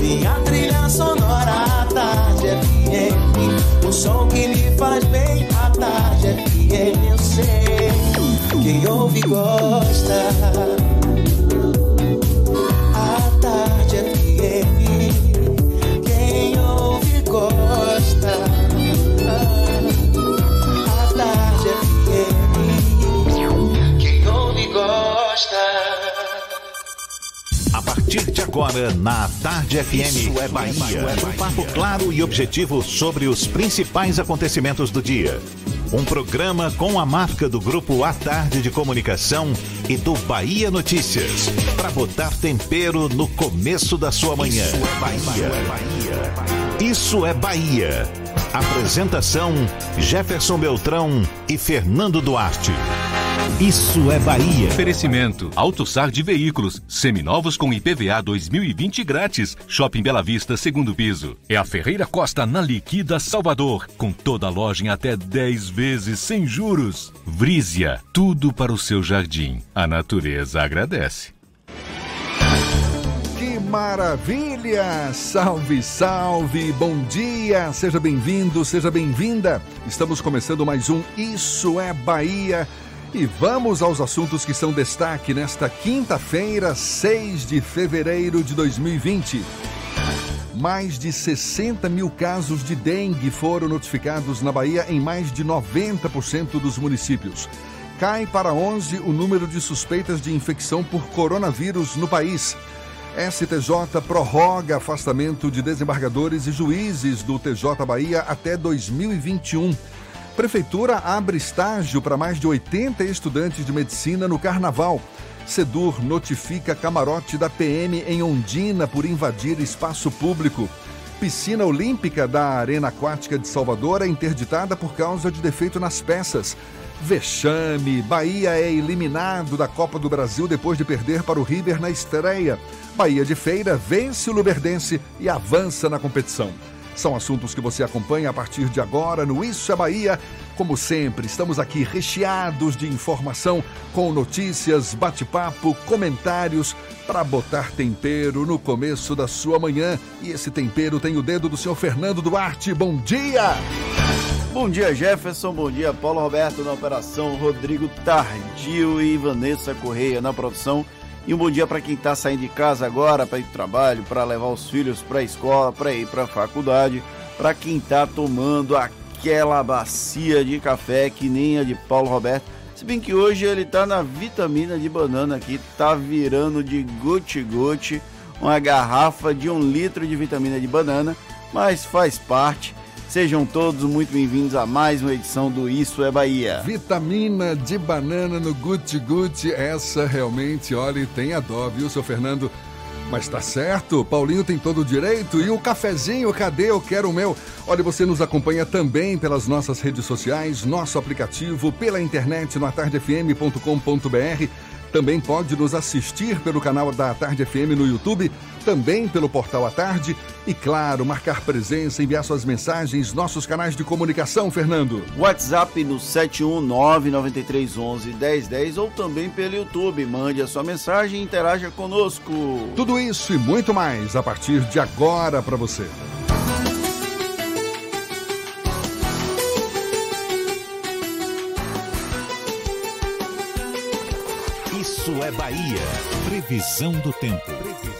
minha trilha sonora, a Tarde FM. O som que me faz bem, a Tarde FM. Eu sei, quem ouve gosta. A Tarde FM. Quem ouve gosta. A Tarde FM. Quem ouve gosta. A partir de agora, na Tarde FM, Isso é Bahia. Um papo claro e objetivo sobre os principais acontecimentos do dia. Um programa com a marca do Grupo A Tarde de Comunicação e do Bahia Notícias. Para botar tempero no começo da sua manhã. Isso é Bahia. Isso é Bahia. Apresentação: Jefferson Beltrão e Fernando Duarte. Isso é Bahia. Oferecimento: AutoSar de Veículos, seminovos com IPVA 2020 grátis. Shopping Bela Vista, segundo piso. É a Ferreira Costa na Liquida Salvador, com toda a loja em até 10 vezes sem juros. Vrízia, tudo para o seu jardim. A natureza agradece. Que maravilha! Salve, salve! Bom dia! Seja bem-vindo, seja bem-vinda! Estamos começando mais um Isso é Bahia. E vamos aos assuntos que são destaque nesta quinta-feira, 6 de fevereiro de 2020. Mais de 60 mil casos de dengue foram notificados na Bahia em mais de 90% dos municípios. Cai para 11 o número de suspeitas de infecção por coronavírus no país. STJ prorroga afastamento de desembargadores e juízes do TJ Bahia até 2021. Prefeitura abre estágio para mais de 80 estudantes de medicina no Carnaval. Sedur notifica camarote da PM em Ondina por invadir espaço público. Piscina olímpica da Arena Aquática de Salvador é interditada por causa de defeito nas peças. Vexame, Bahia é eliminado da Copa do Brasil depois de perder para o River na estreia. Bahia de Feira vence o Luverdense e avança na competição. São assuntos que você acompanha a partir de agora no Isso é Bahia. Como sempre, estamos aqui recheados de informação, com notícias, bate-papo, comentários, para botar tempero no começo da sua manhã. E esse tempero tem o dedo do senhor Fernando Duarte. Bom dia! Bom dia, Jefferson. Bom dia, Paulo Roberto na operação, Rodrigo Tardio e Vanessa Correia na produção. E um bom dia para quem está saindo de casa agora, para ir para o trabalho, para levar os filhos para a escola, para ir para a faculdade, para quem está tomando aquela bacia de café que nem a de Paulo Roberto. Se bem que hoje ele está na vitamina de banana aqui, está virando de guti-guti uma garrafa de 1 litro de vitamina de banana, mas faz parte. Sejam todos muito bem-vindos a mais uma edição do Isso é Bahia. Vitamina de banana no guti-guti, essa realmente, olha, tem a dó, viu, seu Fernando? Mas tá certo, Paulinho tem todo o direito. E o cafezinho, cadê? Eu quero o meu. Olha, você nos acompanha também pelas nossas redes sociais, nosso aplicativo, pela internet no atardefm.com.br. Também pode nos assistir pelo canal da Tarde FM no YouTube, também pelo portal A Tarde e, claro, marcar presença, enviar suas mensagens, nossos canais de comunicação, Fernando. WhatsApp no 71993111010 ou também pelo YouTube. Mande a sua mensagem e interaja conosco. Tudo isso e muito mais a partir de agora para você. Isso é Bahia. Previsão do tempo.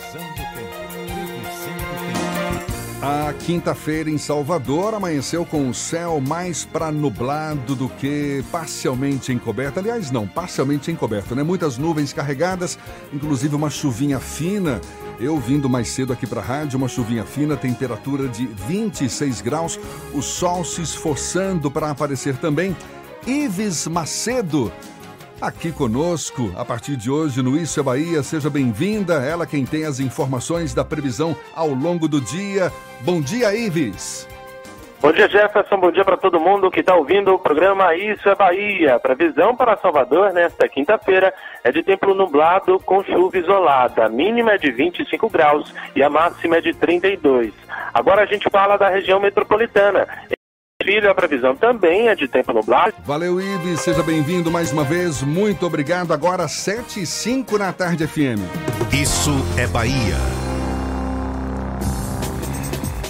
A quinta-feira em Salvador amanheceu com o céu mais para nublado do que parcialmente encoberto. Aliás, não, parcialmente encoberto, né? Muitas nuvens carregadas, inclusive uma chuvinha fina. Eu vindo mais cedo aqui para a rádio, uma chuvinha fina, temperatura de 26 graus. O sol se esforçando para aparecer também. Ives Macedo, aqui conosco, a partir de hoje no Isso é Bahia. Seja bem-vinda, ela quem tem as informações da previsão ao longo do dia. Bom dia, Ives. Bom dia, Jefferson. Bom dia para todo mundo que está ouvindo o programa Isso é Bahia. A previsão para Salvador nesta quinta-feira é de tempo nublado com chuva isolada. A mínima é de 25 graus e a máxima é de 32. Agora a gente fala da região metropolitana. A previsão também é de tempo nublado. Valeu, Ives, seja bem-vindo mais uma vez, muito obrigado. Agora 7h05 na Tarde FM. Isso é Bahia.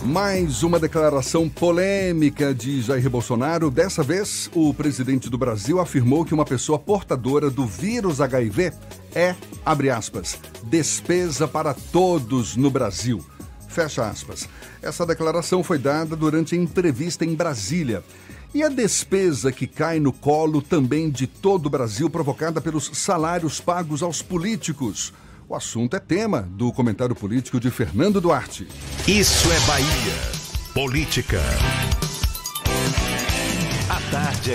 Mais uma declaração polêmica de Jair Bolsonaro. Dessa vez, o presidente do Brasil afirmou que uma pessoa portadora do vírus HIV é, abre aspas, despesa para todos no Brasil. Fecha aspas. Essa declaração foi dada durante a entrevista em Brasília. E a despesa que cai no colo também de todo o Brasil, provocada pelos salários pagos aos políticos. O assunto é tema do comentário político de Fernando Duarte. Isso é Bahia. Política. A Tarde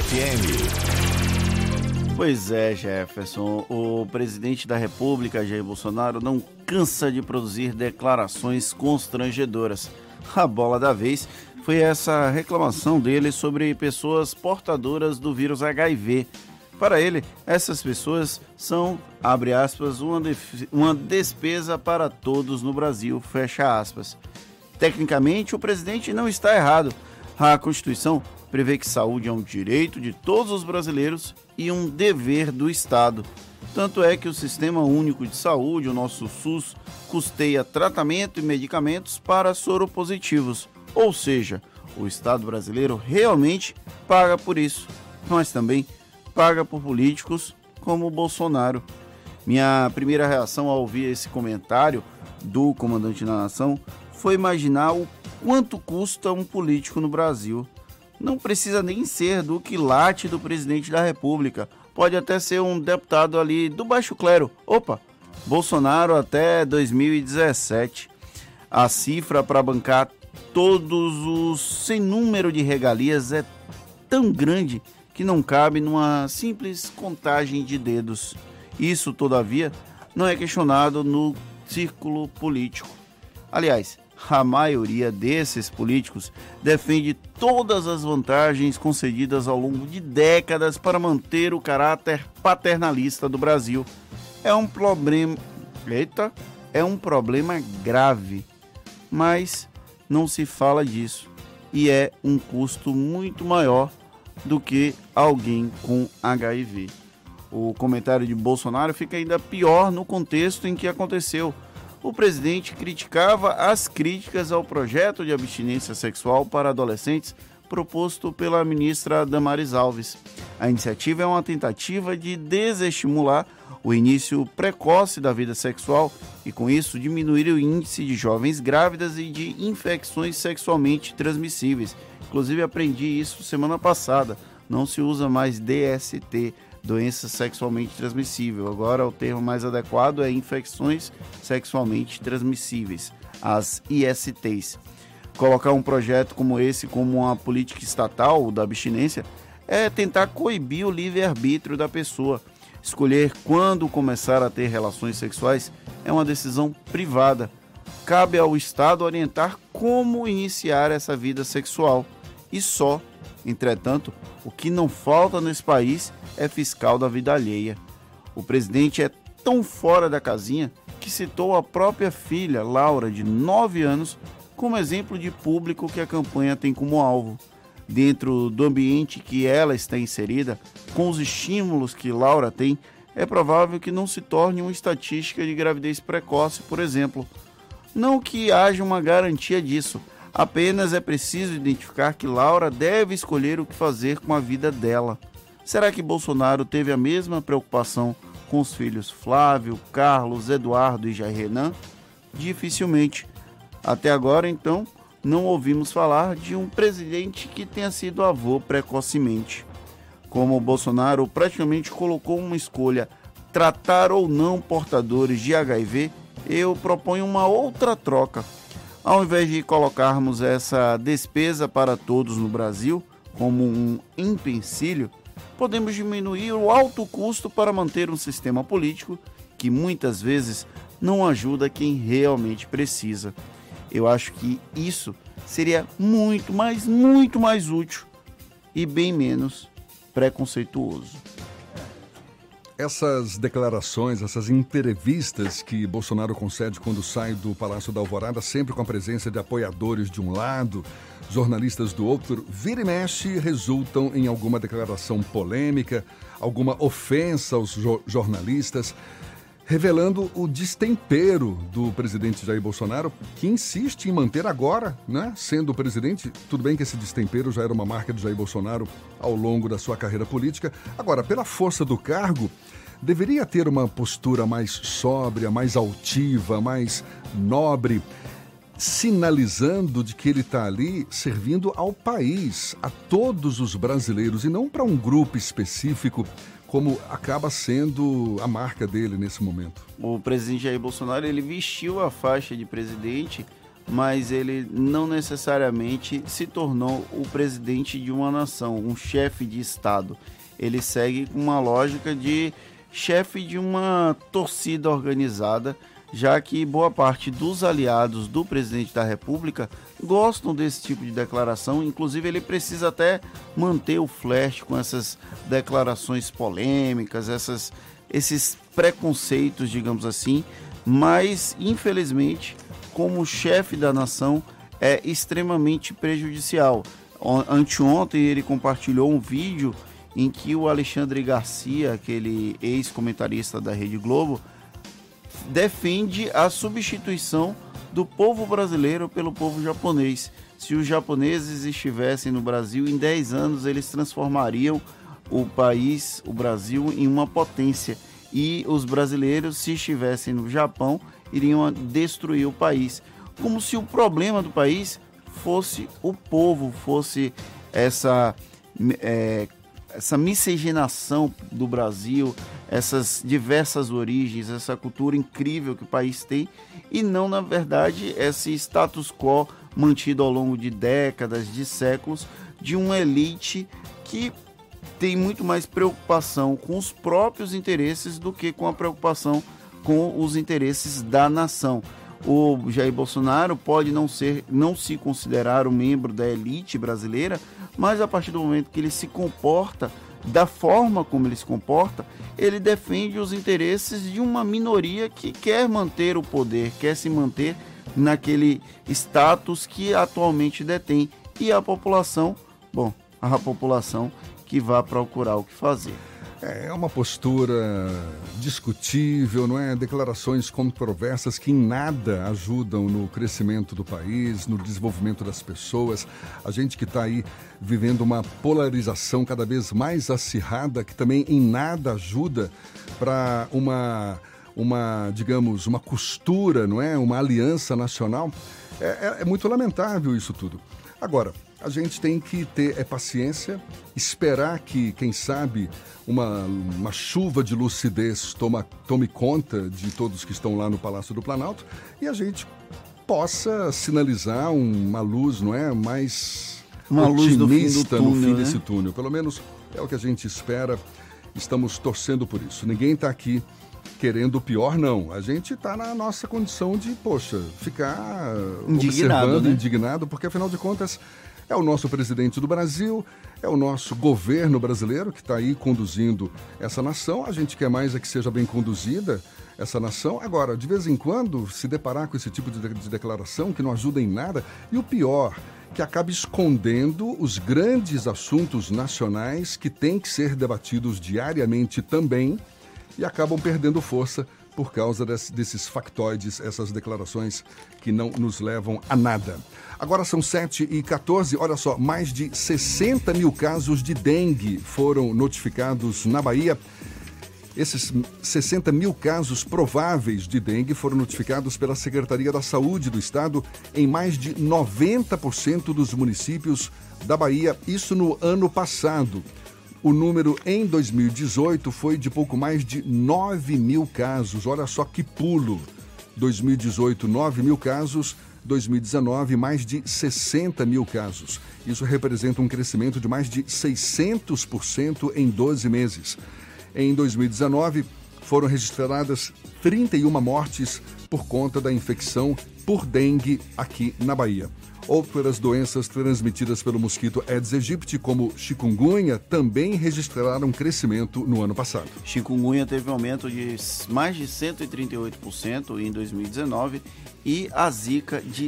FM. Pois é, Jefferson. O presidente da República, Jair Bolsonaro, não cansa de produzir declarações constrangedoras. A bola da vez foi essa reclamação dele sobre pessoas portadoras do vírus HIV. Para ele, essas pessoas são, abre aspas, uma despesa para todos no Brasil, fecha aspas. Tecnicamente, o presidente não está errado. A Constituição prevê que saúde é um direito de todos os brasileiros e um dever do Estado. Tanto é que o Sistema Único de Saúde, o nosso SUS, custeia tratamento e medicamentos para soropositivos. Ou seja, o Estado brasileiro realmente paga por isso, mas também paga por políticos como o Bolsonaro. Minha primeira reação ao ouvir esse comentário do comandante da nação foi imaginar o quanto custa um político no Brasil. Não precisa nem ser do quilate do presidente da República. Pode até ser um deputado ali do baixo clero. Opa, Bolsonaro até 2017. A cifra para bancar todos os sem número de regalias é tão grande que não cabe numa simples contagem de dedos. Isso, todavia, não é questionado no círculo político. Aliás, a maioria desses políticos defende todas as vantagens concedidas ao longo de décadas para manter o caráter paternalista do Brasil. É um problema grave, mas não se fala disso e é um custo muito maior do que alguém com HIV. O comentário de Bolsonaro fica ainda pior no contexto em que aconteceu. O presidente criticava as críticas ao projeto de abstinência sexual para adolescentes proposto pela ministra Damares Alves. A iniciativa é uma tentativa de desestimular o início precoce da vida sexual e, com isso, diminuir o índice de jovens grávidas e de infecções sexualmente transmissíveis. Inclusive, aprendi isso semana passada. Não se usa mais DST, doença sexualmente transmissível. Agora, o termo mais adequado é infecções sexualmente transmissíveis, as ISTs. Colocar um projeto como esse como uma política estatal da abstinência é tentar coibir o livre-arbítrio da pessoa. Escolher quando começar a ter relações sexuais é uma decisão privada. Cabe ao Estado orientar como iniciar essa vida sexual. E só, entretanto, o que não falta nesse país é fiscal da vida alheia. O presidente é tão fora da casinha que citou a própria filha, Laura, de 9 anos, como exemplo de público que a campanha tem como alvo. Dentro do ambiente que ela está inserida, com os estímulos que Laura tem, é provável que não se torne uma estatística de gravidez precoce, por exemplo. Não que haja uma garantia disso, apenas é preciso identificar que Laura deve escolher o que fazer com a vida dela. Será que Bolsonaro teve a mesma preocupação com os filhos Flávio, Carlos, Eduardo e Jair Renan? Dificilmente. Até agora, então, não ouvimos falar de um presidente que tenha sido avô precocemente. Como o Bolsonaro praticamente colocou uma escolha, tratar ou não portadores de HIV, eu proponho uma outra troca. Ao invés de colocarmos essa despesa para todos no Brasil como um empecilho, podemos diminuir o alto custo para manter um sistema político que muitas vezes não ajuda quem realmente precisa. Eu acho que isso seria muito mais útil e bem menos preconceituoso. Essas declarações, essas entrevistas que Bolsonaro concede quando sai do Palácio da Alvorada, sempre com a presença de apoiadores de um lado, jornalistas do outro, vira e mexe, resultam em alguma declaração polêmica, alguma ofensa aos jornalistas. revelando o destempero do presidente Jair Bolsonaro, que insiste em manter agora, né, sendo o presidente. Tudo bem que esse destempero já era uma marca de Jair Bolsonaro ao longo da sua carreira política. Agora, pela força do cargo, deveria ter uma postura mais sóbria, mais altiva, mais nobre, sinalizando de que ele está ali servindo ao país, a todos os brasileiros, e não para um grupo específico, como acaba sendo a marca dele nesse momento. O presidente Jair Bolsonaro, ele vestiu a faixa de presidente, mas ele não necessariamente se tornou o presidente de uma nação, um chefe de Estado. Ele segue uma lógica de chefe de uma torcida organizada, já que boa parte dos aliados do presidente da República gostam desse tipo de declaração. Inclusive, ele precisa até manter o flash com essas declarações polêmicas, esses preconceitos, digamos assim, mas, infelizmente, como chefe da nação, é extremamente prejudicial. Anteontem, ele compartilhou um vídeo em que o Alexandre Garcia, aquele ex-comentarista da Rede Globo, defende a substituição do povo brasileiro pelo povo japonês. Se os japoneses estivessem no Brasil, em 10 anos eles transformariam o país, o Brasil, em uma potência. E os brasileiros, se estivessem no Japão, iriam destruir o país. Como se o problema do país fosse o povo, fosse essa miscigenação do Brasil, essas diversas origens, essa cultura incrível que o país tem, e não, na verdade, esse status quo mantido ao longo de décadas, de séculos, de uma elite que tem muito mais preocupação com os próprios interesses do que com a preocupação com os interesses da nação. O Jair Bolsonaro pode não se considerar um membro da elite brasileira, mas a partir do momento que ele se comporta da forma como ele se comporta, ele defende os interesses de uma minoria que quer manter o poder, quer se manter naquele status que atualmente detém. E a população que vai procurar o que fazer. É uma postura discutível, não é? Declarações controversas que em nada ajudam no crescimento do país, no desenvolvimento das pessoas. A gente que está aí vivendo uma polarização cada vez mais acirrada, que também em nada ajuda para digamos, uma costura, não é? Uma aliança nacional. É muito lamentável isso tudo. Agora, a gente tem que ter paciência, esperar que, quem sabe, uma chuva de lucidez tome conta de todos que estão lá no Palácio do Planalto e a gente possa sinalizar uma luz, não é, mais uma otimista luz do túnel, no fim né? desse túnel. Pelo menos é o que a gente espera, estamos torcendo por isso. Ninguém está aqui querendo o pior, não. A gente está na nossa condição de, ficar observando, indignado, porque afinal de contas é o nosso presidente do Brasil, é o nosso governo brasileiro que está aí conduzindo essa nação. A gente quer mais que seja bem conduzida essa nação. Agora, de vez em quando, se deparar com esse tipo de declaração que não ajuda em nada, e o pior, que acaba escondendo os grandes assuntos nacionais que têm que ser debatidos diariamente também e acabam perdendo força por causa desses factoides, essas declarações que não nos levam a nada. Agora são 7h14, olha só, mais de 60 mil casos de dengue foram notificados na Bahia. Esses 60 mil casos prováveis de dengue foram notificados pela Secretaria da Saúde do Estado em mais de 90% dos municípios da Bahia, isso no ano passado. O número em 2018 foi de pouco mais de 9 mil casos. Olha só que pulo. 2018, 9 mil casos. 2019, mais de 60 mil casos. Isso representa um crescimento de mais de 600% em 12 meses. Em 2019, foram registradas 31 mortes por conta da infecção por dengue aqui na Bahia. Outras doenças transmitidas pelo mosquito Aedes aegypti, como chikungunya, também registraram crescimento no ano passado. Chikungunya teve um aumento de mais de 138% em 2019 e a Zika de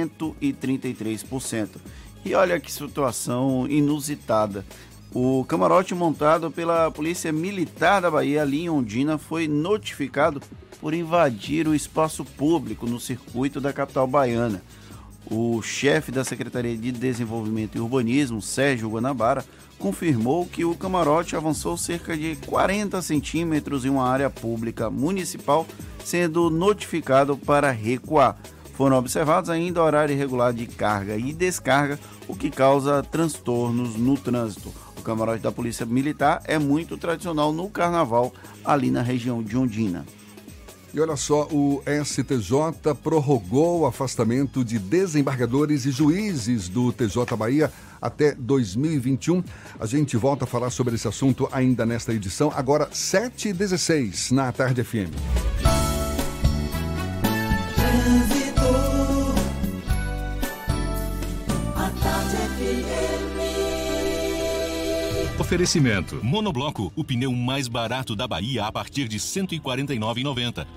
133%. E olha que situação inusitada. O camarote montado pela Polícia Militar da Bahia, ali em Ondina, foi notificado por invadir o espaço público no circuito da capital baiana. O chefe da Secretaria de Desenvolvimento e Urbanismo, Sérgio Guanabara, confirmou que o camarote avançou cerca de 40 centímetros em uma área pública municipal, sendo notificado para recuar. Foram observados ainda horário irregular de carga e descarga, o que causa transtornos no trânsito. O camarote da Polícia Militar é muito tradicional no carnaval, ali na região de Ondina. E olha só, o STJ prorrogou o afastamento de desembargadores e juízes do TJ Bahia até 2021. A gente volta a falar sobre esse assunto ainda nesta edição, agora 7h16 na Tarde FM. Oferecimento. Monobloco, o pneu mais barato da Bahia a partir de R$ 149,90.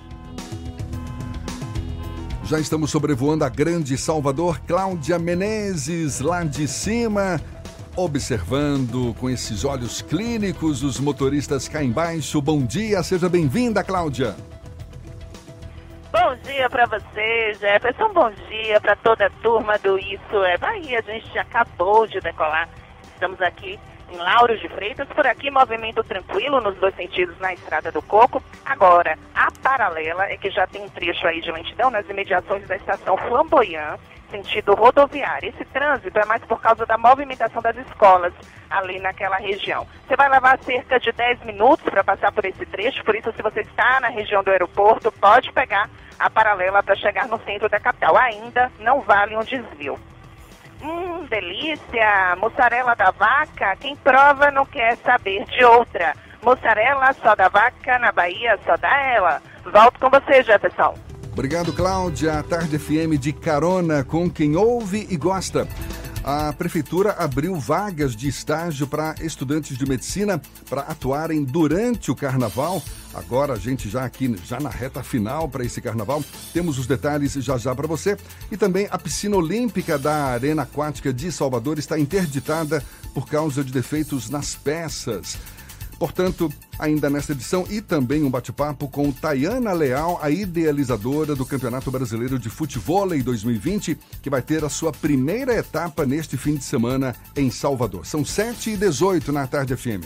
Já estamos sobrevoando a grande Salvador. Cláudia Menezes, lá de cima, observando com esses olhos clínicos os motoristas cá embaixo. Bom dia, seja bem-vinda, Cláudia. Bom dia para você, Jefferson. Bom dia para toda a turma do Isso é Bahia. A gente acabou de decolar. Estamos aqui em Lauro de Freitas, por aqui movimento tranquilo nos dois sentidos na Estrada do Coco. Agora, a paralela é que já tem um trecho aí de lentidão nas imediações da estação Flamboyant, sentido rodoviário. Esse trânsito é mais por causa da movimentação das escolas ali naquela região. Você vai levar cerca de 10 minutos para passar por esse trecho, por isso se você está na região do aeroporto, pode pegar a paralela para chegar no centro da capital. Ainda não vale um desvio. Delícia! Mussarela da vaca, quem prova não quer saber de outra. Mussarela só da vaca, na Bahia só dá ela. Volto com você, Jefferson. Obrigado, Cláudia. A Tarde FM de carona com quem ouve e gosta. A Prefeitura abriu vagas de estágio para estudantes de medicina para atuarem durante o Carnaval. Agora a gente já aqui, já na reta final para esse Carnaval, temos os detalhes já para você. E também a piscina olímpica da Arena Aquática de Salvador está interditada por causa de defeitos nas peças. Portanto, ainda nesta edição e também um bate-papo com Tayana Leal, a idealizadora do Campeonato Brasileiro de Futevôlei 2020, que vai ter a sua primeira etapa neste fim de semana em Salvador. São 7h18 na Tarde FM.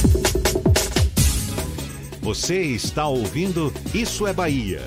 Você está ouvindo Isso é Bahia.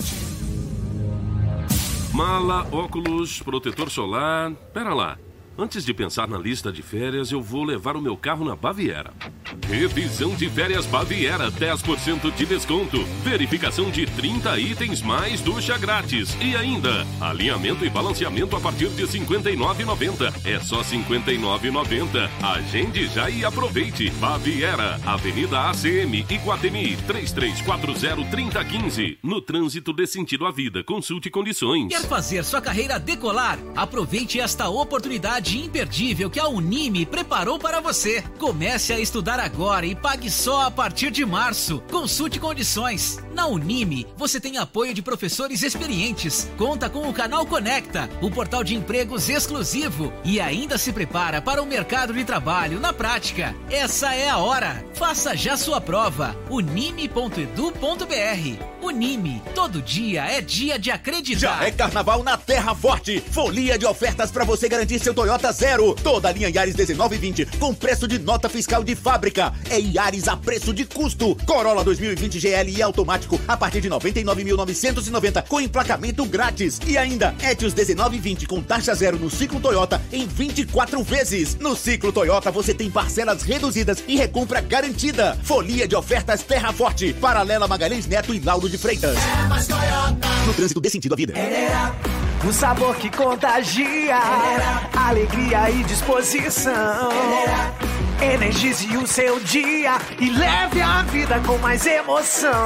Mala, óculos, protetor solar... Pera lá. Antes de pensar na lista de férias, eu vou levar o meu carro na Baviera. Revisão de férias Baviera, 10% de desconto. Verificação de 30 itens mais ducha grátis. E ainda, alinhamento e balanceamento a partir de R$ 59,90. É só R$ 59,90. Agende já e aproveite. Baviera, Avenida ACM, Iguatemi, 3340-3015. No trânsito dê sentido à vida. Consulte condições. Quer fazer sua carreira decolar? Aproveite esta oportunidade imperdível que a Unime preparou para você. Comece a estudar agora e pague só a partir de março. Consulte condições. Na Unime, você tem apoio de professores experientes, conta com o Canal Conecta, o portal de empregos exclusivo e ainda se prepara para o mercado de trabalho na prática. Essa é a hora. Faça já sua prova. unime.edu.br. Unime, todo dia é dia de acreditar. Já é carnaval na Terra Forte. Folia de ofertas para você garantir seu Toyota zero. Toda a linha Yaris 1920 com preço de nota fiscal de fábrica. É Yaris a preço de custo. Corolla 2020 GLI automático a partir de 99.990 com emplacamento grátis. E ainda Etios 1920 com taxa zero no ciclo Toyota em 24 vezes. No ciclo Toyota você tem parcelas reduzidas e recompra garantida. Folia de ofertas Terra Forte. Paralela Magalhães Neto e Lauro de Freitas. É mais Toyota. No trânsito dê sentido à vida. O sabor que contagia, alegria e disposição. Energize o seu dia e leve a vida com mais emoção.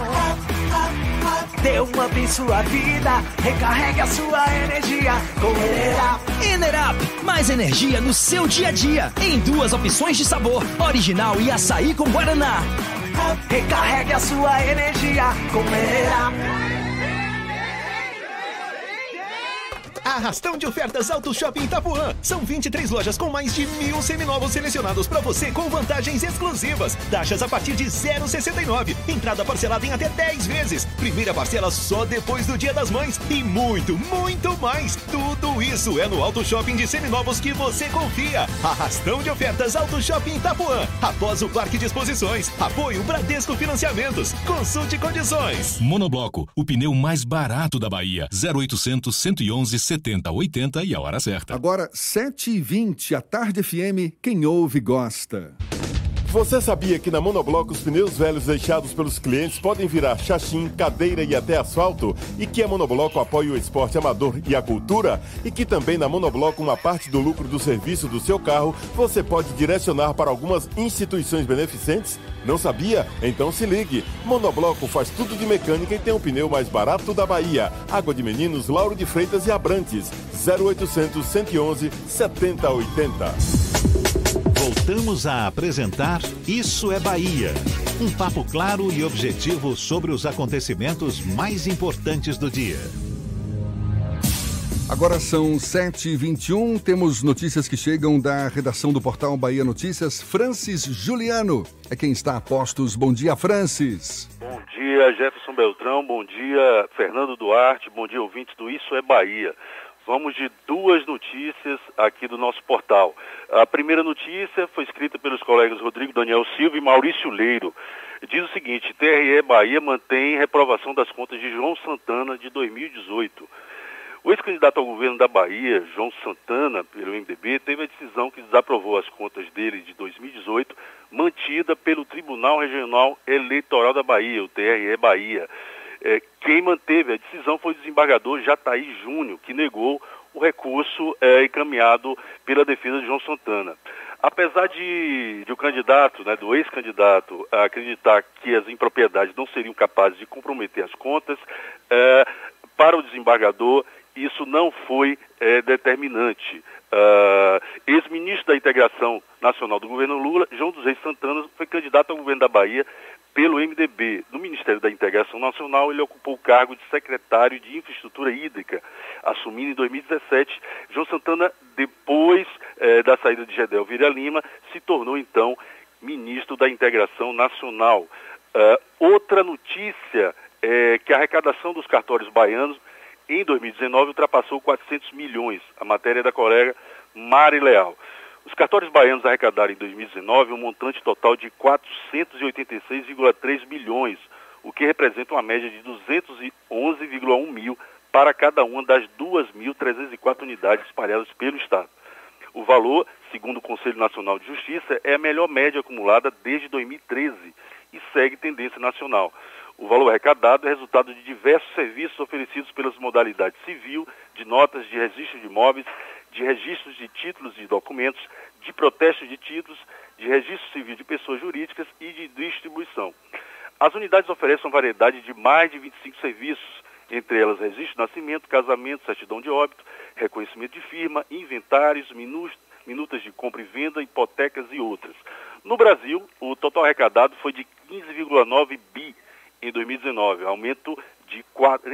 Dê um up em sua vida, recarregue a sua energia com Enerap. Enerap, mais energia no seu dia a dia. Em 2 opções de sabor, original e açaí com guaraná. Recarregue a sua energia com Enerap. Arrastão de ofertas Auto Shopping Itapuã. São 23 lojas com mais de 1.000 seminovos selecionados para você com vantagens exclusivas. Taxas a partir de 0,69. Entrada parcelada em até 10 vezes. Primeira parcela só depois do Dia das Mães. E muito, muito mais. Tudo isso é no Auto Shopping de seminovos que você confia. Arrastão de ofertas Auto Shopping Itapuã. Após o Parque de Exposições. Apoio Bradesco Financiamentos. Consulte condições. Monobloco, o pneu mais barato da Bahia. 0800 111 70 80 e a hora certa. Agora, 7h20, a Tarde FM, quem ouve gosta. Você sabia que na Monobloco os pneus velhos deixados pelos clientes podem virar chachim, cadeira e até asfalto? E que a Monobloco apoia o esporte amador e a cultura? E que também na Monobloco uma parte do lucro do serviço do seu carro você pode direcionar para algumas instituições beneficentes? Não sabia? Então se ligue. Monobloco faz tudo de mecânica e tem o pneu mais barato da Bahia. Água de Meninos, Lauro de Freitas e Abrantes. 0800 111 7080. Voltamos a apresentar Isso é Bahia. Um papo claro e objetivo sobre os acontecimentos mais importantes do dia. Agora são 7h21, temos notícias que chegam da redação do portal Bahia Notícias. Francis Juliano é quem está a postos. Bom dia, Francis. Bom dia, Jefferson Beltrão. Bom dia, Fernando Duarte. Bom dia, ouvintes do Isso é Bahia. Vamos de duas notícias aqui do nosso portal. A primeira notícia foi escrita pelos colegas Rodrigo Daniel Silva e Maurício Leiro. Diz o seguinte: TRE Bahia mantém reprovação das contas de João Santana de 2018. O ex-candidato ao governo da Bahia, João Santana, pelo MDB, teve a decisão que desaprovou as contas dele de 2018, mantida pelo Tribunal Regional Eleitoral da Bahia, o TRE Bahia. Quem manteve a decisão foi o desembargador Jataí Júnior, que negou o recurso encaminhado pela defesa de João Santana. Apesar de o candidato, do ex-candidato, acreditar que as impropriedades não seriam capazes de comprometer as contas, para o desembargador isso não foi determinante. Ex-ministro da Integração Nacional do governo Lula, João dos Reis Santana, foi candidato ao governo da Bahia pelo MDB. No Ministério da Integração Nacional, ele ocupou o cargo de secretário de Infraestrutura Hídrica, assumindo em 2017. João Santana, depois da saída de Gedel Vieira Lima, se tornou, então, ministro da Integração Nacional. Outra notícia é que a arrecadação dos cartórios baianos, em 2019, ultrapassou 400 milhões. A matéria é da colega Mari Leal. Os cartórios baianos arrecadaram em 2019 um montante total de 486,3 bilhões, o que representa uma média de 211,1 mil para cada uma das 2.304 unidades espalhadas pelo Estado. O valor, segundo o Conselho Nacional de Justiça, é a melhor média acumulada desde 2013 e segue tendência nacional. O valor arrecadado é resultado de diversos serviços oferecidos pelas modalidades civil, de notas de registro de imóveis, de registros de títulos e documentos, de protesto de títulos, de registro civil de pessoas jurídicas e de distribuição. As unidades oferecem uma variedade de mais de 25 serviços, entre elas registro de nascimento, casamento, certidão de óbito, reconhecimento de firma, inventários, minutas de compra e venda, hipotecas e outras. No Brasil, o total arrecadado foi de 15,9 bi em 2019, aumento de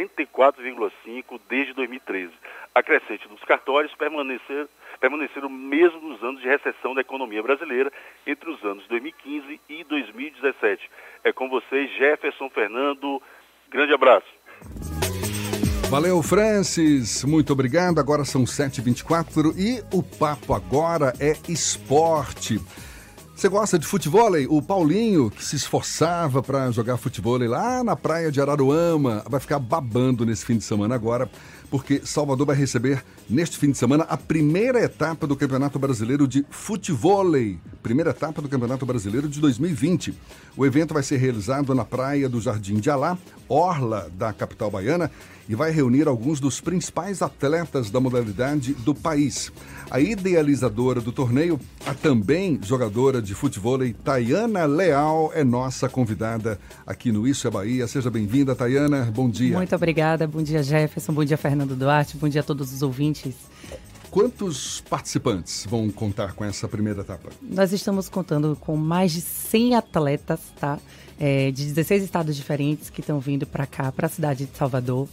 44,5% desde 2013. A crescente dos cartórios permaneceram mesmo nos anos de recessão da economia brasileira entre os anos 2015 e 2017. É com vocês, Jefferson Fernando. Grande abraço. Valeu, Francis. Muito obrigado. Agora são 7h24 e o papo agora é esporte. Você gosta de futevôlei? O Paulinho, que se esforçava para jogar futevôlei lá na praia de Araruama, vai ficar babando nesse fim de semana agora, porque Salvador vai receber, neste fim de semana, a primeira etapa do Campeonato Brasileiro de Futevôlei. Primeira etapa do Campeonato Brasileiro de 2020. O evento vai ser realizado na praia do Jardim de Alá, orla da capital baiana, e vai reunir alguns dos principais atletas da modalidade do país. A idealizadora do torneio, a também jogadora de futevôlei, Tayana Leal, é nossa convidada aqui no Isso é Bahia. Seja bem-vinda, Tayana. Bom dia. Muito obrigada. Bom dia, Jefferson. Bom dia, Fernando Duarte. Bom dia a todos os ouvintes. Quantos participantes vão contar com essa primeira etapa? Nós estamos contando com mais de 100 atletas, tá? De 16 estados diferentes que estão vindo para cá, para a cidade de Salvador.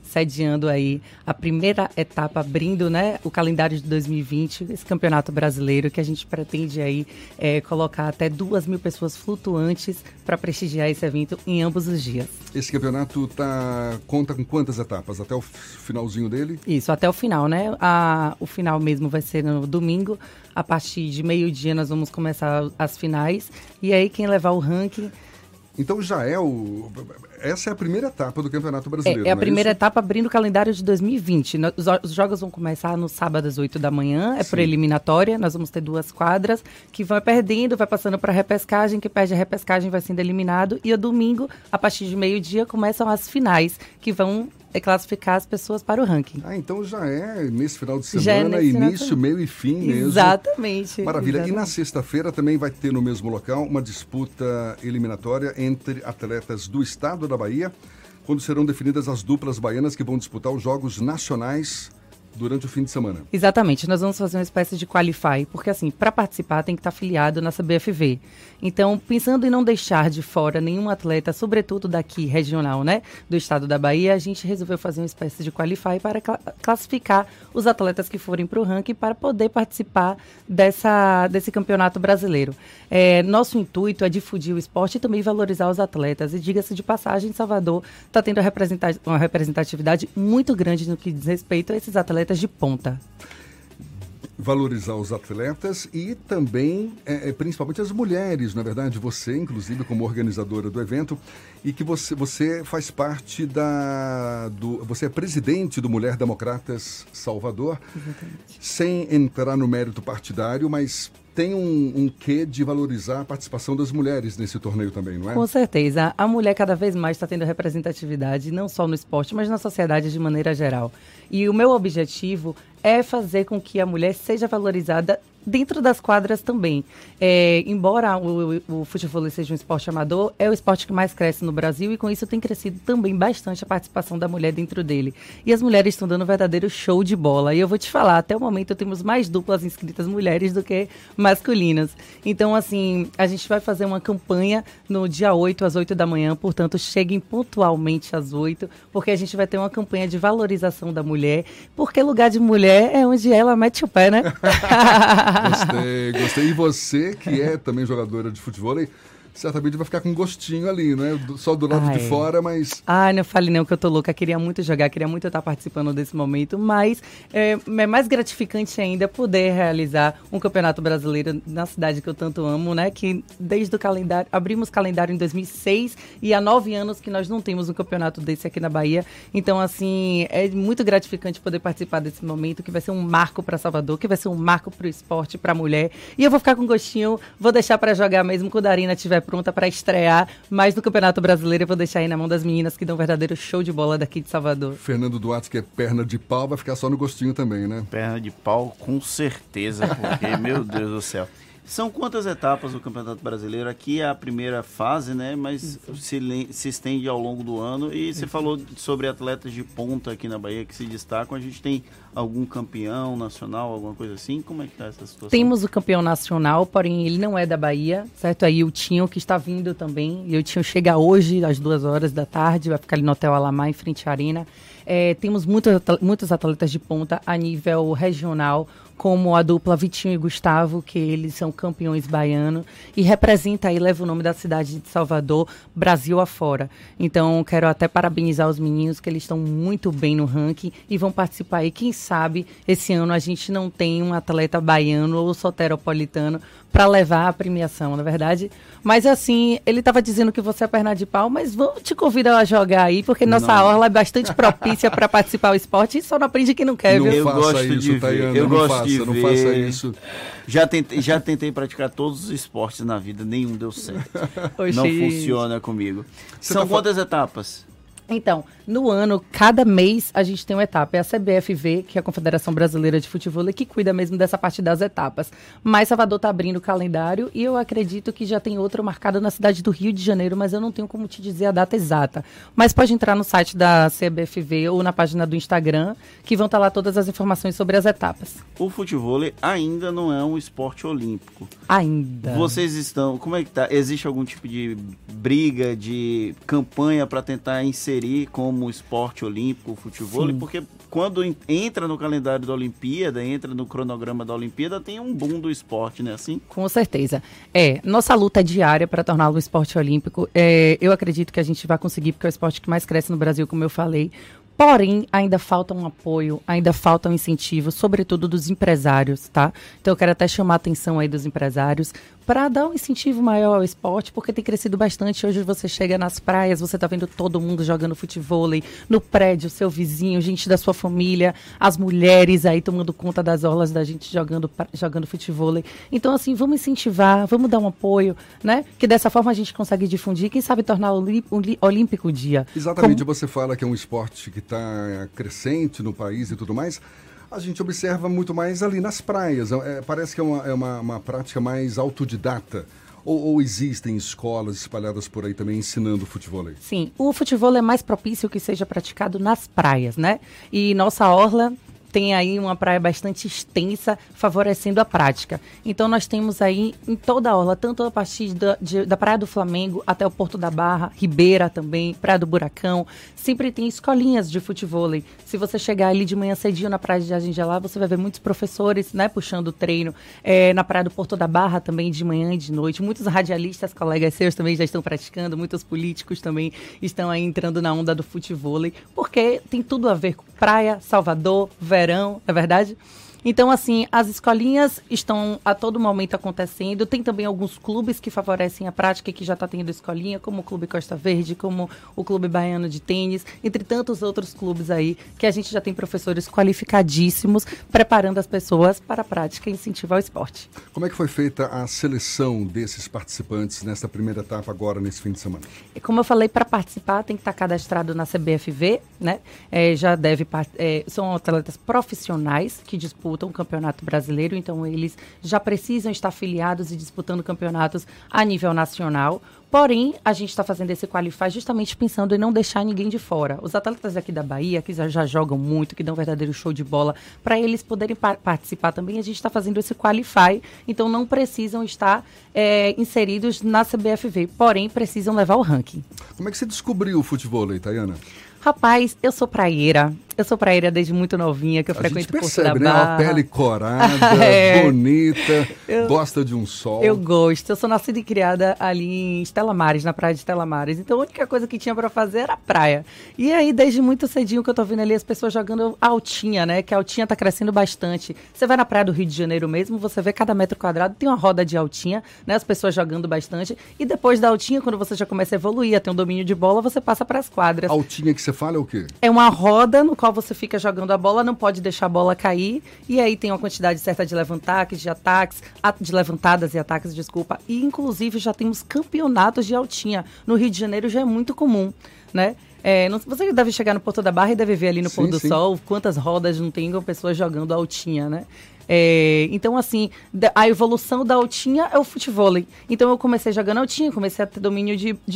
sediando aí a primeira etapa, abrindo, né, o calendário de 2020, esse campeonato brasileiro que a gente pretende aí colocar até 2.000 pessoas flutuantes para prestigiar esse evento em ambos os dias. Esse campeonato conta com quantas etapas? Até o finalzinho dele? Isso, até o final, né? O final mesmo vai ser no domingo. A partir de meio-dia nós vamos começar as finais. E aí quem levar o ranking... Então essa é a primeira etapa do Campeonato Brasileiro, É a primeira etapa abrindo o calendário de 2020. Os jogos vão começar no sábado às 8 da manhã, por eliminatória. Nós vamos ter 2 quadras que vai perdendo, vai passando para a repescagem. Quem perde a repescagem vai sendo eliminado. E no domingo, a partir de meio-dia, começam as finais, que vão classificar as pessoas para o ranking. Então já é nesse final de semana, início, meio e fim mesmo. Exatamente. Maravilha. Exatamente. E na sexta-feira também vai ter no mesmo local uma disputa eliminatória entre atletas do estado da Bahia, quando serão definidas as duplas baianas que vão disputar os Jogos Nacionais durante o fim de semana. Exatamente, nós vamos fazer uma espécie de qualify, porque assim, para participar tem que estar afiliado na CBFV. Então, pensando em não deixar de fora nenhum atleta, sobretudo daqui, regional, né, do estado da Bahia, a gente resolveu fazer uma espécie de qualify para classificar os atletas que forem para o ranking para poder participar desse campeonato brasileiro. Nosso intuito é difundir o esporte e também valorizar os atletas. E diga-se de passagem, Salvador está tendo uma representatividade muito grande no que diz respeito a esses atletas de ponta. Valorizar os atletas e também, principalmente as mulheres, na verdade, você, inclusive, como organizadora do evento, e que você faz parte você é presidente do Mulher Democratas Salvador. Exatamente. Sem entrar no mérito partidário, mas tem um quê de valorizar a participação das mulheres nesse torneio também, não é? Com certeza. A mulher cada vez mais está tendo representatividade, não só no esporte, mas na sociedade de maneira geral. E o meu objetivo é fazer com que a mulher seja valorizada dentro das quadras também. Embora o futebol seja um esporte amador, é o esporte que mais cresce no Brasil e com isso tem crescido também bastante a participação da mulher dentro dele. E as mulheres estão dando um verdadeiro show de bola. E eu vou te falar, até o momento temos mais duplas inscritas mulheres do que masculinas. Então, assim, a gente vai fazer uma campanha no dia 8, às 8 da manhã, portanto, cheguem pontualmente às 8, porque a gente vai ter uma campanha de valorização da mulher, porque lugar de mulher é onde ela mete o pé, né? Gostei. E você, que é também jogadora de futebol, certamente vai ficar com gostinho ali, né? Só do lado de fora, mas... Não fale não que eu tô louca, queria muito jogar, queria muito estar participando desse momento, mas é mais gratificante ainda poder realizar um campeonato brasileiro na cidade que eu tanto amo, né? Que desde o calendário, abrimos calendário em 2006 e há 9 anos que nós não temos um campeonato desse aqui na Bahia. Então, assim, é muito gratificante poder participar desse momento, que vai ser um marco para Salvador, que vai ser um marco para o esporte, para a mulher. E eu vou ficar com gostinho, vou deixar para jogar mesmo quando a Arina estiver pronta para estrear, mas no Campeonato Brasileiro eu vou deixar aí na mão das meninas que dão um verdadeiro show de bola daqui de Salvador. Fernando Duarte, que é perna de pau, vai ficar só no gostinho também, né? Perna de pau, com certeza, porque, meu Deus do céu. São quantas etapas do Campeonato Brasileiro? Aqui é a primeira fase, né? Mas se estende ao longo do ano. E você falou sobre atletas de ponta aqui na Bahia que se destacam. A gente tem algum campeão nacional, alguma coisa assim? Como é que tá essa situação? Temos o campeão nacional, porém ele não é da Bahia, certo? Aí o Tinho, que está vindo também. E o Tinho chega hoje às 2h da tarde, vai ficar ali no Hotel Alamar, em frente à Arena. Temos muitos atletas de ponta a nível regional, como a dupla Vitinho e Gustavo, que eles são campeões baianos e representa aí, leva o nome da cidade de Salvador, Brasil afora. Então, quero até parabenizar os meninos, que eles estão muito bem no ranking e vão participar aí. Quem sabe, esse ano a gente não tem um atleta baiano ou soteropolitano para levar a premiação, na verdade. Mas assim, ele estava dizendo que você é perna de pau, mas vou te convidar a jogar aí, porque nossa orla é bastante propícia para participar do esporte e só não aprende quem não quer, viu? Eu faça isso, Tayana, não faça isso. Já tentei praticar todos os esportes na vida, nenhum deu certo. Não funciona comigo. São quantas etapas? Então, no ano, cada mês a gente tem uma etapa. É a CBFV, que é a Confederação Brasileira de Futebol, que cuida mesmo dessa parte das etapas. Mas Salvador está abrindo o calendário e eu acredito que já tem outra marcada na cidade do Rio de Janeiro, mas eu não tenho como te dizer a data exata. Mas pode entrar no site da CBFV ou na página do Instagram, que vão estar lá todas as informações sobre as etapas. O futebol ainda não é um esporte olímpico. Ainda. Vocês estão... Como é que tá? Existe algum tipo de briga, de campanha para tentar inserir inserir como esporte olímpico o futebol, Sim. porque quando entra no calendário da Olimpíada, entra no cronograma da Olimpíada, tem um boom do esporte, né? Assim? Com certeza. Nossa luta é diária para torná-lo um esporte olímpico. Eu acredito que a gente vai conseguir, porque é o esporte que mais cresce no Brasil, como eu falei. Porém, ainda falta um apoio, ainda falta um incentivo, sobretudo dos empresários, tá? Então, eu quero até chamar a atenção aí dos empresários para dar um incentivo maior ao esporte, porque tem crescido bastante. Hoje você chega nas praias, você tá vendo todo mundo jogando futevôlei, no prédio, seu vizinho, gente da sua família, as mulheres aí tomando conta das orlas da gente jogando futevôlei. Então, assim, vamos incentivar, vamos dar um apoio, né? Que dessa forma a gente consegue difundir, quem sabe tornar o olímpico o dia. Exatamente, você fala que é um esporte que está crescente no país e tudo mais. A gente observa muito mais ali nas praias. Parece que é uma prática mais autodidata. Ou existem escolas espalhadas por aí também ensinando futevôlei? Sim, o futevôlei é mais propício que seja praticado nas praias, né? E nossa orla tem aí uma praia bastante extensa, favorecendo a prática. Então, nós temos aí em toda a orla, tanto a partir da Praia do Flamengo até o Porto da Barra, Ribeira também, Praia do Buracão, sempre tem escolinhas de futevôlei. Se você chegar ali de manhã cedinho na Praia de Jardim Gelado, você vai ver muitos professores, né, puxando o treino. Na Praia do Porto da Barra também, de manhã e de noite. Muitos radialistas, colegas seus também já estão praticando, muitos políticos também estão aí entrando na onda do futevôlei, porque tem tudo a ver com praia, Salvador, verão, não é verdade? Então, assim, as escolinhas estão a todo momento acontecendo. Tem também alguns clubes que favorecem a prática, que já está tendo escolinha, como o Clube Costa Verde, como o Clube Baiano de Tênis, entre tantos outros clubes aí, que a gente já tem professores qualificadíssimos preparando as pessoas para a prática e incentivar o esporte. Como é que foi feita a seleção desses participantes nesta primeira etapa agora, nesse fim de semana? Como eu falei, para participar tem que estar cadastrado na CBFV, né? São atletas profissionais que disputam o Campeonato Brasileiro, então eles já precisam estar afiliados e disputando campeonatos a nível nacional. Porém, a gente está fazendo esse Qualify justamente pensando em não deixar ninguém de fora. Os atletas aqui da Bahia, que já jogam muito, que dão um verdadeiro show de bola, para eles poderem participar também, a gente está fazendo esse Qualify, então não precisam estar inseridos na CBFV, porém precisam levar o ranking. Como é que você descobriu o futevôlei, Tayana? Rapaz, eu sou praieira. Eu sou praieira desde muito novinha, que eu frequento Porto da Barra. Né? Uma pele corada, bonita, gosta de um sol. Eu gosto. Eu sou nascida e criada ali em Estela Maris, na praia de Estela Maris. Então, a única coisa que tinha pra fazer era praia. E aí, desde muito cedinho que eu tô vendo ali as pessoas jogando altinha, né? Que a altinha tá crescendo bastante. Você vai na praia do Rio de Janeiro mesmo, você vê cada metro quadrado, tem uma roda de altinha, né? As pessoas jogando bastante. E depois da altinha, quando você já começa a evoluir, a ter um domínio de bola, você passa pras quadras. Altinha que você fala é o quê? É uma roda no qual você fica jogando a bola, não pode deixar a bola cair, e aí tem uma quantidade certa de levantadas e ataques, desculpa, e inclusive já temos campeonatos de altinha. No Rio de Janeiro já é muito comum, né? Você deve chegar no Porto da Barra e deve ver ali no pôr do sol quantas rodas não tem com pessoas jogando altinha, né? Então, assim, a evolução da altinha é o futevôlei. Então, eu comecei jogando altinha, comecei a ter domínio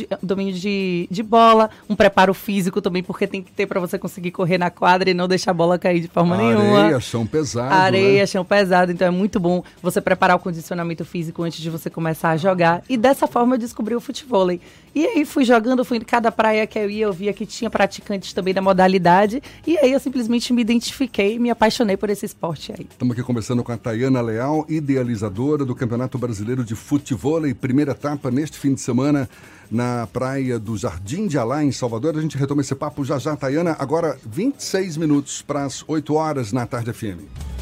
de bola, um preparo físico também, porque tem que ter para você conseguir correr na quadra e não deixar a bola cair de forma nenhuma. Areia, chão pesado. Areia, chão pesado. Então, é muito bom você preparar o condicionamento físico antes de você começar a jogar. E dessa forma, eu descobri o futevôlei. E aí, fui jogando, fui em cada praia que eu via que tinha praticantes também da modalidade. E aí, eu simplesmente me identifiquei e me apaixonei por esse esporte aí. Estamos aqui conversando com a Tayana Leal, idealizadora do Campeonato Brasileiro de Futevôlei, primeira etapa neste fim de semana na praia do Jardim de Alá, em Salvador. A gente retoma esse papo já, Tayana. Agora, 26 minutos para as 8 horas na Tarde FM.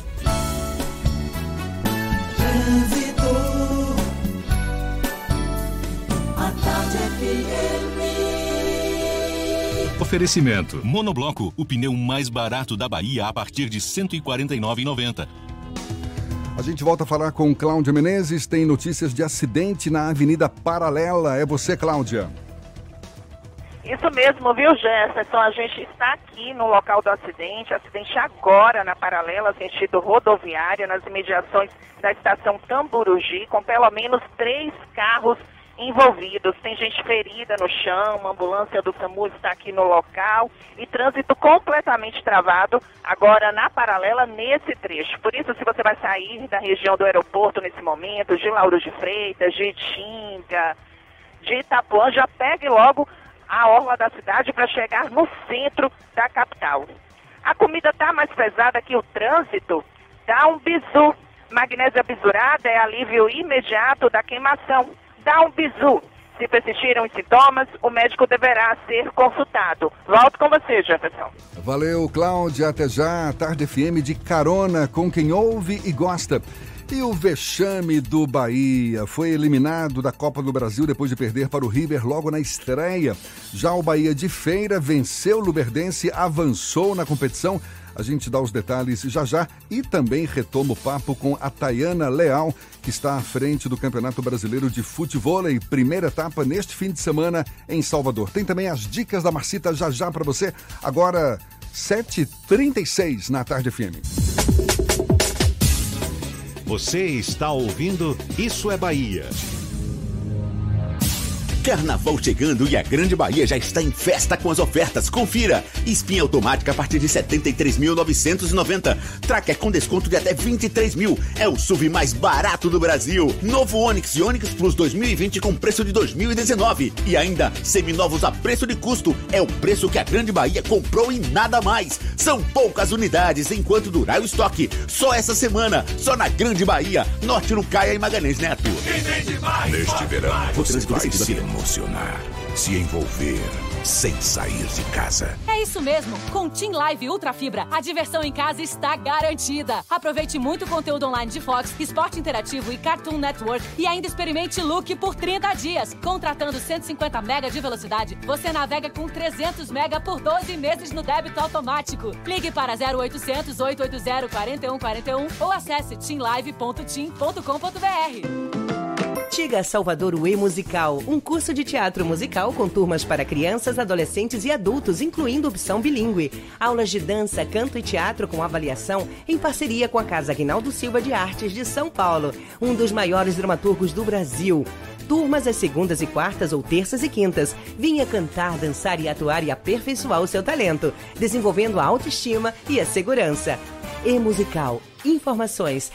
Oferecimento. Monobloco, o pneu mais barato da Bahia a partir de R$ 149,90. A gente volta a falar com Cláudia Menezes. Tem notícias de acidente na Avenida Paralela. É você, Cláudia. Isso mesmo, viu, Jefferson? A gente está aqui no local do acidente agora na Paralela, sentido rodoviária, nas imediações da estação Tamburugi, com pelo menos 3 carros envolvidos. Tem gente ferida no chão, uma ambulância do SAMU está aqui no local e trânsito completamente travado agora na Paralela nesse trecho. Por isso, se você vai sair da região do aeroporto nesse momento, de Lauro de Freitas, de Itinga, de Itapuã, já pegue logo a orla da cidade para chegar no centro da capital. A comida está mais pesada que o trânsito? Dá um bizu. Magnésia bisurada é alívio imediato da queimação. Dá um bizu. Se persistirem os sintomas, o médico deverá ser consultado. Volto com você, Jefferson. Valeu, Cláudia. Até já. Tarde FM de carona com quem ouve e gosta. E o vexame do Bahia foi eliminado da Copa do Brasil depois de perder para o River logo na estreia. Já o Bahia de Feira venceu o Luverdense, avançou na competição. A gente dá os detalhes já e também retoma o papo com a Tayana Leal, que está à frente do Campeonato Brasileiro de Futevôlei, primeira etapa neste fim de semana em Salvador. Tem também as dicas da Marcita já para você. Agora, 7h36 na Tarde FM. Você está ouvindo Isso é Bahia. Carnaval chegando e a Grande Bahia já está em festa com as ofertas. Confira. Espinha automática a partir de R$ 73.990. Tracker com desconto de até 23 mil. É o SUV mais barato do Brasil. Novo Onix e Onix Plus 2020 com preço de 2019. E ainda, seminovos a preço de custo. É o preço que a Grande Bahia comprou e nada mais. São poucas unidades enquanto durar o estoque. Só essa semana, só na Grande Bahia. Norte no Caia e Magalhães Neto. Neste verão, você vai se emocionar, se envolver, sem sair de casa. É isso mesmo, com TIM Live Ultra Fibra, a diversão em casa está garantida. Aproveite muito conteúdo online de Fox, Esporte Interativo e Cartoon Network e ainda experimente Look por 30 dias. Contratando 150 mega de velocidade, você navega com 300 mega por 12 meses no débito automático. Ligue para 0800 880 4141 ou acesse timlive.tim.com.br. Tiga Salvador UE Musical, um curso de teatro musical com turmas para crianças, adolescentes e adultos, incluindo opção bilíngue. Aulas de dança, canto e teatro com avaliação em parceria com a Casa Aguinaldo Silva de Artes de São Paulo, um dos maiores dramaturgos do Brasil. Turmas às segundas e quartas ou terças e quintas. Vinha cantar, dançar e atuar e aperfeiçoar o seu talento, desenvolvendo a autoestima e a segurança. E-Musical. Informações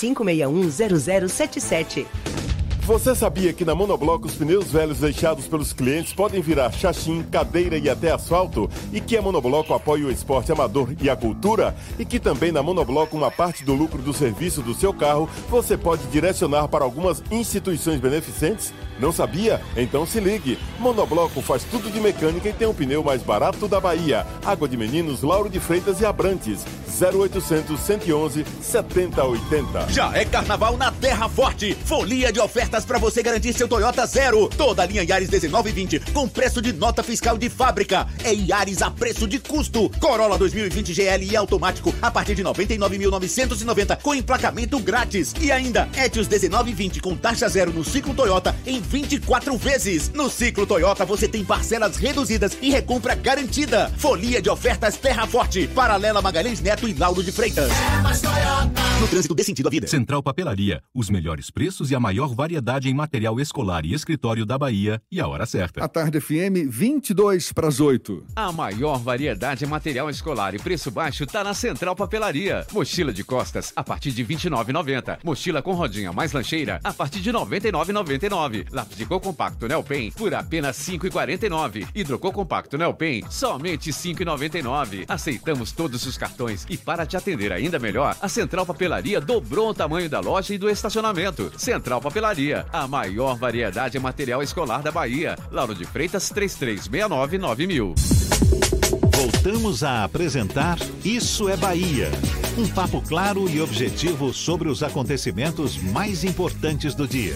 35610077. Você sabia que na Monobloco os pneus velhos deixados pelos clientes podem virar chachim, cadeira e até asfalto? E que a Monobloco apoia o esporte amador e a cultura? E que também na Monobloco uma parte do lucro do serviço do seu carro você pode direcionar para algumas instituições beneficentes? Não sabia? Então se ligue. Monobloco faz tudo de mecânica e tem o pneu mais barato da Bahia. Água de Meninos, Lauro de Freitas e Abrantes. 0800 111 7080. Já é carnaval na Terra Forte. Folia de ofertas para você garantir seu Toyota zero. Toda a linha Yaris 1920 com preço de nota fiscal de fábrica. É Yaris a preço de custo. Corolla 2020 GLI automático a partir de 99.990 com emplacamento grátis. E ainda Etios 1920 com taxa zero no ciclo Toyota em 24 vezes. No ciclo Toyota você tem parcelas reduzidas e recompra garantida. Folia de ofertas Terra Forte. Paralela Magalhães Neto e Lauro de Freitas. No trânsito dê sentido à vida. Central Papelaria. Os melhores preços e a maior variedade em material escolar e escritório da Bahia. E a hora certa. A Tarde FM, 7:22. A maior variedade em material escolar e preço baixo tá na Central Papelaria. Mochila de costas a partir de R$ 29,90. Mochila com rodinha mais lancheira a partir de R$ 99,99. Lápis de cor compacto Nelpen por apenas R$ 5,49. Hidrocor compacto Nelpen somente R$ 5,99. Aceitamos todos os cartões e para te atender ainda melhor, a Central Papelaria dobrou o tamanho da loja e do estacionamento. Central Papelaria, a maior variedade em material escolar da Bahia. Lauro de Freitas 33699000. Voltamos a apresentar Isso é Bahia. Um papo claro e objetivo sobre os acontecimentos mais importantes do dia.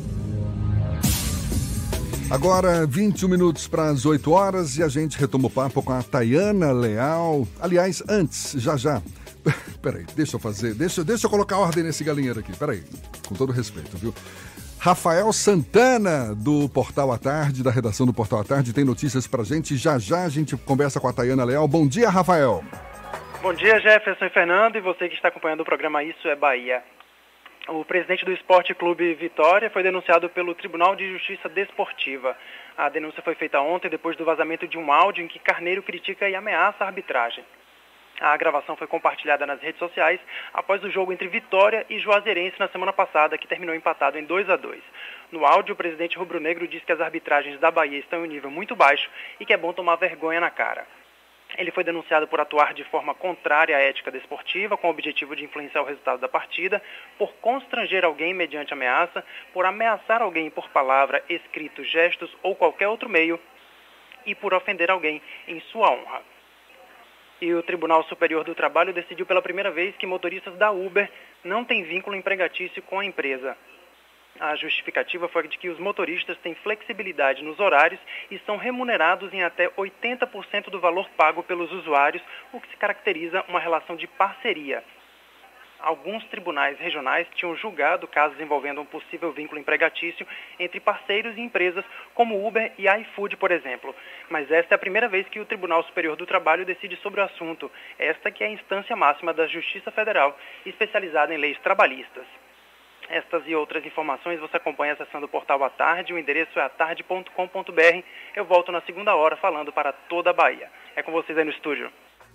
Agora, 21 minutos para as 8 horas e a gente retoma o papo com a Tayana Leal. Aliás, antes, já. Peraí, deixa eu colocar ordem nesse galinheiro aqui. Peraí, com todo respeito, viu? Rafael Santana, do Portal à Tarde, da redação do Portal à Tarde, tem notícias pra gente. Já a gente conversa com a Tayana Leal. Bom dia, Rafael. Bom dia, Jefferson e Fernando, e você que está acompanhando o programa Isso é Bahia. O presidente do Esporte Clube Vitória foi denunciado pelo Tribunal de Justiça Desportiva. A denúncia foi feita ontem, depois do vazamento de um áudio em que Carneiro critica e ameaça a arbitragem. A gravação foi compartilhada nas redes sociais após o jogo entre Vitória e Juazeirense na semana passada, que terminou empatado em 2-2. No áudio, o presidente rubro-negro disse que as arbitragens da Bahia estão em um nível muito baixo e que é bom tomar vergonha na cara. Ele foi denunciado por atuar de forma contrária à ética desportiva, com o objetivo de influenciar o resultado da partida, por constranger alguém mediante ameaça, por ameaçar alguém por palavra, escrito, gestos ou qualquer outro meio e por ofender alguém em sua honra. E o Tribunal Superior do Trabalho decidiu pela primeira vez que motoristas da Uber não têm vínculo empregatício com a empresa. A justificativa foi de que os motoristas têm flexibilidade nos horários e são remunerados em até 80% do valor pago pelos usuários, o que se caracteriza uma relação de parceria. Alguns tribunais regionais tinham julgado casos envolvendo um possível vínculo empregatício entre parceiros e empresas como Uber e iFood, por exemplo. Mas esta é a primeira vez que o Tribunal Superior do Trabalho decide sobre o assunto. Esta que é a instância máxima da Justiça Federal, especializada em leis trabalhistas. Estas e outras informações você acompanha acessando o portal à tarde, o endereço é atarde.com.br. Eu volto na segunda hora falando para toda a Bahia. É com vocês aí no estúdio.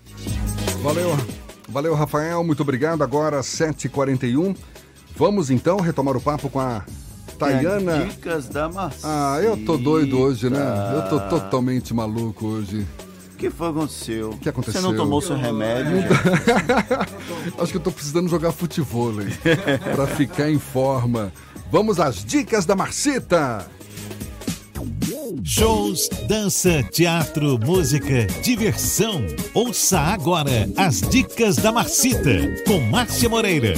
Valeu, Rafael, muito obrigado. Agora 7h41. Vamos então retomar o papo com a Tayana. Dicas da Marcita. Eu tô doido hoje, né? Eu tô totalmente maluco hoje. O que foi que aconteceu? O que aconteceu? Você não tomou seu remédio? Acho que eu tô precisando jogar futevôlei pra ficar em forma. Vamos às dicas da Marcita. Shows, dança, teatro, música, diversão. Ouça agora as dicas da Marcita, com Márcia Moreira.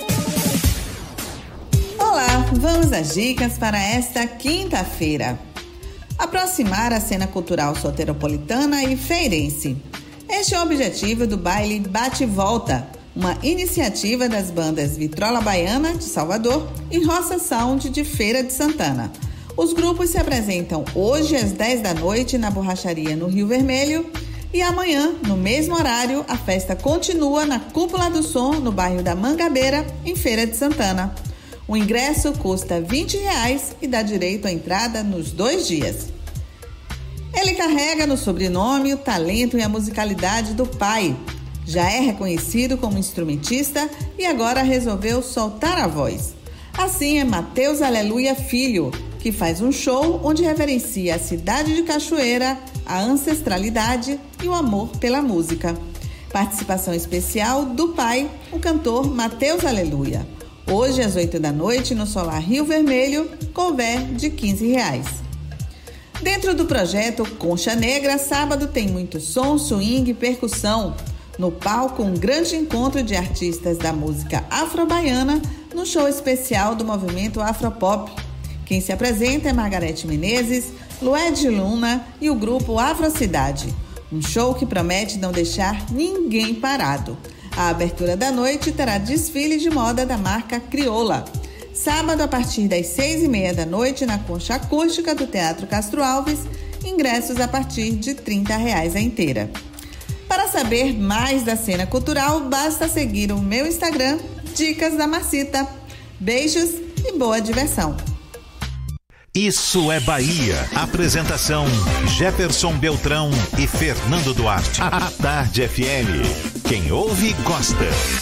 Olá, vamos às dicas para esta quinta-feira. Aproximar a cena cultural soteropolitana e feirense. Este é o objetivo do baile Bate e Volta, uma iniciativa das bandas Vitrola Baiana, de Salvador, e Roça Sound, de Feira de Santana. Os grupos se apresentam hoje às 10 da noite na Borracharia no Rio Vermelho e amanhã, no mesmo horário, a festa continua na Cúpula do Som, no bairro da Mangabeira, em Feira de Santana. O ingresso custa R$20 e dá direito à entrada nos 2 dias. Ele carrega no sobrenome o talento e a musicalidade do pai. Já é reconhecido como instrumentista e agora resolveu soltar a voz. Assim é Matheus Aleluia Filho, que faz um show onde reverencia a cidade de Cachoeira, a ancestralidade e o amor pela música. Participação especial do pai, o cantor Matheus Aleluia. Hoje às 8 da noite no Solar Rio Vermelho, couvert de R$15. Dentro do projeto Concha Negra, sábado tem muito som, swing e percussão. No palco, um grande encontro de artistas da música afro-baiana no show especial do movimento Afropop. Quem se apresenta é Margarete Menezes, Lued Luna e o grupo Afrocidade. Um show que promete não deixar ninguém parado. A abertura da noite terá desfile de moda da marca Crioula. Sábado, a partir das 6h30 da noite, na Concha Acústica do Teatro Castro Alves, ingressos a partir de R$30 a inteira. Para saber mais da cena cultural, basta seguir o meu Instagram, Dicas da Marcita. Beijos e boa diversão. Isso é Bahia. Apresentação: Jefferson Beltrão e Fernando Duarte. A Tarde FM. Quem ouve, gosta.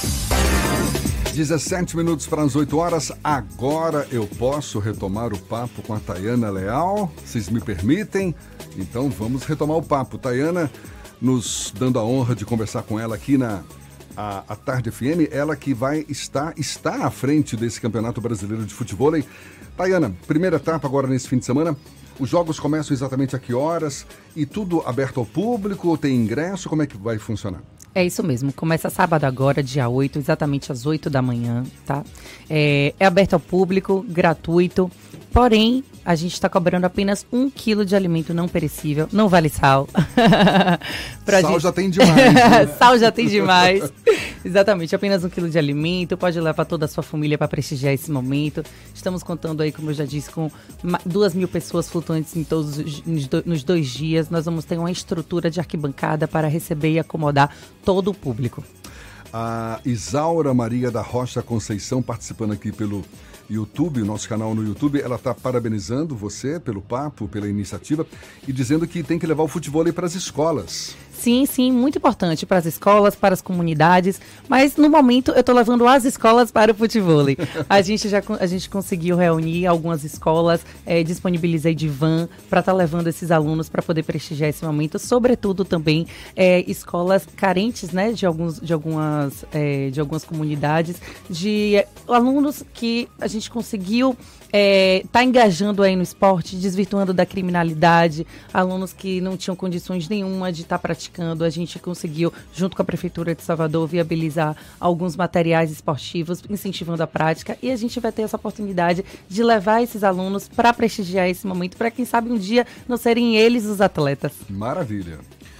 17 minutos para as 8 horas. Agora eu posso retomar o papo com a Tayana Leal. Vocês me permitem? Então vamos retomar o papo. Tayana, nos dando a honra de conversar com ela aqui na a Tarde FM. Ela que vai está à frente desse Campeonato Brasileiro de Futevôlei. Tayana, primeira etapa agora nesse fim de semana. Os jogos começam exatamente a que horas? E tudo aberto ao público? Tem ingresso? Como é que vai funcionar? É isso mesmo. Começa sábado agora, dia 8, exatamente às 8 da manhã, tá? É aberto ao público, gratuito. Porém, a gente está cobrando apenas 1 quilo de alimento não perecível. Não vale sal. Sal já tem demais. Né? Sal já tem demais. Exatamente, apenas 1 quilo de alimento. Pode levar toda a sua família para prestigiar esse momento. Estamos contando aí, como eu já disse, com 2.000 pessoas flutuantes nos 2 dias. Nós vamos ter uma estrutura de arquibancada para receber e acomodar todo o público. A Isaura Maria da Rocha Conceição participando aqui pelo YouTube, o nosso canal no YouTube, ela está parabenizando você pelo papo, pela iniciativa e dizendo que tem que levar o futevôlei para as escolas. Sim, muito importante para as escolas, para as comunidades, mas no momento eu estou levando as escolas para o futevôlei. A gente conseguiu reunir algumas escolas, disponibilizei de van para estar levando esses alunos para poder prestigiar esse momento, sobretudo também escolas carentes, né, de algumas comunidades, de alunos que a gente conseguiu tá engajando aí no esporte, desvirtuando da criminalidade, alunos que não tinham condições nenhuma de estar praticando. A gente conseguiu, junto com a Prefeitura de Salvador, viabilizar alguns materiais esportivos, incentivando a prática, e a gente vai ter essa oportunidade de levar esses alunos para prestigiar esse momento, para quem sabe um dia não serem eles os atletas. Maravilha.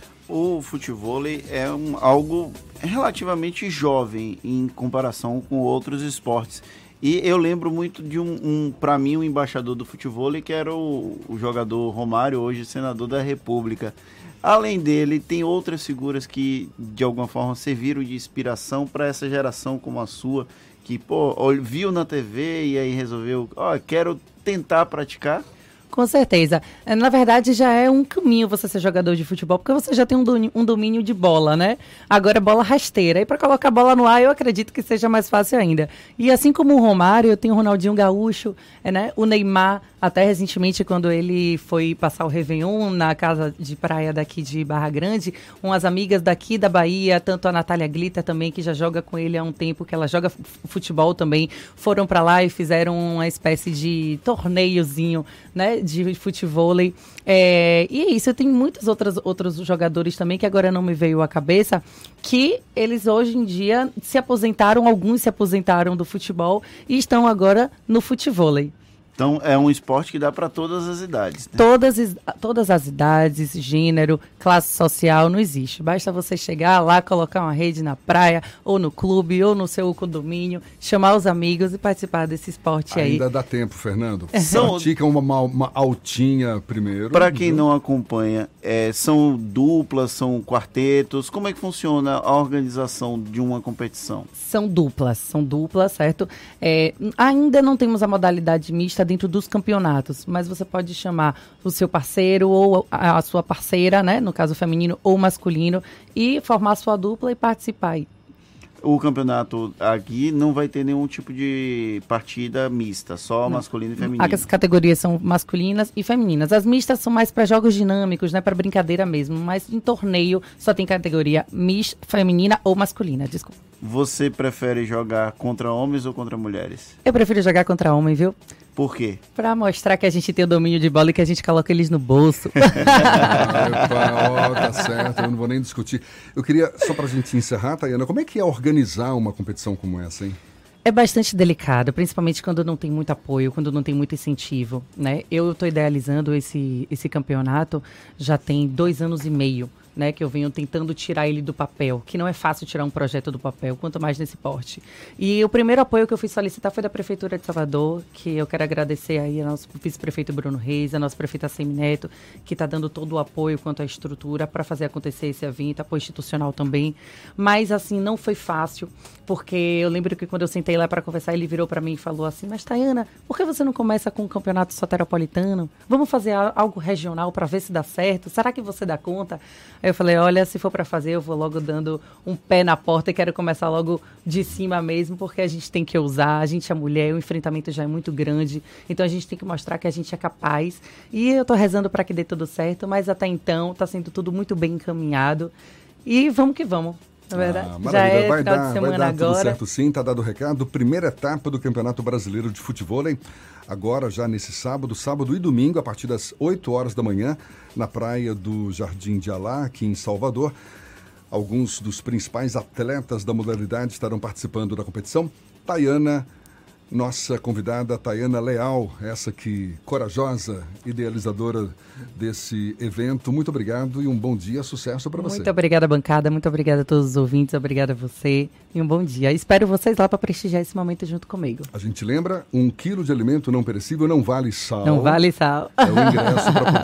O futevôlei é algo relativamente jovem em comparação com outros esportes. E eu lembro muito de para mim, um embaixador do futevôlei, que era o jogador Romário, hoje senador da República. Além dele, tem outras figuras que, de alguma forma, serviram de inspiração para essa geração como a sua, que, viu na TV e aí resolveu, quero tentar praticar. Com certeza. Na verdade, já é um caminho você ser jogador de futebol, porque você já tem um domínio de bola, né? Agora é bola rasteira. E para colocar a bola no ar, eu acredito que seja mais fácil ainda. E assim como o Romário, eu tenho o Ronaldinho Gaúcho, né? O Neymar, até recentemente, quando ele foi passar o Réveillon na casa de praia daqui de Barra Grande, umas amigas daqui da Bahia, tanto a Natália Glitter também, que já joga com ele há um tempo, que ela joga futebol também, foram para lá e fizeram uma espécie de torneiozinho, né, de futevôlei. E é isso, tem muitos outros jogadores também, que agora não me veio à cabeça, que eles hoje em dia alguns se aposentaram do futebol e estão agora no futevôlei. Então, é um esporte que dá para todas as idades, né? Todas as idades, gênero, classe social, não existe. Basta você chegar lá, colocar uma rede na praia, ou no clube, ou no seu condomínio, chamar os amigos e participar desse esporte aí. Ainda dá tempo, Fernando. Pratica uma altinha primeiro. Para quem não acompanha, são duplas, são quartetos? Como é que funciona a organização de uma competição? São duplas, certo? Ainda não temos a modalidade mista dentro dos campeonatos, mas você pode chamar o seu parceiro ou a sua parceira, né, no caso feminino ou masculino, e formar a sua dupla e participar aí. O campeonato aqui não vai ter nenhum tipo de partida mista, só masculino e feminino. As categorias são masculinas e femininas. As mistas são mais para jogos dinâmicos, né, para brincadeira mesmo, mas em torneio só tem categoria feminina ou masculina, desculpa. Você prefere jogar contra homens ou contra mulheres? Eu prefiro jogar contra homem, viu? Por quê? Pra mostrar que a gente tem o domínio de bola e que a gente coloca eles no bolso. Tá certo, eu não vou nem discutir. Eu queria, só pra gente encerrar, Tayana, como é que é organizar uma competição como essa, hein? É bastante delicado, principalmente quando não tem muito apoio, quando não tem muito incentivo, né? Eu estou idealizando esse campeonato já tem 2 anos e meio. Né, que eu venho tentando tirar ele do papel, que não é fácil tirar um projeto do papel, quanto mais nesse porte. E o primeiro apoio que eu fui solicitar foi da Prefeitura de Salvador, que eu quero agradecer aí ao nosso vice-prefeito Bruno Reis, a nossa prefeita Semineto, que está dando todo o apoio quanto à estrutura para fazer acontecer esse evento, apoio institucional também. Mas, assim, não foi fácil, porque eu lembro que quando eu sentei lá para conversar, ele virou para mim e falou assim, mas Tayana, por que você não começa com um campeonato soteropolitano? Vamos fazer algo regional para ver se dá certo? Será que você dá conta? Aí eu falei, olha, se for para fazer, eu vou logo dando um pé na porta e quero começar logo de cima mesmo, porque a gente tem que ousar, a gente é mulher, o enfrentamento já é muito grande, então a gente tem que mostrar que a gente é capaz. E eu tô rezando para que dê tudo certo, mas até então tá sendo tudo muito bem encaminhado. E vamos que vamos. Na verdade, já é vai final dar, de semana vai dar agora. Tudo certo sim, tá dado o recado. Primeira etapa do Campeonato Brasileiro de Futevôlei, agora já nesse sábado e domingo, a partir das 8 horas da manhã, na praia do Jardim de Alá, aqui em Salvador. Alguns dos principais atletas da modalidade estarão participando da competição. Tayana, nossa convidada, Tayana Leal, essa que corajosa idealizadora desse evento. Muito obrigado e um bom dia, sucesso para você. Muito obrigada, bancada, muito obrigada a todos os ouvintes, obrigada a você e um bom dia. Espero vocês lá para prestigiar esse momento junto comigo. A gente lembra, 1 quilo de alimento não perecível não vale sal. Não vale sal. É o ingresso para poder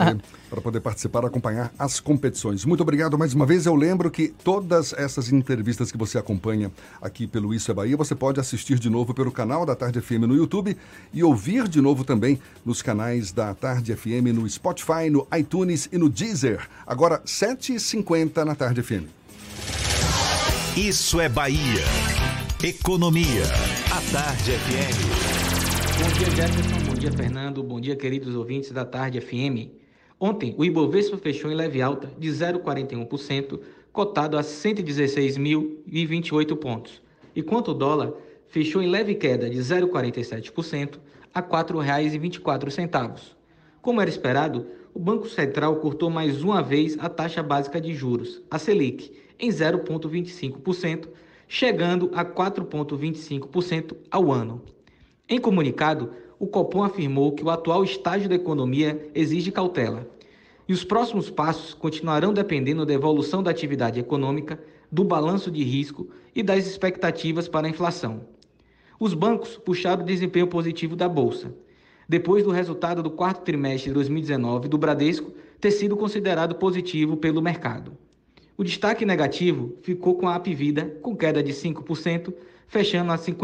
para poder participar, acompanhar as competições. Muito obrigado mais uma vez. Eu lembro que todas essas entrevistas que você acompanha aqui pelo Isso é Bahia, você pode assistir de novo pelo canal da Tarde FM no YouTube e ouvir de novo também nos canais da Tarde FM no Spotify, no iTunes e no Deezer. Agora, 7h50 na Tarde FM. Isso é Bahia. Economia. A Tarde FM. Bom dia, Jefferson. Bom dia, Fernando. Bom dia, queridos ouvintes da Tarde FM. Ontem, o Ibovespa fechou em leve alta de 0,41%, cotado a 116.028 pontos, enquanto o dólar fechou em leve queda de 0,47% a R$ 4,24. Como era esperado, o Banco Central cortou mais uma vez a taxa básica de juros, a Selic, em 0,25%, chegando a 4,25% ao ano. Em comunicado, o Copom afirmou que o atual estágio da economia exige cautela e os próximos passos continuarão dependendo da evolução da atividade econômica, do balanço de risco e das expectativas para a inflação. Os bancos puxaram o desempenho positivo da Bolsa, depois do resultado do quarto trimestre de 2019 do Bradesco ter sido considerado positivo pelo mercado. O destaque negativo ficou com a Apvida, com queda de 5%, fechando a R$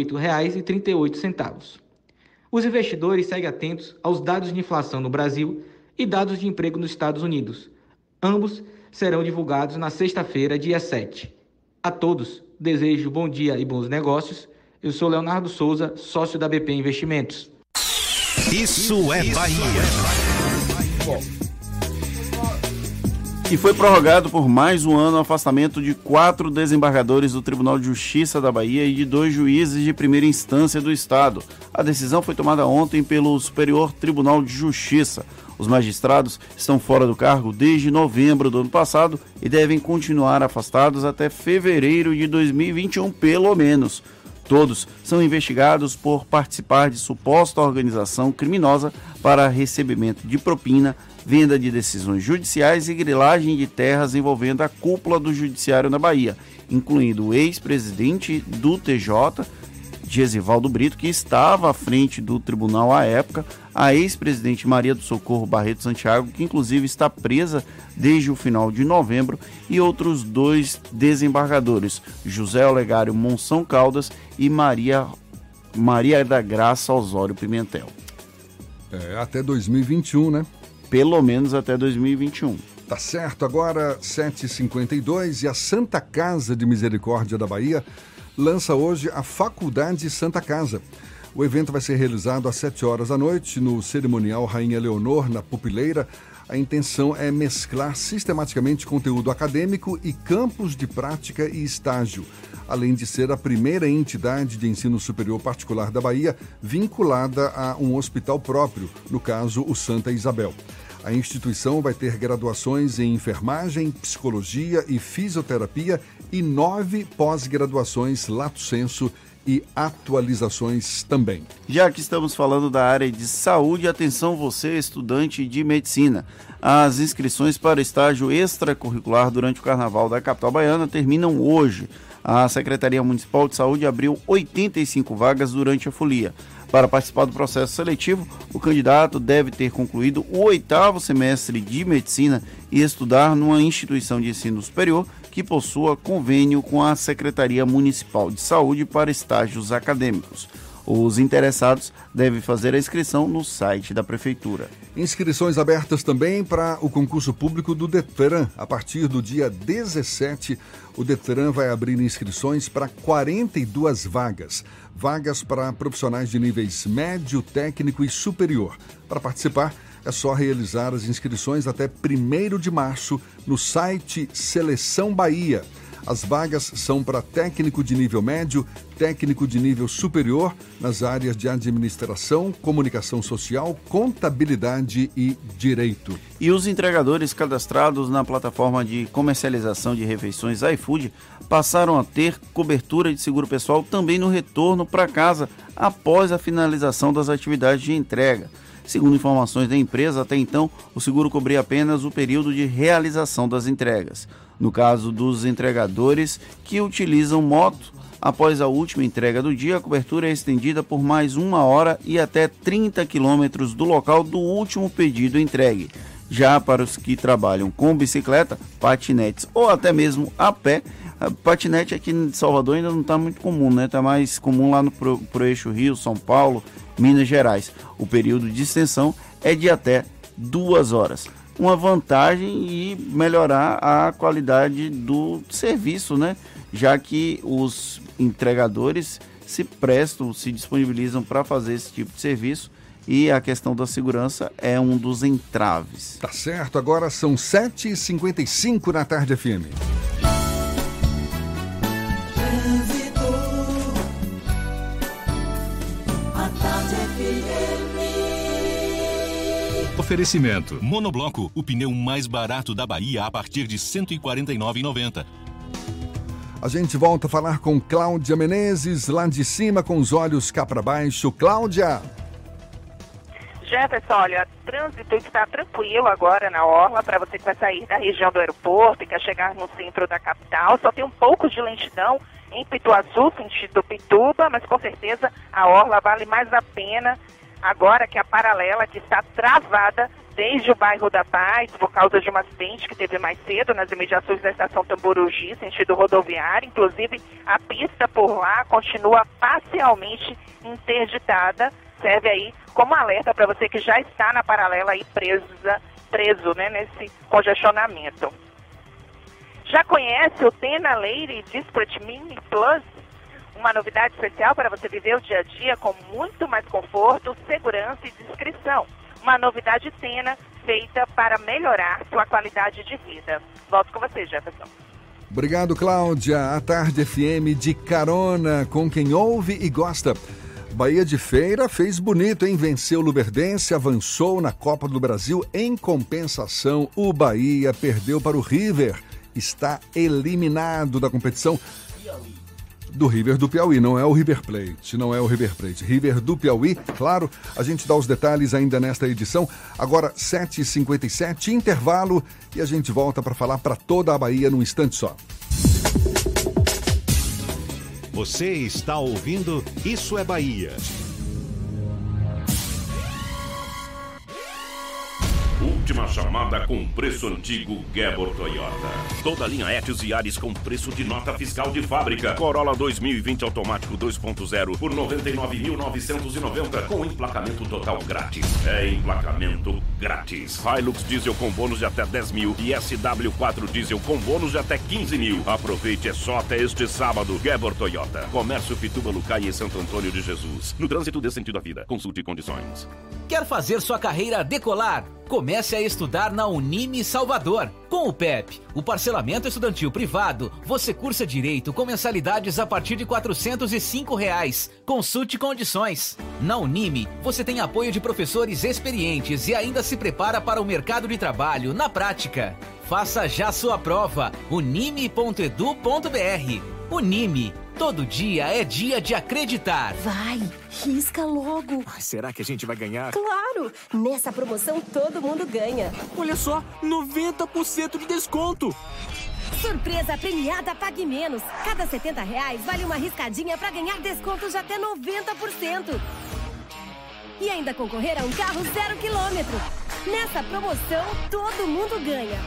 58,38. Os investidores seguem atentos aos dados de inflação no Brasil e dados de emprego nos Estados Unidos. Ambos serão divulgados na sexta-feira, dia 7. A todos, desejo bom dia e bons negócios. Eu sou Leonardo Souza, sócio da BP Investimentos. Isso é Bahia. E foi prorrogado por mais um ano o afastamento de 4 desembargadores do Tribunal de Justiça da Bahia e de 2 juízes de primeira instância do Estado. A decisão foi tomada ontem pelo Superior Tribunal de Justiça. Os magistrados estão fora do cargo desde novembro do ano passado e devem continuar afastados até fevereiro de 2021, pelo menos. Todos são investigados por participar de suposta organização criminosa para recebimento de propina, venda de decisões judiciais e grilagem de terras envolvendo a cúpula do judiciário na Bahia, incluindo o ex-presidente do TJ, Gesivaldo Brito, que estava à frente do tribunal à época, a ex-presidente Maria do Socorro Barreto Santiago, que inclusive está presa desde o final de novembro, e outros 2 desembargadores, José Olegário Monção Caldas e Maria da Graça Osório Pimentel. Até 2021, né? Pelo menos até 2021. Tá certo, agora 7h52 e a Santa Casa de Misericórdia da Bahia lança hoje a Faculdade Santa Casa. O evento vai ser realizado às 7 horas da noite no cerimonial Rainha Leonor, na Pupileira. A intenção é mesclar sistematicamente conteúdo acadêmico e campos de prática e estágio, além de ser a primeira entidade de ensino superior particular da Bahia vinculada a um hospital próprio, no caso o Santa Isabel. A instituição vai ter graduações em enfermagem, psicologia e fisioterapia e 9 pós-graduações lato sensu e atualizações também. Já que estamos falando da área de saúde, atenção você, estudante de medicina. As inscrições para estágio extracurricular durante o Carnaval da capital baiana terminam hoje. A Secretaria Municipal de Saúde abriu 85 vagas durante a folia. Para participar do processo seletivo, o candidato deve ter concluído o 8º semestre de medicina e estudar numa instituição de ensino superior que possua convênio com a Secretaria Municipal de Saúde para estágios acadêmicos. Os interessados devem fazer a inscrição no site da Prefeitura. Inscrições abertas também para o concurso público do Detran. A partir do dia 17, o Detran vai abrir inscrições para 42 vagas. Vagas para profissionais de níveis médio, técnico e superior. Para participar, é só realizar as inscrições até 1º de março no site Seleção Bahia. As vagas são para técnico de nível médio, técnico de nível superior, nas áreas de administração, comunicação social, contabilidade e direito. E os entregadores cadastrados na plataforma de comercialização de refeições iFood passaram a ter cobertura de seguro pessoal também no retorno para casa após a finalização das atividades de entrega. Segundo informações da empresa, até então, o seguro cobria apenas o período de realização das entregas. No caso dos entregadores que utilizam moto, após a última entrega do dia, a cobertura é estendida por mais 1 hora e até 30 quilômetros do local do último pedido entregue. Já para os que trabalham com bicicleta, patinetes ou até mesmo a pé, patinete aqui em Salvador ainda não está muito comum, né? Está mais comum lá pro eixo Rio, São Paulo, Minas Gerais. O período de extensão é de até 2 horas. Uma vantagem e melhorar a qualidade do serviço, né? Já que os entregadores se disponibilizam para fazer esse tipo de serviço e a questão da segurança é um dos entraves. Tá certo, agora são 7h55 na Tarde FM. Oferecimento. Monobloco, o pneu mais barato da Bahia a partir de R$ 149,90. A gente volta a falar com Cláudia Menezes, lá de cima com os olhos cá para baixo. Cláudia! Jefferson, olha, trânsito está tranquilo agora na orla para você que vai sair da região do aeroporto e quer chegar no centro da capital. Só tem um pouco de lentidão em Pituaçu, sentido Pituba, mas com certeza a orla vale mais a pena agora que a paralela que está travada desde o bairro da Paz por causa de um acidente que teve mais cedo nas imediações da estação Tamborugi, sentido rodoviário. Inclusive, a pista por lá continua parcialmente interditada. Serve aí como alerta para você que já está na paralela aí preso, né, nesse congestionamento. Já conhece o Tena Lady Discret Mini Plus? Uma novidade especial para você viver o dia a dia com muito mais conforto, segurança e discrição. Uma novidade Tena feita para melhorar sua qualidade de vida. Volto com você, Jefferson. Obrigado, Cláudia. A Tarde FM de carona com quem ouve e gosta. Bahia de Feira fez bonito, hein? Venceu o Luverdense, avançou na Copa do Brasil. Em compensação, o Bahia perdeu para o River. Está eliminado da competição. Do River do Piauí, não é o River Plate, River do Piauí, claro, a gente dá os detalhes ainda nesta edição. Agora 7h57, intervalo, e a gente volta para falar para toda a Bahia num instante só. Você está ouvindo Isso é Bahia. Última chamada com preço antigo Gebor Toyota. Toda a linha Etios e Yaris com preço de nota fiscal de fábrica. Corolla 2020 automático 2.0 por R$ 99.990 com emplacamento total grátis. É emplacamento grátis. Hilux diesel com bônus de até 10 mil e SW4 diesel com bônus de até 15 mil. Aproveite, é só até este sábado. Gebor Toyota. Comércio Pituba, Lucai e Santo Antônio de Jesus. No trânsito dê sentido à vida. Consulte condições. Quer fazer sua carreira decolar? Comece a estudar na Unime Salvador. Com o PEP, o parcelamento estudantil privado, você cursa Direito com mensalidades a partir de R$ 405. Consulte condições. Na Unime, você tem apoio de professores experientes e ainda se prepara para o mercado de trabalho na prática. Faça já sua prova. unime.edu.br. Unime. Todo dia é dia de acreditar. Vai, risca logo. Será que a gente vai ganhar? Claro! Nessa promoção todo mundo ganha. Olha só, 90% de desconto. Surpresa premiada Pague Menos. Cada R$ 70 vale uma riscadinha para ganhar descontos de até 90%. E ainda concorrer a um carro 0 km. Nessa promoção todo mundo ganha.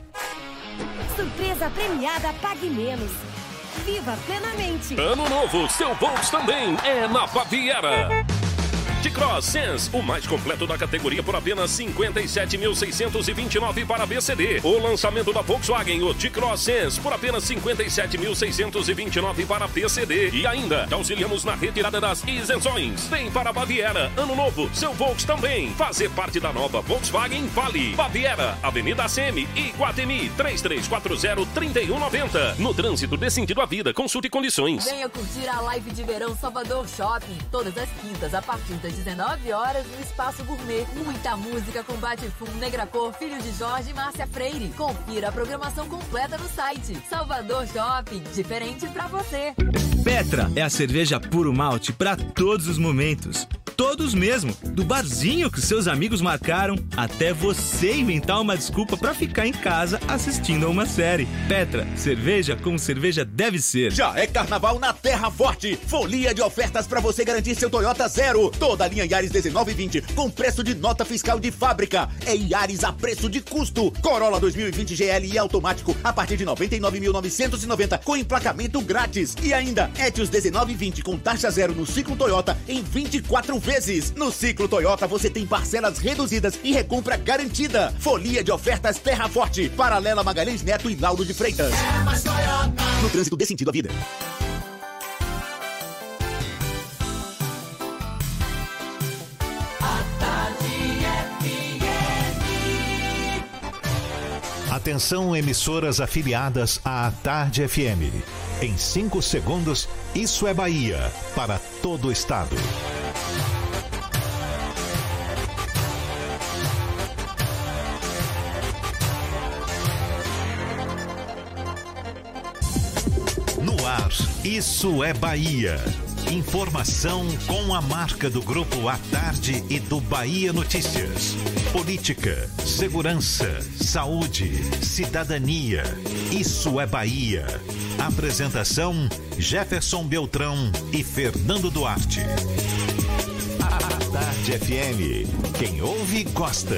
Surpresa premiada Pague Menos. Viva plenamente! Ano novo, seu Volks também é na Baviera. T-Cross Sense, o mais completo da categoria por apenas 57.629 para BCD. O lançamento da Volkswagen, o T-Cross Sense, por apenas 57.629 para PCD. E ainda, te auxiliamos na retirada das isenções. Vem para a Baviera, ano novo, seu Volks também. Fazer parte da nova Volkswagen Vale. Baviera, Avenida ACM e Guatemi, 3340-3190. No trânsito dê sentido à vida, consulte condições. Venha curtir a live de verão Salvador Shopping, todas as quintas, a partir das 19 horas no Espaço Gourmet. Muita música com Batifum, Negra Cor, Filho de Jorge e Márcia Freire. Confira a programação completa no site. Salvador Shopping, diferente pra você. Petra é a cerveja puro malte para todos os momentos. todos mesmo. Do barzinho que seus amigos marcaram, até você inventar uma desculpa pra ficar em casa assistindo a uma série. Petra, cerveja como cerveja deve ser. Já é carnaval na Terra Forte. Folia de ofertas pra você garantir seu Toyota zero. Toda a linha Yaris 1920 com preço de nota fiscal de fábrica. É Yaris a preço de custo. Corolla 2020 GLI automático a partir de 99.990 com emplacamento grátis. E ainda Etios 1920 com taxa zero no ciclo Toyota em 24 vezes. No ciclo Toyota você tem parcelas reduzidas e recompra garantida. Folia de ofertas Terra Forte. Paralela Magalhães Neto e Lauro de Freitas. É mais Toyota. No trânsito dê sentido à vida. Atenção, emissoras afiliadas à Tarde FM. Em 5 segundos, Isso é Bahia, para todo o estado. No ar, Isso é Bahia. Informação com a marca do Grupo à Tarde e do Bahia Notícias. Política, segurança, saúde, cidadania. Isso é Bahia. Apresentação: Jefferson Beltrão e Fernando Duarte. À Tarde FM. Quem ouve, gosta.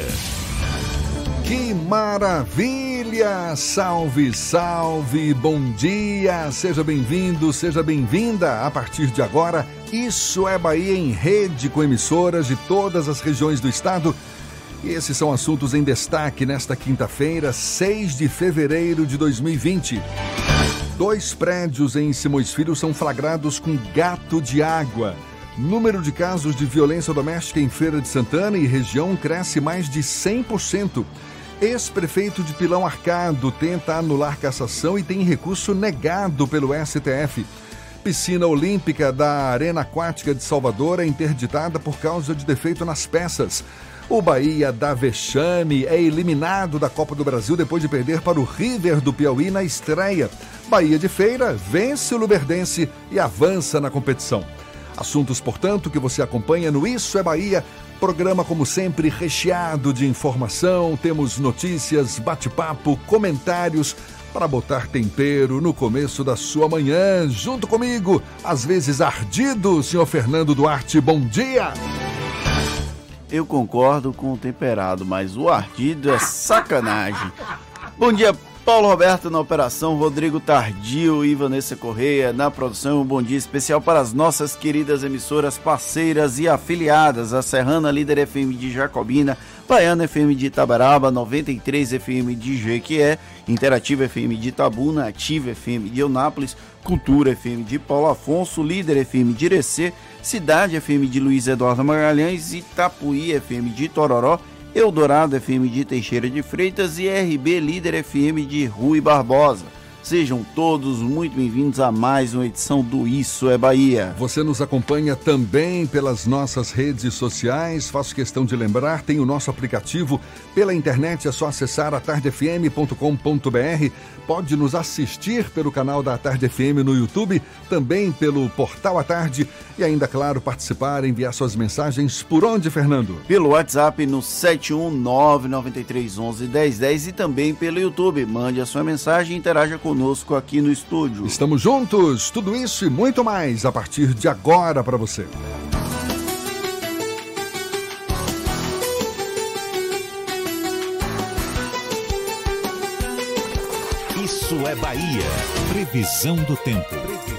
Que maravilha! Salve, salve! Bom dia! Seja bem-vindo, seja bem-vinda! A partir de agora, Isso é Bahia em rede com emissoras de todas as regiões do estado. E esses são assuntos em destaque nesta quinta-feira, 6 de fevereiro de 2020. 2 prédios em Simões Filho são flagrados com gato de água. Número de casos de violência doméstica em Feira de Santana e região cresce mais de 100%. Ex-prefeito de Pilão Arcado tenta anular cassação e tem recurso negado pelo STF. Piscina olímpica da Arena Aquática de Salvador é interditada por causa de defeito nas peças. O Bahia dá vexame, é eliminado da Copa do Brasil depois de perder para o River do Piauí na estreia. Bahia de Feira vence o Luverdense e avança na competição. Assuntos, portanto, que você acompanha no Isso é Bahia. Programa, como sempre, recheado de informação. Temos notícias, bate-papo, comentários para botar tempero no começo da sua manhã. Junto comigo, às vezes ardido, senhor Fernando Duarte. Bom dia! Eu concordo com o temperado, mas o ardido é sacanagem. Bom dia, Paulo Roberto na operação, Rodrigo Tardio e Vanessa Correia na produção. Um bom dia especial para as nossas queridas emissoras parceiras e afiliadas, a Serrana Líder FM de Jacobina, Baiana FM de Itabaraba, 93 FM de Jequié, Interativa FM de Itabuna, Ativa FM de Eunápolis, Cultura FM de Paulo Afonso, Líder FM de Irecê, Cidade FM de Luiz Eduardo Magalhães, Itapuí FM de Tororó, Eldorado FM de Teixeira de Freitas e RB Líder FM de Rui Barbosa. Sejam todos muito bem-vindos a mais uma edição do Isso é Bahia. Você nos acompanha também pelas nossas redes sociais. Faço questão de lembrar, tem o nosso aplicativo pela internet, é só acessar atardefm.com.br. Pode nos assistir pelo canal da Tarde FM no YouTube, também pelo Portal à Tarde e ainda, claro, participar, enviar suas mensagens por onde, Fernando? Pelo WhatsApp no 71993111010 e também pelo YouTube. Mande a sua mensagem e interaja conosco aqui no estúdio. Estamos juntos, tudo isso e muito mais a partir de agora para você. Isso é Bahia. Previsão do tempo.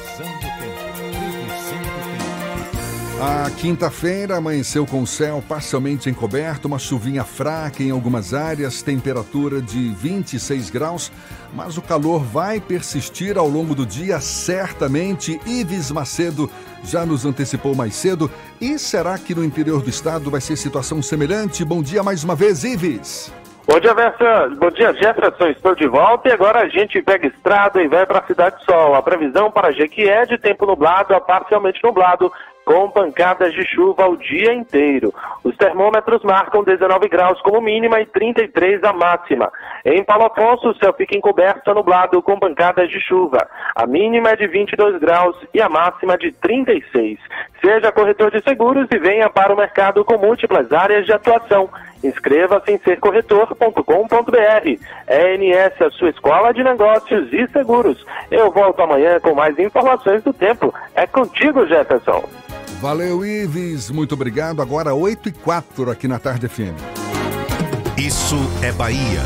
A quinta-feira amanheceu com o céu parcialmente encoberto, uma chuvinha fraca em algumas áreas, temperatura de 26 graus, mas o calor vai persistir ao longo do dia, certamente. Ives Macedo já nos antecipou mais cedo. E será que no interior do estado vai ser situação semelhante? Bom dia mais uma vez, Ives. Bom dia, Jefferson, estou de volta e agora a gente pega estrada e vai para a Cidade do Sol. A previsão para Jequié é de tempo nublado a parcialmente nublado, com pancadas de chuva o dia inteiro. Os termômetros marcam 19 graus como mínima e 33 a máxima. Em Paulo Afonso, o céu fica encoberto a nublado com pancadas de chuva. A mínima é de 22 graus e a máxima de 36. Seja corretor de seguros e venha para o mercado com múltiplas áreas de atuação. Inscreva-se em sercorretor.com.br. ENS, a sua escola de negócios e seguros. Eu volto amanhã com mais informações do tempo. É contigo, Jefferson. Valeu, Ives. Muito obrigado. Agora 8h04 aqui na Tarde FM. Isso é Bahia.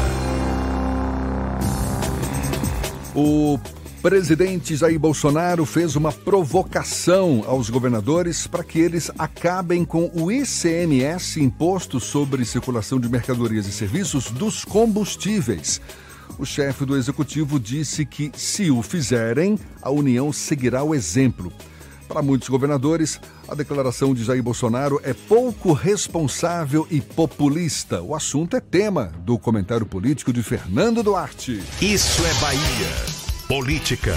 O presidente Jair Bolsonaro fez uma provocação aos governadores para que eles acabem com o ICMS, Imposto sobre Circulação de Mercadorias e Serviços, dos combustíveis. O chefe do executivo disse que, se o fizerem, a União seguirá o exemplo. Para muitos governadores, a declaração de Jair Bolsonaro é pouco responsável e populista. O assunto é tema do comentário político de Fernando Duarte. Isso é Bahia. Política.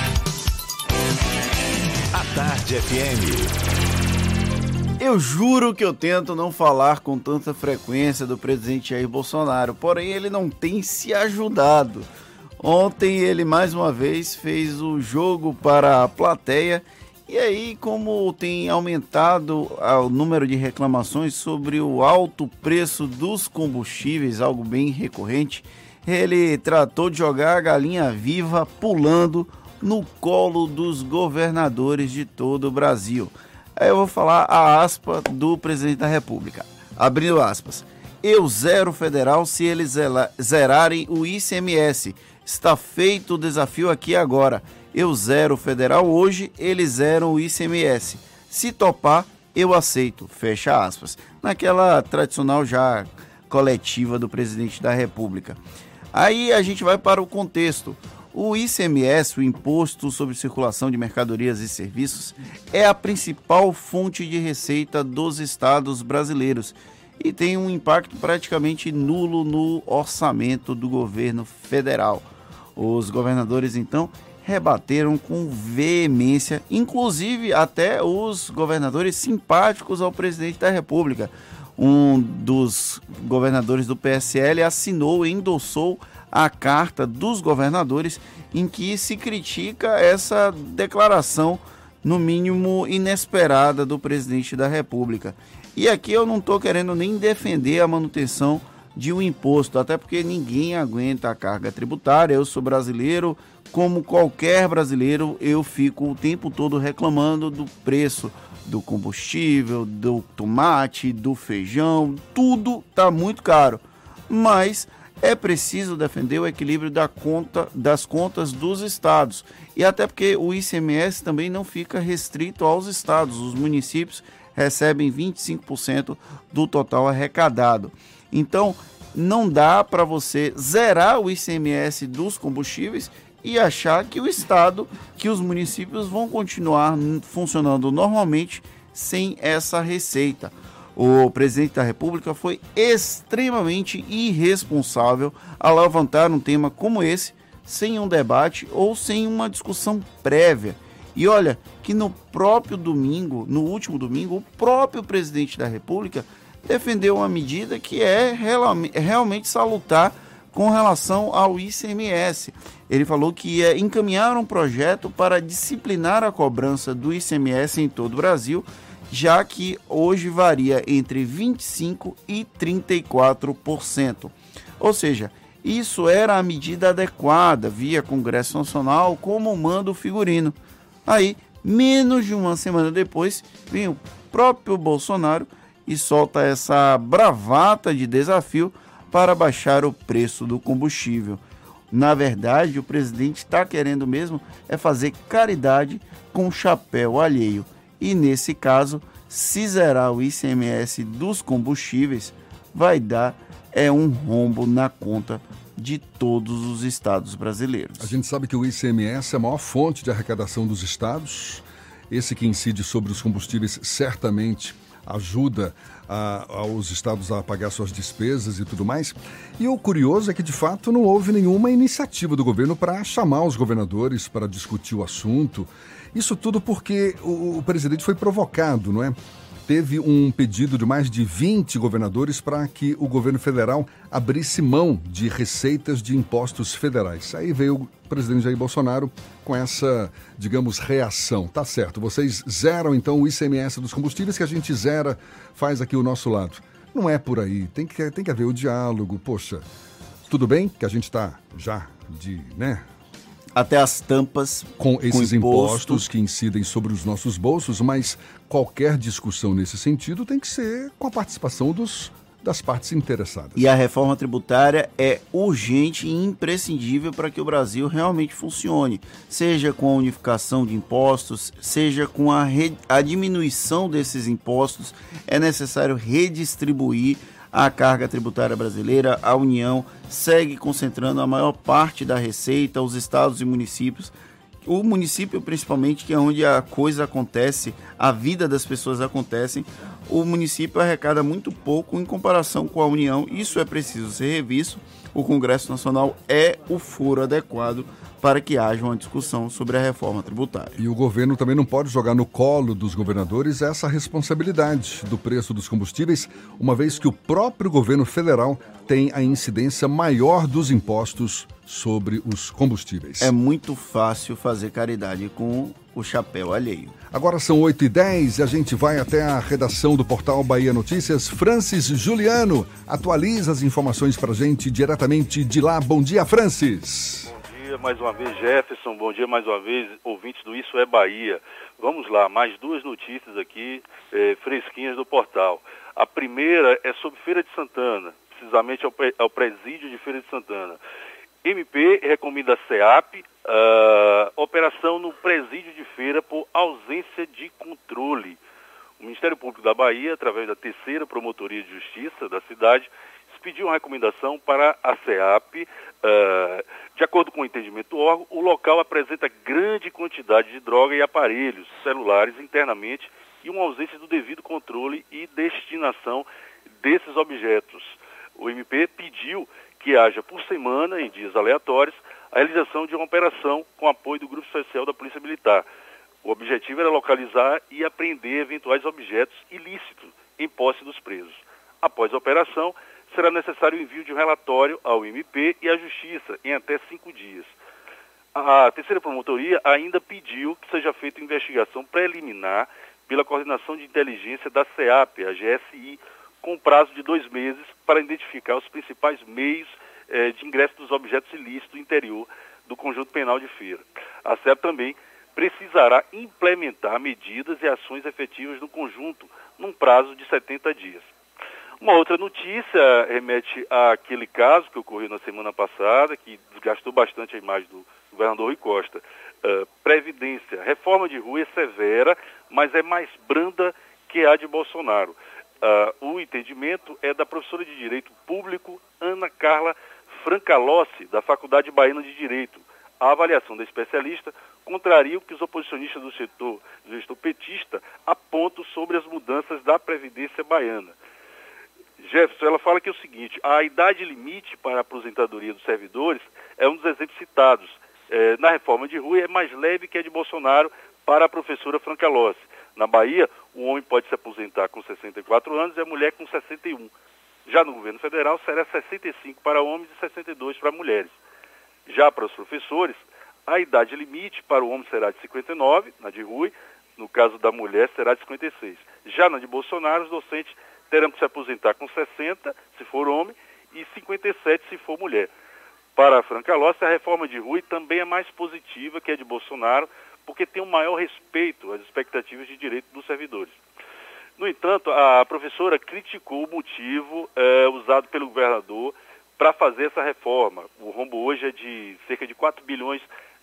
A Tarde FM. Eu juro que eu tento não falar com tanta frequência do presidente Jair Bolsonaro, porém ele não tem se ajudado. Ontem ele mais uma vez fez o jogo para a plateia e aí, como tem aumentado o número de reclamações sobre o alto preço dos combustíveis, algo bem recorrente, ele tratou de jogar a galinha viva pulando no colo dos governadores de todo o Brasil. Aí eu vou falar a aspa do presidente da República. Abrindo aspas. Eu zero federal se eles zerarem o ICMS. Está feito o desafio aqui agora. Eu zero federal hoje, eles zeram o ICMS. Se topar, eu aceito. Fecha aspas. Naquela tradicional já coletiva do presidente da República. Aí a gente vai para o contexto. O ICMS, o Imposto sobre Circulação de Mercadorias e Serviços, é a principal fonte de receita dos estados brasileiros e tem um impacto praticamente nulo no orçamento do governo federal. Os governadores, então, rebateram com veemência, inclusive até os governadores simpáticos ao presidente da República. Um dos governadores do PSL assinou e endossou a carta dos governadores em que se critica essa declaração, no mínimo inesperada, do presidente da República. E aqui eu não estou querendo nem defender a manutenção de um imposto, até porque ninguém aguenta a carga tributária. Eu sou brasileiro, como qualquer brasileiro, eu fico o tempo todo reclamando do preço do combustível, do tomate, do feijão, tudo está muito caro. Mas é preciso defender o equilíbrio das contas dos estados. E até porque o ICMS também não fica restrito aos estados. Os municípios recebem 25% do total arrecadado. Então, não dá para você zerar o ICMS dos combustíveis e achar que o estado, que os municípios vão continuar funcionando normalmente sem essa receita. O presidente da República foi extremamente irresponsável ao levantar um tema como esse sem um debate ou sem uma discussão prévia. E olha que no último domingo, o próprio presidente da República defendeu uma medida que é realmente salutar com relação ao ICMS. Ele falou que ia encaminhar um projeto para disciplinar a cobrança do ICMS em todo o Brasil, já que hoje varia entre 25% e 34%. Ou seja, isso era a medida adequada via Congresso Nacional, como manda o figurino. Aí, menos de uma semana depois, vem o próprio Bolsonaro e solta essa bravata de desafio para baixar o preço do combustível. Na verdade, o presidente está querendo mesmo é fazer caridade com o chapéu alheio. E nesse caso, se zerar o ICMS dos combustíveis, vai dar um rombo na conta de todos os estados brasileiros. A gente sabe que o ICMS é a maior fonte de arrecadação dos estados. Esse que incide sobre os combustíveis certamente ajuda aos estados a pagar suas despesas e tudo mais. E o curioso é que, de fato, não houve nenhuma iniciativa do governo para chamar os governadores para discutir o assunto. Isso tudo porque o presidente foi provocado, não é? teve um pedido de mais de 20 governadores para que o governo federal abrisse mão de receitas de impostos federais. Aí veio o presidente Jair Bolsonaro com essa, digamos, reação. Tá certo, vocês zeram então o ICMS dos combustíveis que a gente zera, faz aqui o nosso lado. Não é por aí, tem que haver o diálogo. Poxa, tudo bem que a gente está já de, até as tampas com esses impostos que incidem sobre os nossos bolsos, mas qualquer discussão nesse sentido tem que ser com a participação das partes interessadas. E a reforma tributária é urgente e imprescindível para que o Brasil realmente funcione, seja com a unificação de impostos, seja com a diminuição desses impostos. É necessário redistribuir a carga tributária brasileira. A União segue concentrando a maior parte da receita, os estados e municípios. O município, principalmente, que é onde a coisa acontece, a vida das pessoas acontece, o município arrecada muito pouco em comparação com a União. Isso é preciso ser revisto. O Congresso Nacional é o foro adequado para que haja uma discussão sobre a reforma tributária. E o governo também não pode jogar no colo dos governadores essa responsabilidade do preço dos combustíveis, uma vez que o próprio governo federal tem a incidência maior dos impostos sobre os combustíveis. É muito fácil fazer caridade com o chapéu alheio. Agora são 8h10 e a gente vai até a redação do portal Bahia Notícias. Francis Juliano atualiza as informações para a gente diretamente de lá. Bom dia, Francis. Bom dia mais uma vez, Jefferson. Bom dia mais uma vez, ouvintes do Isso é Bahia. Vamos lá, mais duas notícias aqui fresquinhas do portal. A primeira é sobre Feira de Santana, precisamente ao presídio de Feira de Santana. MP recomenda a SEAP operação no presídio de Feira por ausência de controle. O Ministério Público da Bahia, através da 3ª Promotoria de Justiça da cidade, pediu uma recomendação para a SEAP. De acordo com o entendimento do órgão, o local apresenta grande quantidade de droga e aparelhos celulares internamente e uma ausência do devido controle e destinação desses objetos. O MP pediu que haja por semana, em dias aleatórios, a realização de uma operação com apoio do Grupo Especial da Polícia Militar. O objetivo era localizar e apreender eventuais objetos ilícitos em posse dos presos. Após a operação, será necessário o envio de um relatório ao MP e à Justiça em até 5 dias. A 3ª Promotoria ainda pediu que seja feita investigação preliminar pela Coordenação de Inteligência da SEAP, a GSI, com prazo de 2 meses para identificar os principais meios de ingresso dos objetos ilícitos do interior do conjunto penal de Feira. A SEAP também precisará implementar medidas e ações efetivas no conjunto num prazo de 70 dias. Uma outra notícia remete àquele caso que ocorreu na semana passada, que desgastou bastante a imagem do governador Rui Costa. Previdência. Reforma de rua é severa, mas é mais branda que a de Bolsonaro. O entendimento é da professora de Direito Público, Ana Carla Francalossi, da Faculdade Baiana de Direito. A avaliação da especialista contraria o que os oposicionistas do setor petista apontam sobre as mudanças da Previdência baiana. Jefferson, ela fala que é o seguinte: a idade limite para a aposentadoria dos servidores é um dos exemplos citados. Na reforma de Rui é mais leve que a de Bolsonaro para a professora Francalossi. Na Bahia, o homem pode se aposentar com 64 anos e a mulher com 61. Já no governo federal, será 65 para homens e 62 para mulheres. Já para os professores, a idade limite para o homem será de 59, na de Rui, no caso da mulher será de 56. Já na de Bolsonaro, os docentes terão que se aposentar com 60, se for homem, e 57, se for mulher. Para a Francalossi, a reforma de Rui também é mais positiva que a de Bolsonaro, porque tem um maior respeito às expectativas de direito dos servidores. No entanto, a professora criticou o motivo usado pelo governador para fazer essa reforma. O rombo hoje é de cerca de 4 bilhões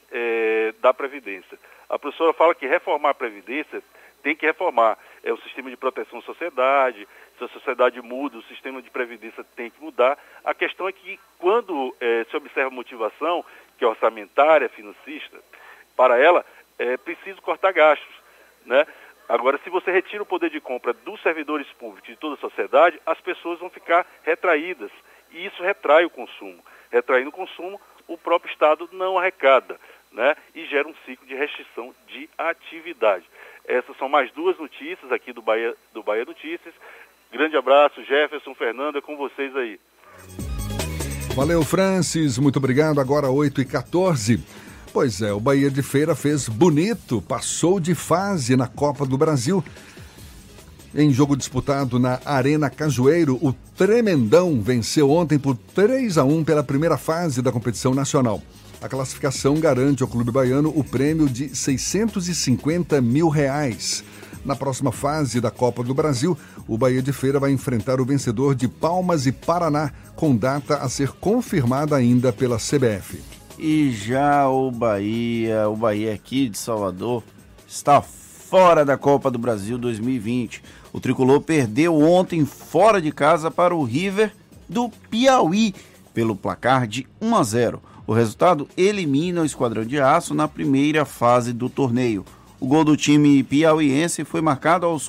da Previdência. A professora fala que reformar a Previdência tem que reformar o sistema de proteção à sociedade. Se a sociedade muda, o sistema de previdência tem que mudar. A questão é que quando se observa a motivação, que é orçamentária, financista, para ela é preciso cortar gastos, né? Agora, se você retira o poder de compra dos servidores públicos e de toda a sociedade, as pessoas vão ficar retraídas. E isso retrai o consumo. Retraindo o consumo, o próprio Estado não arrecada, né? E gera um ciclo de restrição de atividade. Essas são mais 2 notícias aqui do Bahia Notícias. Grande abraço, Jefferson, Fernando, é com vocês aí. Valeu, Francis, muito obrigado. Agora 8h14. Pois é, o Bahia de Feira fez bonito, passou de fase na Copa do Brasil. Em jogo disputado na Arena Cajueiro, o Tremendão venceu ontem por 3-1 pela primeira fase da competição nacional. A classificação garante ao clube baiano o prêmio de R$650 mil. Na próxima fase da Copa do Brasil, o Bahia de Feira vai enfrentar o vencedor de Palmas e Paraná, com data a ser confirmada ainda pela CBF. E já o Bahia aqui de Salvador, está fora da Copa do Brasil 2020. O tricolor perdeu ontem fora de casa para o River do Piauí pelo placar de 1-0. O resultado elimina o Esquadrão de Aço na primeira fase do torneio. O gol do time piauiense foi marcado aos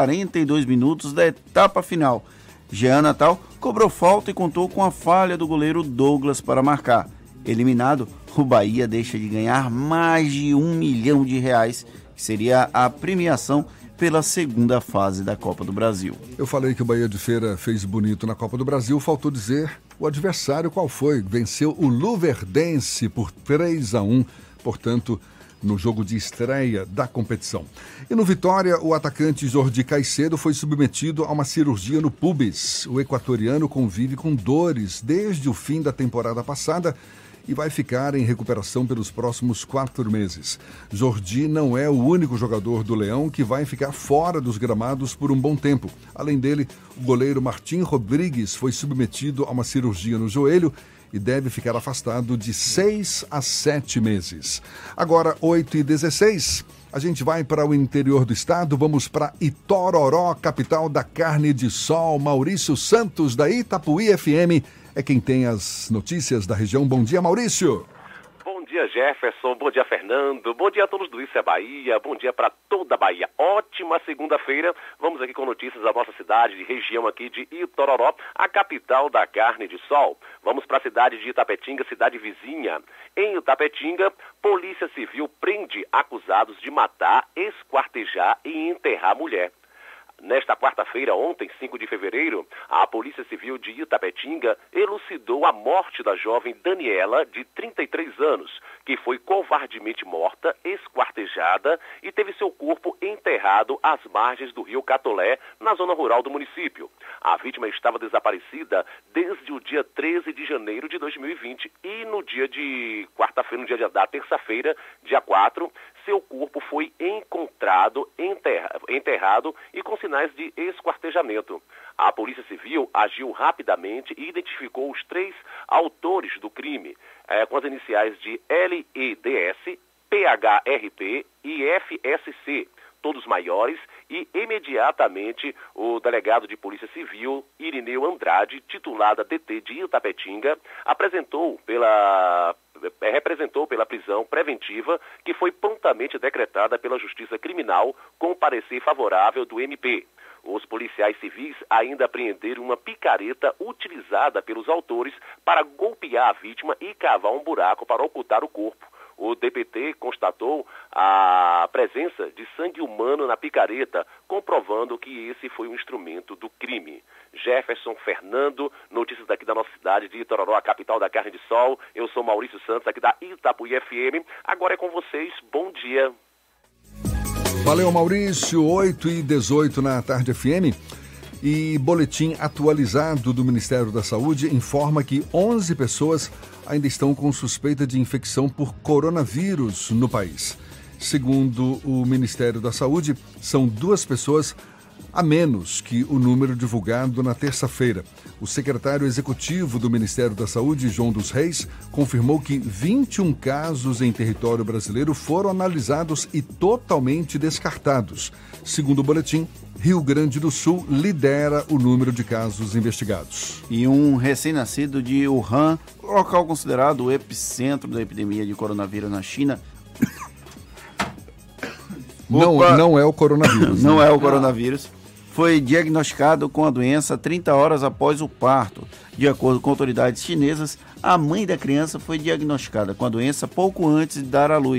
42 minutos da etapa final. Jean Natal cobrou falta e contou com a falha do goleiro Douglas para marcar. Eliminado, o Bahia deixa de ganhar mais de R$1 milhão, que seria a premiação pela segunda fase da Copa do Brasil. Eu falei que o Bahia de Feira fez bonito na Copa do Brasil, faltou dizer o adversário qual foi. Venceu o Luverdense por 3-1, portanto, no jogo de estreia da competição. E no Vitória, o atacante Jordi Caicedo foi submetido a uma cirurgia no pubis. O equatoriano convive com dores desde o fim da temporada passada e vai ficar em recuperação pelos próximos 4 meses. Jordi não é o único jogador do Leão que vai ficar fora dos gramados por um bom tempo. Além dele, o goleiro Martim Rodrigues foi submetido a uma cirurgia no joelho e deve ficar afastado de 6 a 7 meses. Agora, 8h16, a gente vai para o interior do estado, vamos para Itororó, capital da carne de sol. Maurício Santos, da Itapuí FM, é quem tem as notícias da região. Bom dia, Maurício. Bom dia, Jefferson. Bom dia, Fernando. Bom dia a todos do Isso é Bahia. Bom dia para toda a Bahia. Ótima segunda-feira. Vamos aqui com notícias da nossa cidade, de região aqui de Itororó, a capital da carne de sol. Vamos para a cidade de Itapetinga, cidade vizinha. Em Itapetinga, Polícia Civil prende acusados de matar, esquartejar e enterrar mulher. Nesta quarta-feira, ontem, 5 de fevereiro, a Polícia Civil de Itapetinga elucidou a morte da jovem Daniela, de 33 anos, que foi covardemente morta, esquartejada e teve seu corpo enterrado às margens do rio Catolé, na zona rural do município. A vítima estava desaparecida desde o dia 13 de janeiro de 2020 e no dia de quarta-feira, no dia da terça-feira, dia 4, seu corpo foi encontrado enterrado e com sinais de esquartejamento. A Polícia Civil agiu rapidamente e identificou os 3 autores do crime, com as iniciais de LEDS, PHRP e FSC, todos maiores, e imediatamente o delegado de Polícia Civil, Irineu Andrade, titulada DT de Itapetinga, representou pela prisão preventiva, que foi prontamente decretada pela Justiça Criminal com parecer favorável do MP. Os policiais civis ainda apreenderam uma picareta utilizada pelos autores para golpear a vítima e cavar um buraco para ocultar o corpo. O DPT constatou a presença de sangue humano na picareta, comprovando que esse foi um instrumento do crime. Jefferson, Fernando, notícias daqui da nossa cidade de Itororó, a capital da carne de sol. Eu sou Maurício Santos, aqui da Itapuí FM. Agora é com vocês. Bom dia. Valeu, Maurício. 8h18 na Tarde FM. E boletim atualizado do Ministério da Saúde informa que 11 pessoas ainda estão com suspeita de infecção por coronavírus no país. Segundo o Ministério da Saúde, são 2 pessoas a menos que o número divulgado na terça-feira. O secretário executivo do Ministério da Saúde, João dos Reis, confirmou que 21 casos em território brasileiro foram analisados e totalmente descartados. Segundo o boletim, Rio Grande do Sul lidera o número de casos investigados. E um recém-nascido de Wuhan, local considerado o epicentro da epidemia de coronavírus na China. Não é o coronavírus. Não é o coronavírus. Foi diagnosticado com a doença 30 horas após o parto. De acordo com autoridades chinesas, a mãe da criança foi diagnosticada com a doença pouco antes de dar à luz.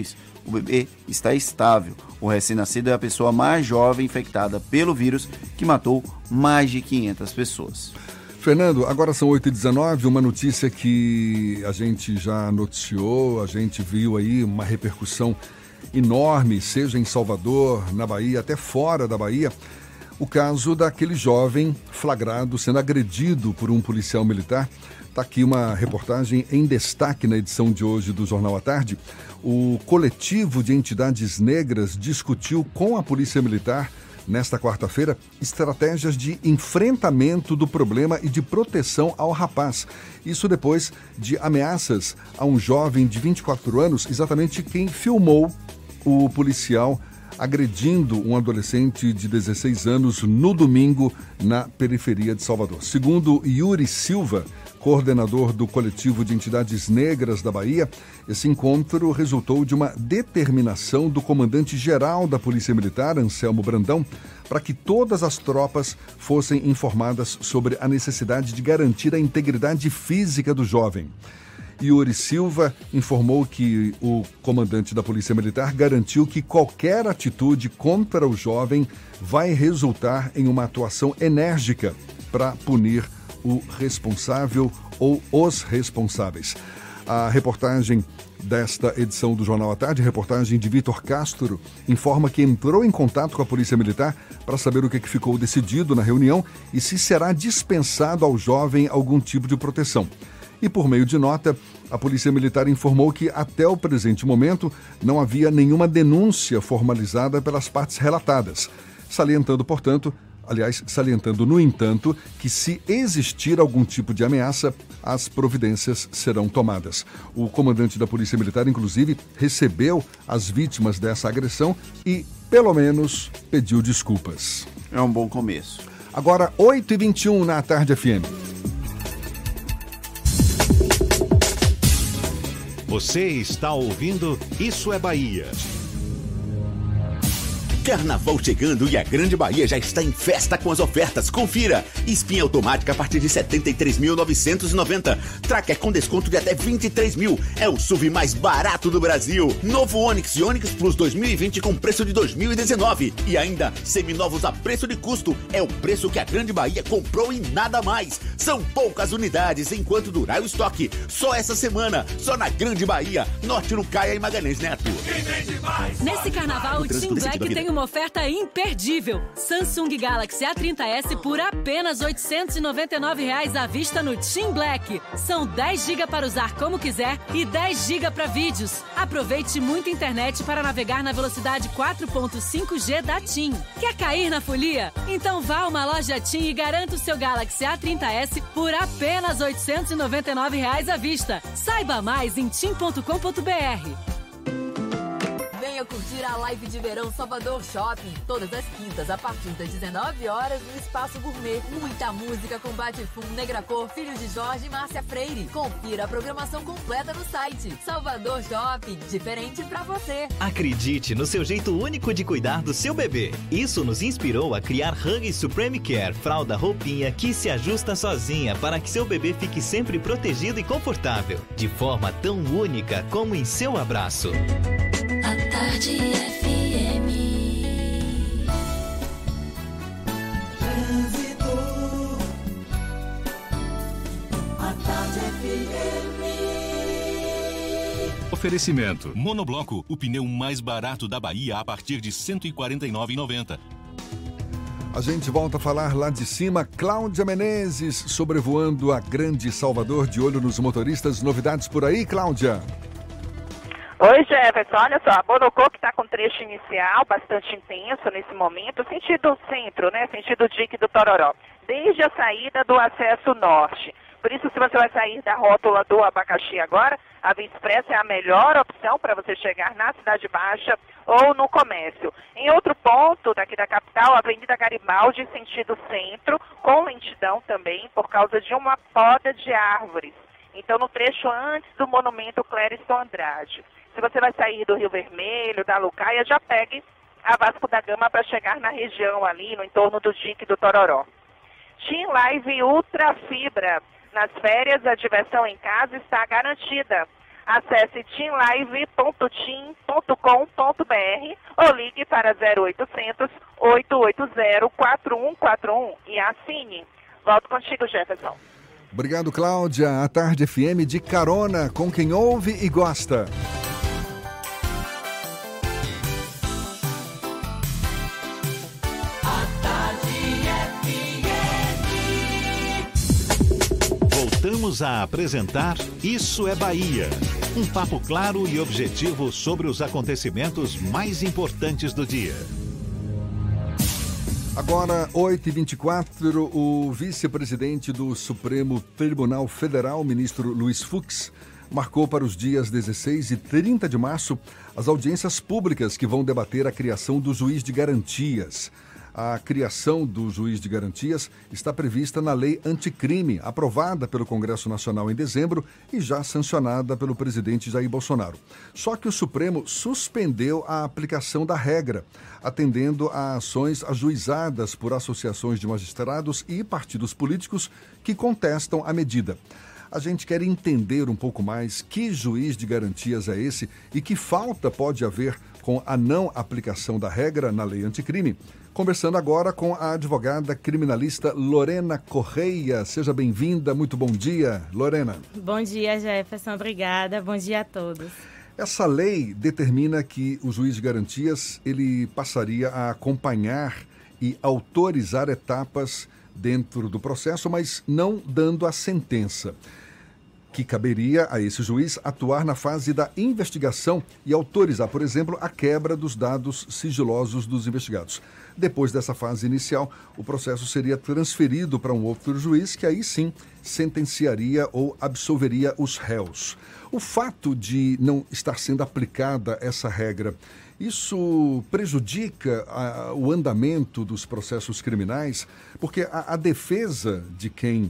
O bebê está estável. O recém-nascido é a pessoa mais jovem infectada pelo vírus, que matou mais de 500 pessoas. Fernando, agora são 8h19, uma notícia que a gente já noticiou, a gente viu aí uma repercussão enorme, seja em Salvador, na Bahia, até fora da Bahia. O caso daquele jovem flagrado sendo agredido por um policial militar. Está aqui uma reportagem em destaque na edição de hoje do Jornal à Tarde. O coletivo de entidades negras discutiu com a Polícia Militar, nesta quarta-feira, estratégias de enfrentamento do problema e de proteção ao rapaz. Isso depois de ameaças a um jovem de 24 anos, exatamente quem filmou o policial agredindo um adolescente de 16 anos no domingo na periferia de Salvador. Segundo Yuri Silva, coordenador do coletivo de entidades negras da Bahia, esse encontro resultou de uma determinação do comandante-geral da Polícia Militar, Anselmo Brandão, para que todas as tropas fossem informadas sobre a necessidade de garantir a integridade física do jovem. Yuri Silva informou que o comandante da Polícia Militar garantiu que qualquer atitude contra o jovem vai resultar em uma atuação enérgica para punir o responsável ou os responsáveis. A reportagem desta edição do Jornal à Tarde, reportagem de Vitor Castro, informa que entrou em contato com a Polícia Militar para saber o que ficou decidido na reunião e se será dispensado ao jovem algum tipo de proteção. E por meio de nota, a Polícia Militar informou que até o presente momento não havia nenhuma denúncia formalizada pelas partes relatadas, salientando, no entanto, que se existir algum tipo de ameaça, as providências serão tomadas. O comandante da Polícia Militar, inclusive, recebeu as vítimas dessa agressão e, pelo menos, pediu desculpas. É um bom começo. Agora, 8h21 na Tarde FM. Você está ouvindo Isso é Bahia. Carnaval chegando e a Grande Bahia já está em festa com as ofertas. Confira! Espinha automática a partir de R$ 73.990. Tracker com desconto de até 23 mil. É o SUV mais barato do Brasil. Novo Onix e Onix Plus 2020 com preço de 2019. E ainda, seminovos a preço de custo. É o preço que a Grande Bahia comprou e nada mais. São poucas unidades enquanto durar o estoque. Só essa semana, só na Grande Bahia. Norte no Caia e Magalhães Neto. Nesse carnaval, o Team Black tem uma oferta imperdível. Samsung Galaxy A30s por apenas R$ 899 à vista no Team Black. São 10 GB para usar como quiser e 10 GB para vídeos. Aproveite muita internet para navegar na velocidade 4.5G da TIM. Quer cair na folia? Então vá a uma loja TIM e garanta o seu Galaxy A30s por apenas R$ 899 à vista. Saiba mais em tim.com.br. Venha curtir a live de verão Salvador Shopping, todas as quintas a partir das 19 horas no Espaço Gourmet. Muita música com Batifum, Negracor, Filhos de Jorge e Márcia Freire. Confira a programação completa no site. Salvador Shopping, diferente pra você. Acredite no seu jeito único de cuidar do seu bebê. Isso nos inspirou a criar Huggies Supreme Care, fralda roupinha que se ajusta sozinha para que seu bebê fique sempre protegido e confortável, de forma tão única como em seu abraço. A Tarde FM. Trânsito. A Tarde FM. Oferecimento. Monobloco, o pneu mais barato da Bahia a partir de R$ 149,90. A gente volta a falar lá de cima. Cláudia Menezes sobrevoando a Grande Salvador, de olho nos motoristas. Novidades por aí, Cláudia? Oi, Jefferson, olha só, a Bonocô que está com trecho inicial bastante intenso nesse momento, sentido centro, né, sentido Dique do Tororó, desde a saída do acesso norte. Por isso, se você vai sair da rótula do Abacaxi agora, a Via Expressa é a melhor opção para você chegar na Cidade Baixa ou no comércio. Em outro ponto daqui da capital, a Avenida Garibaldi, sentido centro, com lentidão também, por causa de uma poda de árvores. Então, no trecho antes do Monumento Clériston Andrade. Se você vai sair do Rio Vermelho, da Lucaia, já pegue a Vasco da Gama para chegar na região ali, no entorno do Dique do Tororó. TIM Live Ultra Fibra. Nas férias, a diversão em casa está garantida. Acesse teamlive.tim.com.br ou ligue para 0800 880 4141 e assine. Volto contigo, Jefferson. Obrigado, Cláudia. A Tarde FM de carona com quem ouve e gosta. Voltamos a apresentar Isso é Bahia. Um papo claro e objetivo sobre os acontecimentos mais importantes do dia. Agora, 8h24, o vice-presidente do Supremo Tribunal Federal, ministro Luiz Fux, marcou para os dias 16 e 30 de março as audiências públicas que vão debater a criação do juiz de garantias. A criação do juiz de garantias está prevista na Lei Anticrime, aprovada pelo Congresso Nacional em dezembro e já sancionada pelo presidente Jair Bolsonaro. Só que o Supremo suspendeu a aplicação da regra, atendendo a ações ajuizadas por associações de magistrados e partidos políticos que contestam a medida. A gente quer entender um pouco mais que juiz de garantias é esse e que falta pode haver com a não aplicação da regra na Lei Anticrime. Conversando agora com a advogada criminalista Lorena Correia. Seja bem-vinda, muito bom dia, Lorena. Bom dia, Jefferson, obrigada, bom dia a todos. Essa lei determina que o juiz de garantias ele passaria a acompanhar e autorizar etapas dentro do processo, mas não dando a sentença, que caberia a esse juiz atuar na fase da investigação e autorizar, por exemplo, a quebra dos dados sigilosos dos investigados. Depois dessa fase inicial, o processo seria transferido para um outro juiz que aí sim sentenciaria ou absolveria os réus. O fato de não estar sendo aplicada essa regra, isso prejudica o andamento dos processos criminais, porque a defesa de quem,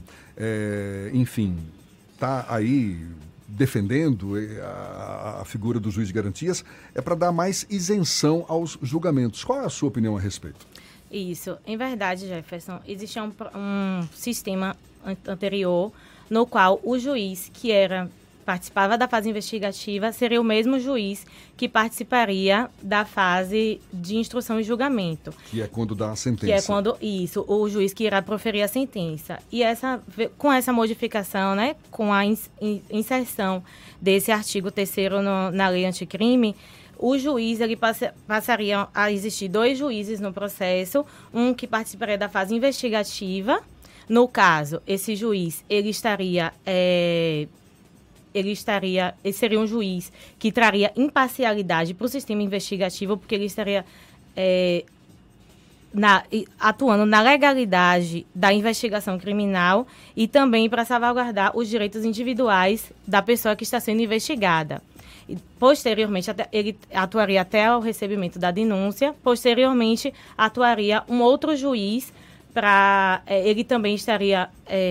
está aí defendendo a figura do juiz de garantias é para dar mais isenção aos julgamentos. Qual é a sua opinião a respeito? Isso. Em verdade, Jefferson, existia um sistema anterior no qual o juiz que participava da fase investigativa seria o mesmo juiz que participaria da fase de instrução e julgamento. Que é quando dá a sentença. Que é quando, o juiz que irá proferir a sentença. E com essa modificação, né, com a inserção desse artigo 3º na Lei Anticrime, o juiz passaria a existir 2 juízes no processo, um que participaria da fase investigativa. No caso, esse juiz, ele seria um juiz que traria imparcialidade para o sistema investigativo, porque ele estaria atuando na legalidade da investigação criminal e também para salvaguardar os direitos individuais da pessoa que está sendo investigada. E, posteriormente, ele atuaria até o recebimento da denúncia. Posteriormente, atuaria um outro juiz ele também estaria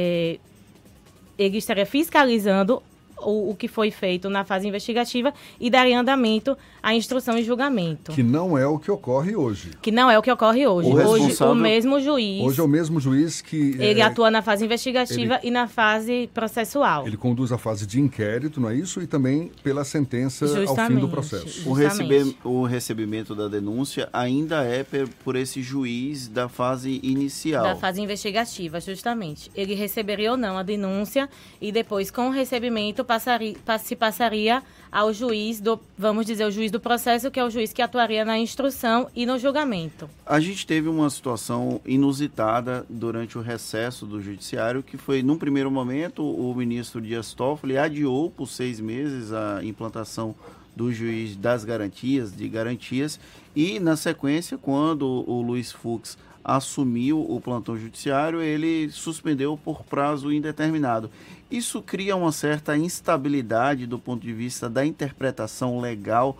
fiscalizando o que foi feito na fase investigativa e daria andamento à instrução e julgamento. Que não é o que ocorre hoje. Hoje, o mesmo juiz... Hoje é o mesmo juiz que... Ele atua na fase investigativa e na fase processual. Ele conduz a fase de inquérito, não é isso? E também pela sentença ao fim do processo. O recebimento da denúncia ainda é por esse juiz da fase inicial. Da fase investigativa, justamente. Ele receberia ou não a denúncia e depois, com o recebimento, se passaria ao juiz o juiz do processo, que é o juiz que atuaria na instrução e no julgamento. A gente teve uma situação inusitada durante o recesso do judiciário, que foi, num primeiro momento, o ministro Dias Toffoli adiou por 6 meses a implantação do juiz das garantias, e na sequência, quando o Luiz Fux assumiu o plantão judiciário, ele suspendeu por prazo indeterminado. Isso cria uma certa instabilidade do ponto de vista da interpretação legal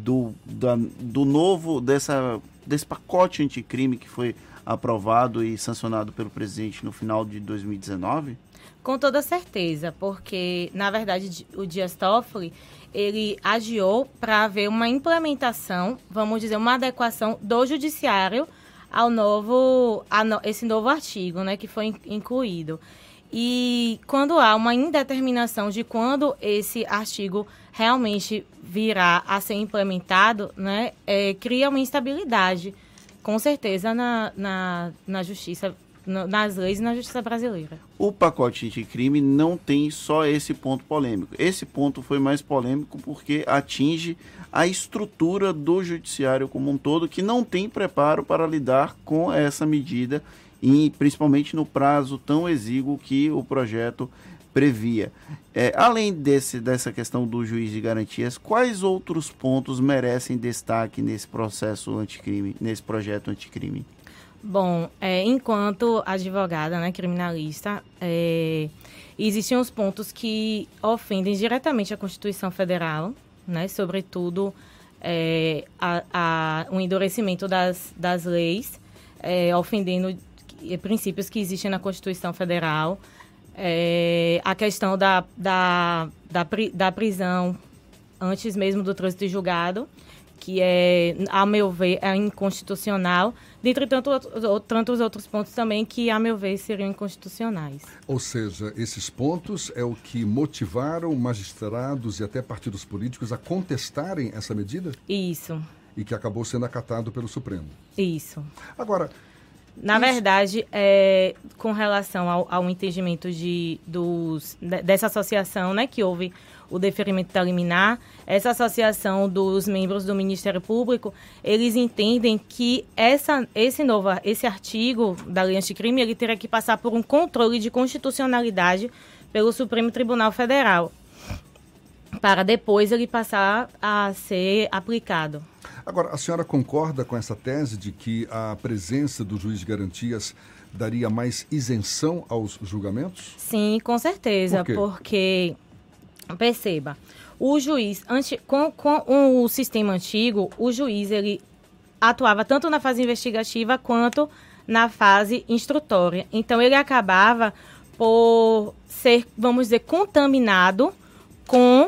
desse pacote anticrime que foi aprovado e sancionado pelo presidente no final de 2019? Com toda certeza, porque, na verdade, o Dias Toffoli, ele adiou para haver uma implementação, vamos dizer, uma adequação do judiciário ao esse novo artigo, né, que foi incluído. E quando há uma indeterminação de quando esse artigo realmente virá a ser implementado, né, cria uma instabilidade, com certeza, na justiça, nas leis e na justiça brasileira. O pacote anticrime não tem só esse ponto polêmico. Esse ponto foi mais polêmico porque atinge a estrutura do judiciário como um todo, que não tem preparo para lidar com essa medida, e principalmente no prazo tão exíguo que o projeto previa. Além dessa questão do juiz de garantias, quais outros pontos merecem destaque nesse processo anticrime, nesse projeto anticrime? Bom, enquanto advogada, né, criminalista, existem os pontos que ofendem diretamente a Constituição Federal, né, sobretudo o endurecimento das leis, ofendendo princípios que existem na Constituição Federal, a questão da prisão antes mesmo do trânsito julgado, que a meu ver, é inconstitucional, dentre tantos outros pontos também que, a meu ver, seriam inconstitucionais. Ou seja, esses pontos é o que motivaram magistrados e até partidos políticos a contestarem essa medida? Isso. E que acabou sendo acatado pelo Supremo? Isso. Agora... Na verdade, com relação ao entendimento dessa associação, né, que houve o deferimento da liminar, essa associação dos membros do Ministério Público, eles entendem que esse artigo da lei anticrime, ele teria que passar por um controle de constitucionalidade pelo Supremo Tribunal Federal, para depois ele passar a ser aplicado. Agora, a senhora concorda com essa tese de que a presença do juiz de garantias daria mais isenção aos julgamentos? Sim, com certeza. Por quê? Porque, perceba, o juiz, com o sistema antigo, o juiz ele atuava tanto na fase investigativa quanto na fase instrutória. Então, ele acabava por ser, vamos dizer, contaminado com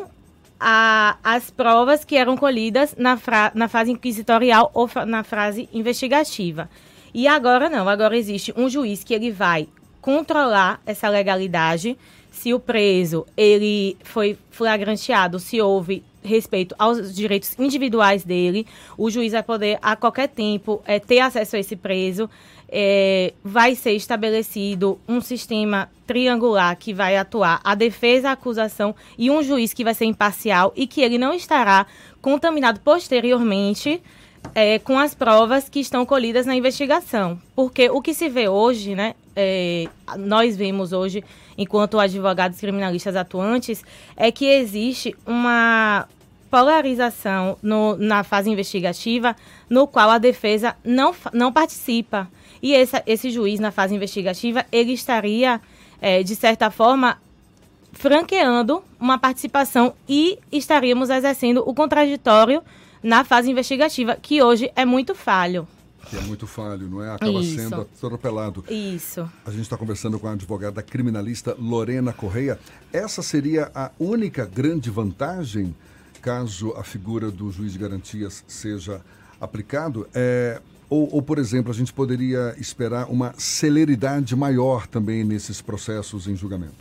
as provas que eram colhidas na fase inquisitorial ou na fase investigativa. E agora não, agora existe um juiz que ele vai controlar essa legalidade, se o preso ele foi flagranteado, se houve respeito aos direitos individuais dele, o juiz vai poder a qualquer tempo ter acesso a esse preso. Vai ser estabelecido um sistema triangular que vai atuar a defesa, a acusação e um juiz que vai ser imparcial e que ele não estará contaminado posteriormente com as provas que estão colhidas na investigação. Porque o que se vê hoje, né, nós vemos hoje, enquanto advogados criminalistas atuantes, é que existe uma polarização na fase investigativa, no qual a defesa não participa. E esse juiz, na fase investigativa, ele estaria, de certa forma, franqueando uma participação e estaríamos exercendo o contraditório na fase investigativa, que hoje é muito falho. Que é muito falho, não é? Acaba sendo atropelado. Isso. A gente está conversando com a advogada criminalista Lorena Correia. Essa seria a única grande vantagem, caso a figura do juiz de garantias seja aplicado? Ou, por exemplo, a gente poderia esperar uma celeridade maior também nesses processos em julgamento?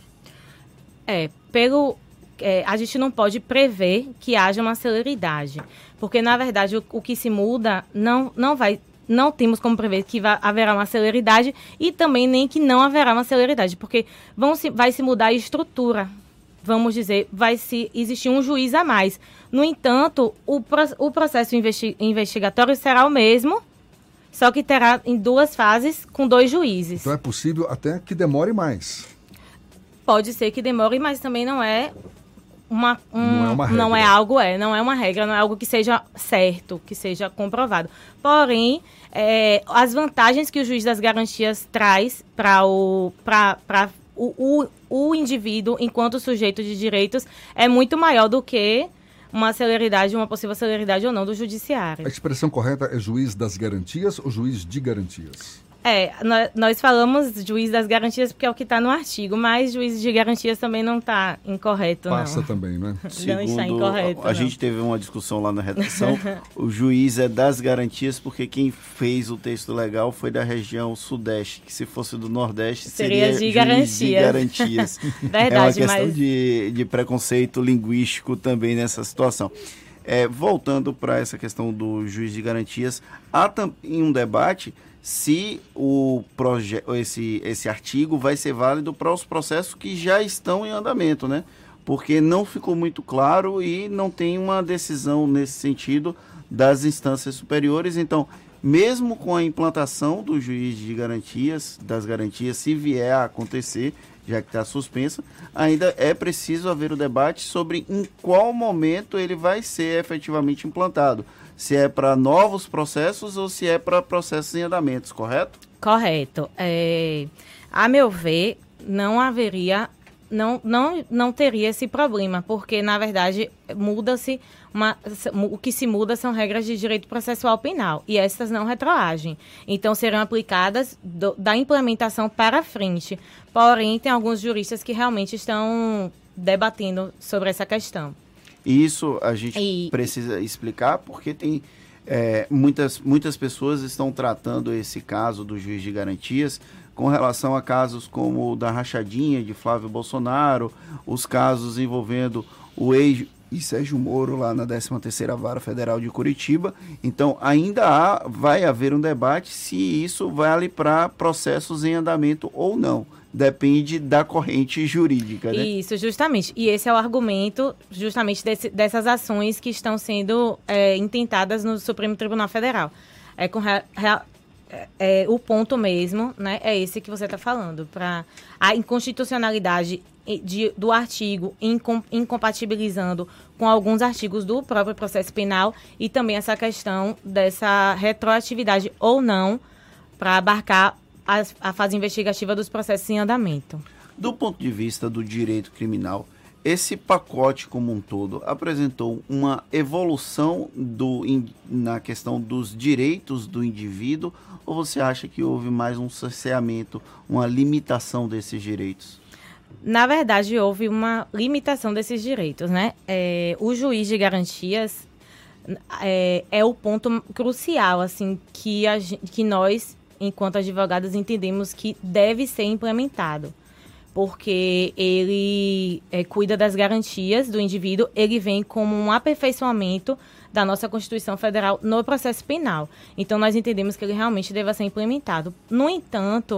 A gente não pode prever que haja uma celeridade, porque, na verdade, o que se muda não temos como prever que haverá uma celeridade e também nem que não haverá uma celeridade, porque vai se mudar a estrutura, vamos dizer, vai existir um juiz a mais. No entanto, o processo investigatório será o mesmo, só que terá em 2 fases com 2 juízes. Então é possível até que demore mais. Pode ser que demore, mas também não é uma regra. Não é uma regra, não é algo que seja certo, que seja comprovado. Porém, as vantagens que o juiz das garantias traz para o indivíduo enquanto sujeito de direitos é muito maior do que uma possível celeridade ou não do judiciário. A expressão correta é juiz das garantias ou juiz de garantias? Nós falamos juiz das garantias porque é o que está no artigo, mas juiz de garantias também não está incorreto, Passa não. também, né? Não está incorreto, a gente teve uma discussão lá na redação, o juiz é das garantias porque quem fez o texto legal foi da região sudeste, que se fosse do nordeste seria de juiz garantias. de garantias. Verdade, é uma questão mas... de preconceito linguístico também nessa situação. Voltando para essa questão do juiz de garantias, há em um debate se esse artigo vai ser válido para os processos que já estão em andamento, né? Porque não ficou muito claro e não tem uma decisão nesse sentido das instâncias superiores. Então, mesmo com a implantação do juiz de garantias, das garantias, se vier a acontecer, já que está suspensa, ainda é preciso haver o debate sobre em qual momento ele vai ser efetivamente implantado. Se é para novos processos ou se é para processos em andamentos, correto? Correto. A meu ver, não haveria, não teria esse problema, porque, na verdade, o que se muda são regras de direito processual penal, e essas não retroagem. Então, serão aplicadas da implementação para frente. Porém, tem alguns juristas que realmente estão debatendo sobre essa questão. Isso a gente precisa explicar, porque tem muitas pessoas estão tratando esse caso do juiz de garantias com relação a casos como o da rachadinha de Flávio Bolsonaro, os casos envolvendo o ex e Sérgio Moro lá na 13ª Vara Federal de Curitiba. Então, ainda vai haver um debate se isso vale para processos em andamento ou não. Depende da corrente jurídica, né? Isso, justamente. E esse é o argumento justamente dessas ações que estão sendo intentadas no Supremo Tribunal Federal. O ponto mesmo, né, é esse que você está falando, para a inconstitucionalidade do artigo incompatibilizando com alguns artigos do próprio processo penal e também essa questão dessa retroatividade ou não para abarcar a fase investigativa dos processos em andamento. Do ponto de vista do direito criminal, esse pacote como um todo apresentou uma evolução na questão dos direitos do indivíduo, ou você acha que houve mais um cerceamento, uma limitação desses direitos? Na verdade, houve uma limitação desses direitos, né? O juiz de garantias é o ponto crucial, assim, que nós, enquanto advogados, entendemos que deve ser implementado, porque ele cuida das garantias do indivíduo, ele vem como um aperfeiçoamento da nossa Constituição Federal no processo penal. Então, nós entendemos que ele realmente deva ser implementado. No entanto,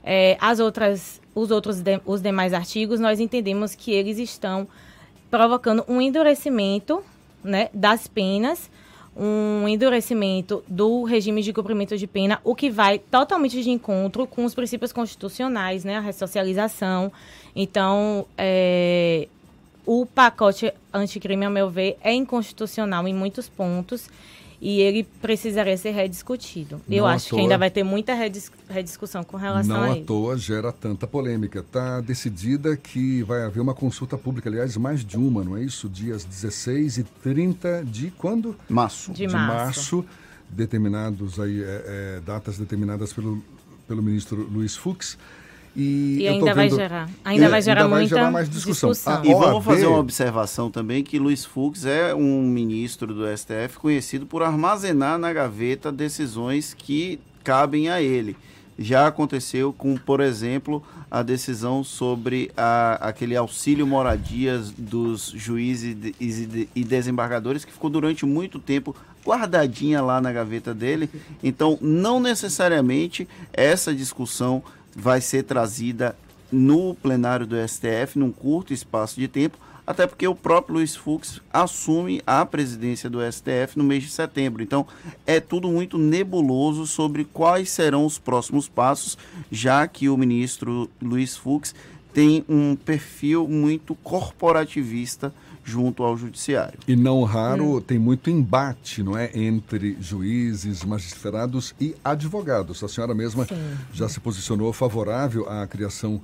os demais artigos, nós entendemos que eles estão provocando um endurecimento, né, das penas, um endurecimento do regime de cumprimento de pena, o que vai totalmente de encontro com os princípios constitucionais, né, a ressocialização. Então, o pacote anticrime, ao meu ver, é inconstitucional em muitos pontos e ele precisaria ser rediscutido. Eu acho que ainda vai ter muita rediscussão com relação a ele. Não à toa gera tanta polêmica. Está decidida que vai haver uma consulta pública, aliás, mais de uma, não é isso? Dias 16 e 30 de quando? Março. De março. Determinados aí, datas determinadas pelo ministro Luiz Fux. E ainda vai gerar muita mais discussão. E vamos fazer uma observação também que Luiz Fux é um ministro do STF conhecido por armazenar na gaveta decisões que cabem a ele. Já aconteceu com, por exemplo, a decisão sobre aquele auxílio moradias dos juízes e desembargadores, que ficou durante muito tempo guardadinha lá na gaveta dele. Então, não necessariamente essa discussão vai ser trazida no plenário do STF num curto espaço de tempo, até porque o próprio Luiz Fux assume a presidência do STF no mês de setembro. Então, é tudo muito nebuloso sobre quais serão os próximos passos, já que o ministro Luiz Fux tem um perfil muito corporativista junto ao judiciário. E não raro tem muito embate, não é, entre juízes, magistrados e advogados. A senhora mesma já se posicionou favorável à criação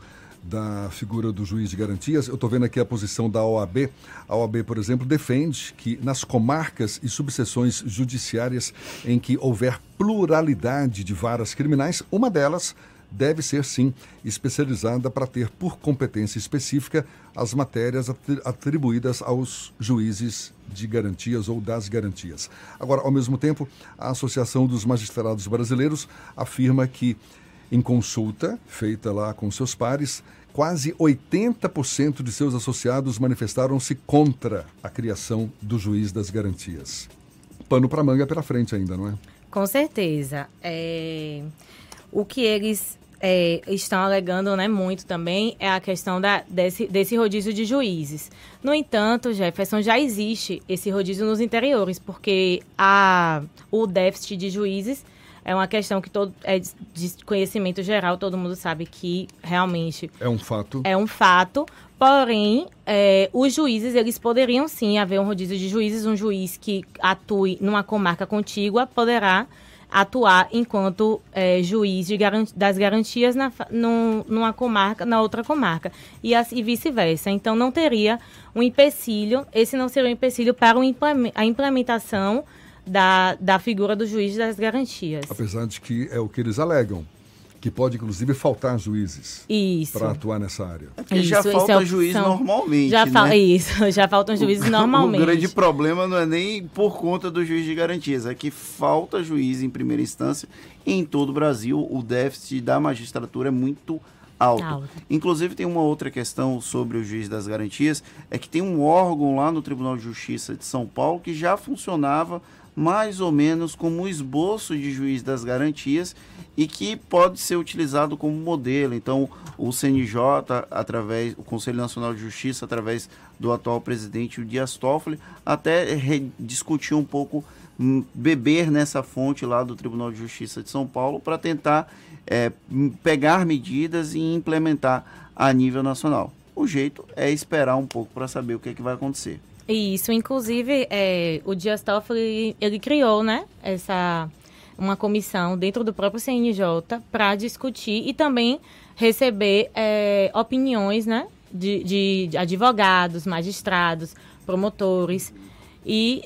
da figura do juiz de garantias. Eu estou vendo aqui a posição da OAB. A OAB, por exemplo, defende que nas comarcas e subseções judiciárias em que houver pluralidade de varas criminais, uma delas deve ser, sim, especializada para ter por competência específica as matérias atribuídas aos juízes de garantias ou das garantias. Agora, ao mesmo tempo, a Associação dos Magistrados Brasileiros afirma que, em consulta feita lá com seus pares, quase 80% de seus associados manifestaram-se contra a criação do juiz das garantias. Pano para manga pela frente ainda, não é? Com certeza. O que eles estão alegando, né, muito também é a questão desse rodízio de juízes. No entanto, Jefferson, já existe esse rodízio nos interiores, porque o déficit de juízes é uma questão que é de conhecimento geral, todo mundo sabe que realmente é um fato. É um fato, porém, os juízes, eles poderiam sim haver um rodízio de juízes, um juiz que atue numa comarca contígua poderá atuar enquanto juiz das garantias numa comarca, na outra comarca, e vice-versa. Então, não teria um empecilho, esse não seria um empecilho para a implementação da figura do juiz das garantias. Apesar de que é o que eles alegam, que pode, inclusive, faltar juízes para atuar nessa área. Porque já falta juiz normalmente, Isso, já faltam juízes normalmente. O grande problema não é nem por conta do juiz de garantias, é que falta juiz em primeira instância. Em todo o Brasil, o déficit da magistratura é muito alto. Inclusive, tem uma outra questão sobre o juiz das garantias, é que tem um órgão lá no Tribunal de Justiça de São Paulo que já funcionava mais ou menos como um esboço de juiz das garantias e que pode ser utilizado como modelo. Então, o CNJ, o Conselho Nacional de Justiça, através do atual presidente, o Dias Toffoli, até discutiu um pouco, beber nessa fonte lá do Tribunal de Justiça de São Paulo para tentar pegar medidas e implementar a nível nacional. O jeito é esperar um pouco para saber o que é que vai acontecer. Isso, inclusive, o Dias Toffoli, ele criou, né, uma comissão dentro do próprio CNJ para discutir e também receber opiniões, né, de advogados, magistrados, promotores, e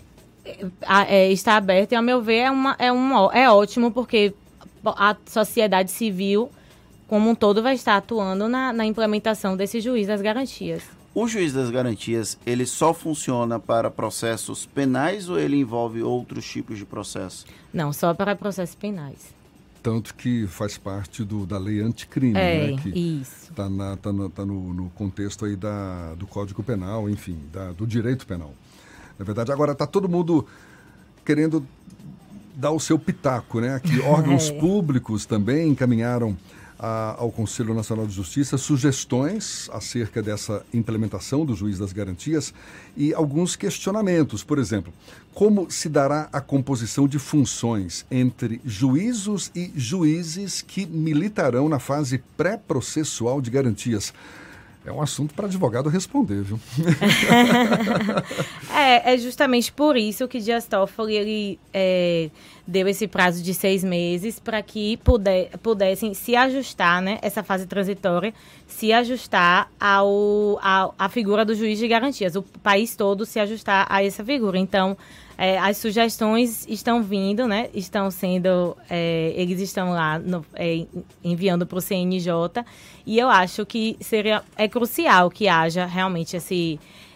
está aberto, e, ao meu ver, é ótimo, porque a sociedade civil como um todo vai estar atuando na implementação desse juiz das garantias. O juiz das garantias, ele só funciona para processos penais ou ele envolve outros tipos de processos? Não, só para processos penais. Tanto que faz parte da lei anticrime, né? Que isso. Está no contexto aí do Código Penal, enfim, do direito penal. Na verdade, agora está todo mundo querendo dar o seu pitaco, né? Aqui, órgãos públicos também encaminharam ao Conselho Nacional de Justiça sugestões acerca dessa implementação do juiz das garantias e alguns questionamentos. Por exemplo, como se dará a composição de funções entre juízos e juízes que militarão na fase pré-processual de garantias? É um assunto para advogado responder, viu? É justamente por isso que Dias Toffoli ele deu esse prazo de 6 meses para que pudessem se ajustar, né, essa fase transitória, se ajustar à figura do juiz de garantias, o país todo se ajustar a essa figura. Então, as sugestões estão vindo, né, eles estão lá enviando para o CNJ, e eu acho que é crucial que haja realmente esse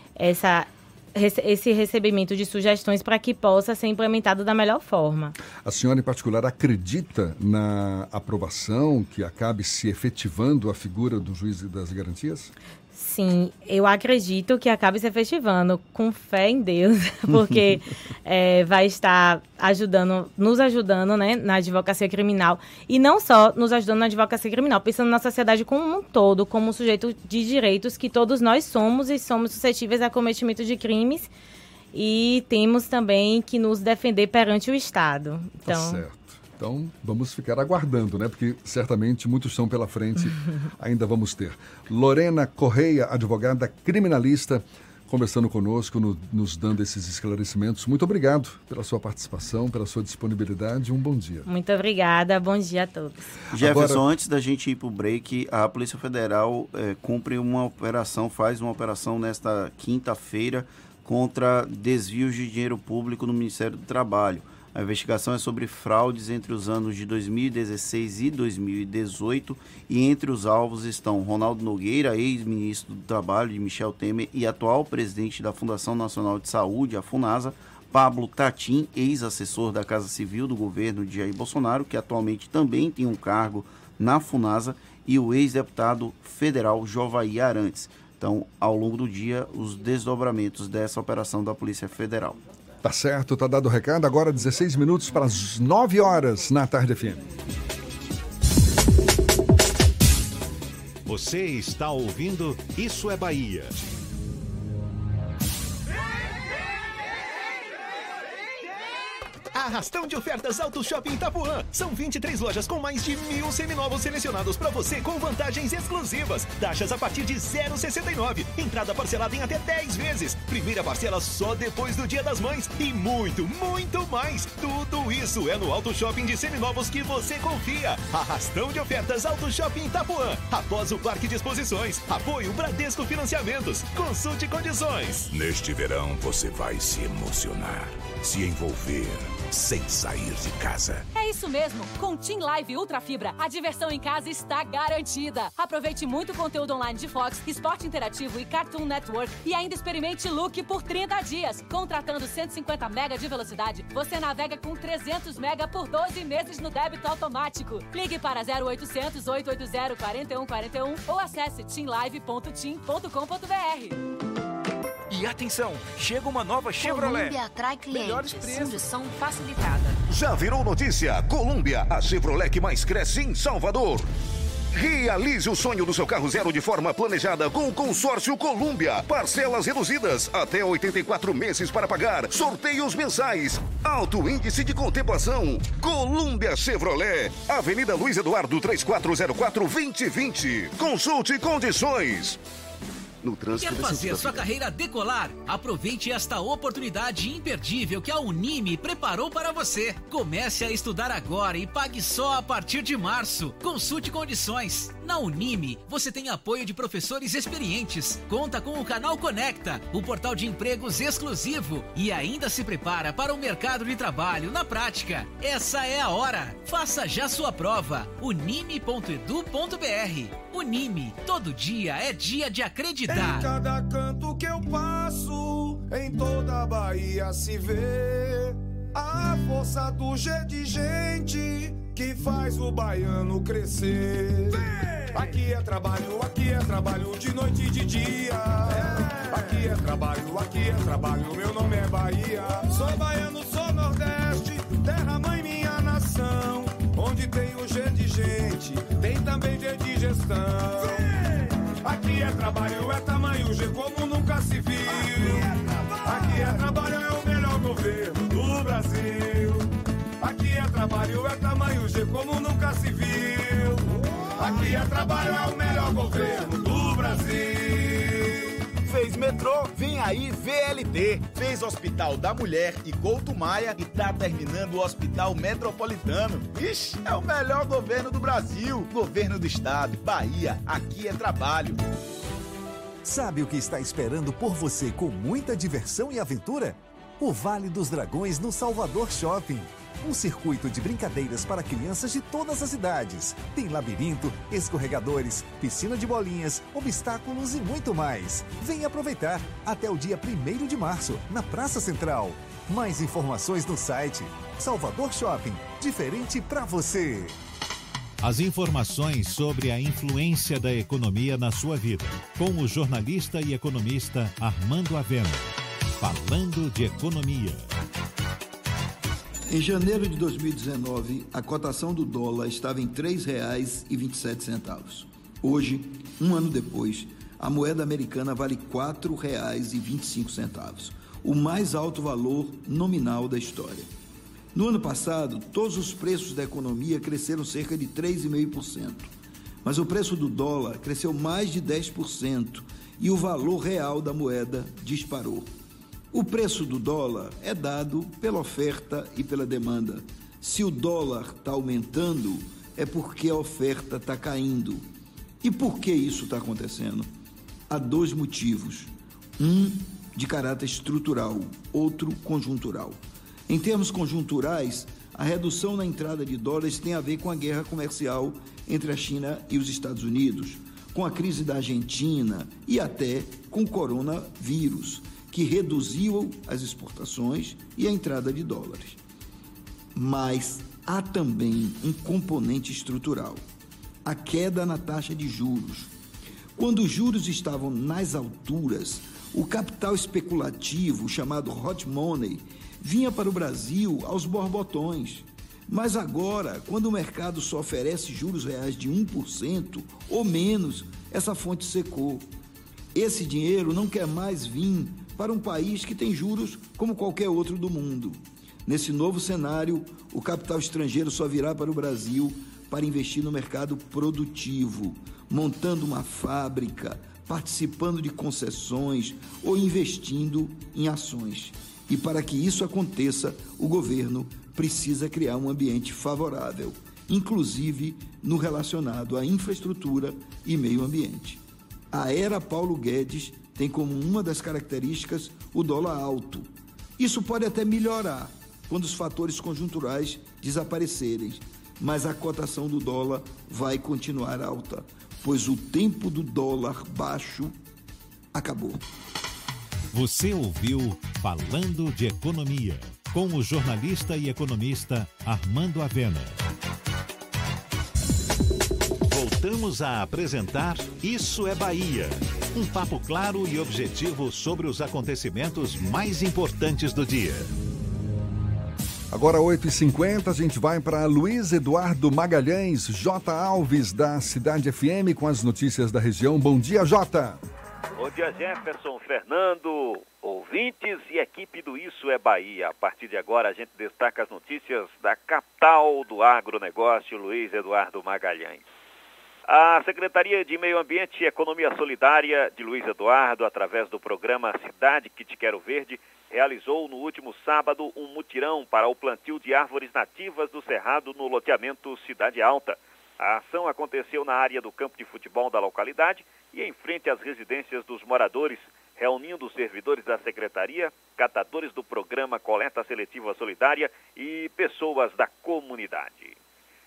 recebimento de sugestões para que possa ser implementado da melhor forma. A senhora, em particular, acredita na aprovação que acabe se efetivando a figura do juiz das garantias? Sim, eu acredito que acabe se efetivando, com fé em Deus, porque vai estar nos ajudando, né, na advocacia criminal, e não só nos ajudando na advocacia criminal, pensando na sociedade como um todo, como um sujeito de direitos que todos nós somos e somos suscetíveis a cometimento de crimes, e temos também que nos defender perante o Estado. Então, tá certo. Então, vamos ficar aguardando, né? Porque certamente muitos são pela frente, ainda vamos ter. Lorena Correia, advogada criminalista, conversando conosco, nos dando esses esclarecimentos. Muito obrigado pela sua participação, pela sua disponibilidade. Um bom dia. Muito obrigada. Bom dia a todos. Jefferson, antes da gente ir para o break, a Polícia Federal faz uma operação nesta quinta-feira contra desvios de dinheiro público no Ministério do Trabalho. A investigação é sobre fraudes entre os anos de 2016 e 2018 e entre os alvos estão Ronaldo Nogueira, ex-ministro do Trabalho de Michel Temer e atual presidente da Fundação Nacional de Saúde, a FUNASA, Pablo Tatim, ex-assessor da Casa Civil do governo de Jair Bolsonaro, que atualmente também tem um cargo na FUNASA, e o ex-deputado federal Jovaí Arantes. Então, ao longo do dia, os desdobramentos dessa operação da Polícia Federal. Tá certo, tá dado o recado. Agora 16 minutos para as 9 horas na Tarde FM. Você está ouvindo Isso é Bahia. Arrastão de ofertas Auto Shopping Itapuã. São 23 lojas com mais de 1.000 seminovos selecionados para você com vantagens exclusivas. Taxas a partir de 0,69. Entrada parcelada em até 10 vezes. Primeira parcela só depois do Dia das Mães. E muito, muito mais. Tudo isso é no Auto Shopping de seminovos que você confia. Arrastão de ofertas Auto Shopping Itapuã. Após o Parque de Exposições. Apoio Bradesco Financiamentos. Consulte condições. Neste verão você vai se emocionar, se envolver, sem sair de casa. É isso mesmo. Com Team Live Ultra Fibra, a diversão em casa está garantida. Aproveite muito conteúdo online de Fox, Esporte Interativo e Cartoon Network e ainda experimente Look por 30 dias. Contratando 150 MB de velocidade, você navega com 300 MB por 12 meses no débito automático. Ligue para 0800 880 4141 ou acesse teamlive.team.com.br. E atenção, chega uma nova Chevrolet. Colômbia atrai Melhores clientes. preços. Condição facilitada. Já virou notícia? Colômbia, a Chevrolet que mais cresce em Salvador. Realize o sonho do seu carro zero de forma planejada com o consórcio Colômbia. Parcelas reduzidas, até 84 meses para pagar. Sorteios mensais. Alto índice de contemplação. Colômbia Chevrolet. Avenida Luiz Eduardo 3404-2020. Consulte condições. No Quer fazer sua carreira decolar? Aproveite esta oportunidade imperdível que a Unime preparou para você. Comece a estudar agora e pague só a partir de março. Consulte condições. Na Unime, você tem apoio de professores experientes, conta com o Canal Conecta, o portal de empregos exclusivo e ainda se prepara para o mercado de trabalho na prática. Essa é a hora. Faça já sua prova. unime.edu.br. Unime, todo dia é dia de acreditar. Em cada canto que eu passo, em toda a Bahia se vê a força do G de gente que faz o baiano crescer. Aqui é trabalho de noite e de dia. Aqui é trabalho, meu nome é Bahia. Sou baiano, sou Nordeste, terra mãe minha nação. Onde tem o G de gente, tem também G de gestão. Aqui é trabalho, é tamanho G como nunca se viu. Aqui é trabalho, é o melhor governo do Brasil. Aqui é trabalho, é tamanho G como nunca se viu. Aqui é trabalho, é o melhor governo do Brasil. Fez metrô, vem aí VLT. Fez Hospital da Mulher e Couto Maia e tá terminando o Hospital Metropolitano. Ixi, é o melhor governo do Brasil. Governo do Estado, Bahia, aqui é trabalho. Sabe o que está esperando por você com muita diversão e aventura? O Vale dos Dragões no Salvador Shopping. Um circuito de brincadeiras para crianças de todas as idades. Tem labirinto, escorregadores, piscina de bolinhas, obstáculos e muito mais. Venha aproveitar até o dia 1º de março, na Praça Central. Mais informações no site Salvador Shopping. Diferente para você. As informações sobre a influência da economia na sua vida. Com o jornalista e economista Armando Avena. Falando de economia. Em janeiro de 2019, a cotação do dólar estava em R$ 3,27. Hoje, um ano depois, a moeda americana vale R$ 4,25, o mais alto valor nominal da história. No ano passado, todos os preços da economia cresceram cerca de 3,5%. mas o preço do dólar cresceu mais de 10% e o valor real da moeda disparou. O preço do dólar é dado pela oferta e pela demanda. Se o dólar está aumentando, é porque a oferta está caindo. E por que isso está acontecendo? Há dois motivos. Um de caráter estrutural, outro conjuntural. Em termos conjunturais, a redução na entrada de dólares tem a ver com a guerra comercial entre a China e os Estados Unidos, com a crise da Argentina e até com o coronavírus, que reduziu as exportações e a entrada de dólares. Mas há também um componente estrutural, a queda na taxa de juros. Quando os juros estavam nas alturas, o capital especulativo, chamado hot money, vinha para o Brasil aos borbotões. Mas agora, quando o mercado só oferece juros reais de 1% ou menos, essa fonte secou. Esse dinheiro não quer mais vir para um país que tem juros como qualquer outro do mundo. Nesse novo cenário, o capital estrangeiro só virá para o Brasil para investir no mercado produtivo, montando uma fábrica, participando de concessões ou investindo em ações. E para que isso aconteça, o governo precisa criar um ambiente favorável, inclusive no relacionado à infraestrutura e meio ambiente. A era Paulo Guedes tem como uma das características o dólar alto. Isso pode até melhorar quando os fatores conjunturais desaparecerem, mas a cotação do dólar vai continuar alta, pois o tempo do dólar baixo acabou. Você ouviu Falando de Economia, com o jornalista e economista Armando Avena. Voltamos a apresentar Isso é Bahia. Um papo claro e objetivo sobre os acontecimentos mais importantes do dia. Agora 8h50, a gente vai para Luiz Eduardo Magalhães, J. Alves, da Cidade FM, com as notícias da região. Bom dia, Jota. Bom dia, Jefferson, Fernando, ouvintes e equipe do Isso é Bahia. A partir de agora, a gente destaca as notícias da capital do agronegócio, Luiz Eduardo Magalhães. A Secretaria de Meio Ambiente e Economia Solidária de Luiz Eduardo, através do programa Cidade que Te Quero Verde, realizou no último sábado um mutirão para o plantio de árvores nativas do Cerrado no loteamento Cidade Alta. A ação aconteceu na área do campo de futebol da localidade e em frente às residências dos moradores, reunindo os servidores da Secretaria, catadores do programa Coleta Seletiva Solidária e pessoas da comunidade.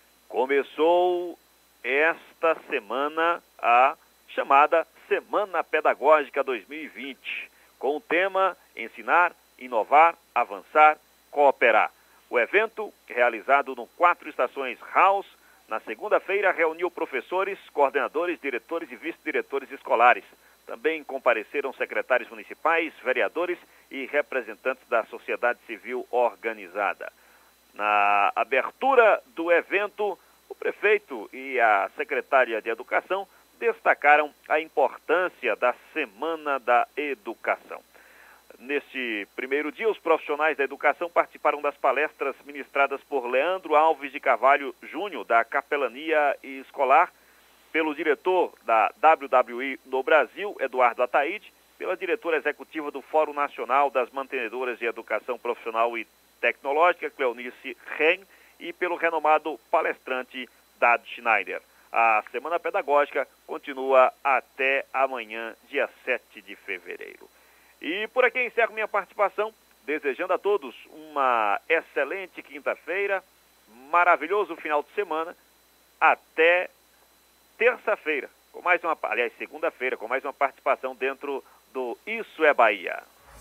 Começou esta semana a chamada Semana Pedagógica 2020, com o tema Ensinar, Inovar, Avançar, Cooperar. O evento, realizado no 4 Estações House, na segunda-feira reuniu professores, coordenadores, diretores e vice-diretores escolares. Também compareceram secretários municipais, vereadores e representantes da sociedade civil organizada. Na abertura do evento, o prefeito e a secretária de Educação destacaram a importância da Semana da Educação. Neste primeiro dia, os profissionais da educação participaram das palestras ministradas por Leandro Alves de Carvalho Júnior, da Capelania Escolar, pelo diretor da WWI no Brasil, Eduardo Ataíde, pela diretora executiva do Fórum Nacional das Mantenedoras de Educação Profissional e Tecnológica, Cleonice Ren, e pelo renomado palestrante Dado Schneider. A Semana Pedagógica continua até amanhã, dia 7 de fevereiro. E por aqui encerro minha participação, desejando a todos uma excelente quinta-feira, maravilhoso final de semana, até terça-feira, segunda-feira, com mais uma participação dentro do Isso é Bahia.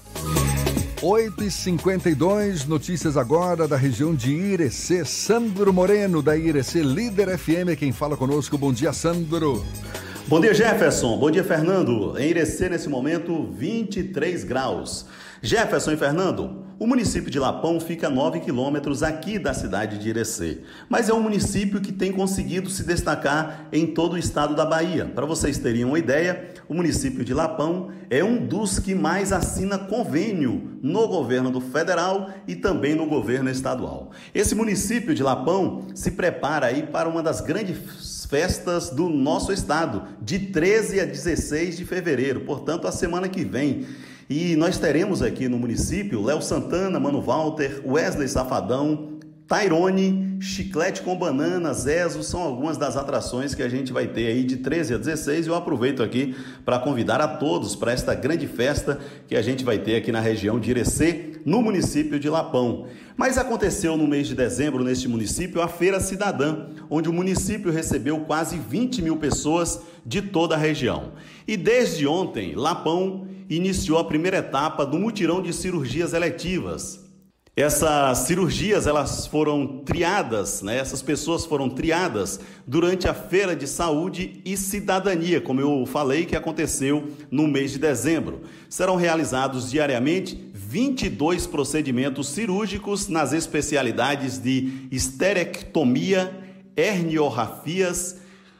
8h52, notícias agora da região de Irecê. Sandro Moreno, da Irecê Líder FM, quem fala conosco. Bom dia, Sandro. Bom dia, Jefferson. Bom dia, Fernando. Em Irecê, nesse momento, 23 graus. Jefferson e Fernando, o município de Lapão fica a 9 quilômetros aqui da cidade de Irecê, mas é um município que tem conseguido se destacar em todo o estado da Bahia. Para vocês terem uma ideia, o município de Lapão é um dos que mais assina convênio no governo do federal e também no governo estadual. Esse município de Lapão se prepara aí para uma das grandes festas do nosso estado, de 13 a 16 de fevereiro, portanto, a semana que vem. E nós teremos aqui no município Léo Santana, Mano Walter, Wesley Safadão, Tairone, Chiclete com Banana, Zezo, são algumas das atrações que a gente vai ter aí de 13 a 16. Eu aproveito aqui para convidar a todos para esta grande festa que a gente vai ter aqui na região de Irecê, no município de Lapão. Mas aconteceu no mês de dezembro, neste município, a Feira Cidadã, onde o município recebeu quase 20 mil pessoas de toda a região. E desde ontem, Lapão iniciou a primeira etapa do mutirão de cirurgias eletivas. Essas cirurgias, elas foram triadas, né? Essas pessoas foram triadas durante a Feira de Saúde e Cidadania, como eu falei, que aconteceu no mês de dezembro. Serão realizados diariamente 22 procedimentos cirúrgicos nas especialidades de esterectomia, herniorrafias,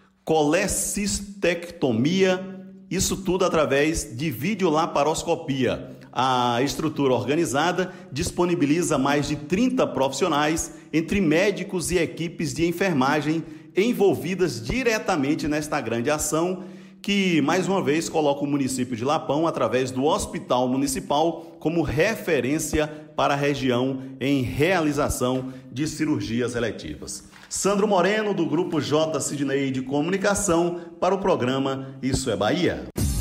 colecistectomia, isso tudo através de videolaparoscopia. A estrutura organizada disponibiliza mais de 30 profissionais, entre médicos e equipes de enfermagem, envolvidas diretamente nesta grande ação, que, mais uma vez, coloca o município de Lapão, através do Hospital Municipal, como referência para a região em realização de cirurgias eletivas. Sandro Moreno, do Grupo J. Sidney de Comunicação, para o programa Isso é Bahia.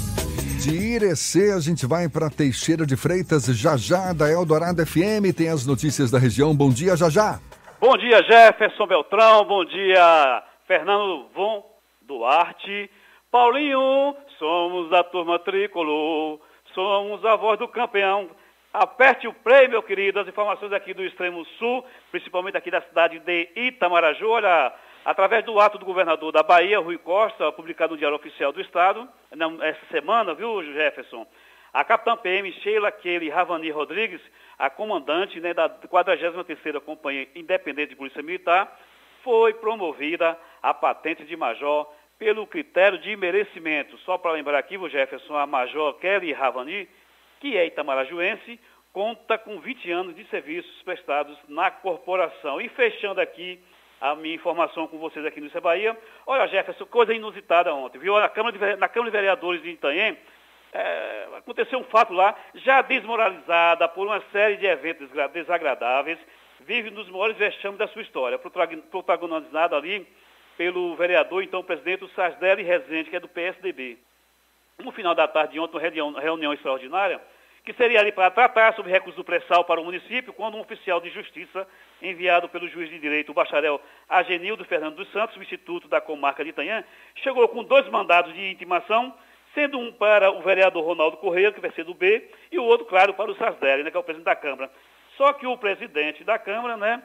De Irecê, a gente vai para Teixeira de Freitas, Jajá, da Eldorado FM, tem as notícias da região. Bom dia, Jajá. Bom dia, Jefferson Beltrão, bom dia, Fernando Von Duarte. Paulinho, somos a turma tricolor, somos a voz do campeão. Aperte o play, meu querido, as informações aqui do extremo sul, principalmente aqui da cidade de Itamaraju. Olha, através do ato do governador da Bahia, Rui Costa, publicado no Diário Oficial do Estado, essa semana, viu, Jefferson? A capitã PM Sheila Kelly Ravani Rodrigues, a comandante, né, da 43ª Companhia Independente de Polícia Militar, foi promovida a patente de major pelo critério de merecimento. Só para lembrar aqui, o Jefferson, a major Kelly Ravani, que é itamarajuense, conta com 20 anos de serviços prestados na corporação. E fechando aqui a minha informação com vocês aqui no Isso é Bahia, olha, Jefferson, coisa inusitada ontem, viu? Na Câmara de Vereadores de Itanhém, aconteceu um fato lá, já desmoralizada por uma série de eventos desagradáveis, vive nos maiores vexames da sua história, protagonizado ali pelo vereador, então presidente, o Sasdeli Rezende, que é do PSDB. No final da tarde de ontem, uma reunião extraordinária, que seria ali para tratar sobre recurso do pré-sal para o município, quando um oficial de justiça, enviado pelo juiz de direito, o bacharel Agenildo Fernando dos Santos, substituto da comarca de Itanhém, chegou com 2 mandados de intimação, sendo um para o vereador Ronaldo Correia, que vai ser do B, e o outro, claro, para o Sasdeli, né, que é o presidente da Câmara. Só que o presidente da Câmara, né,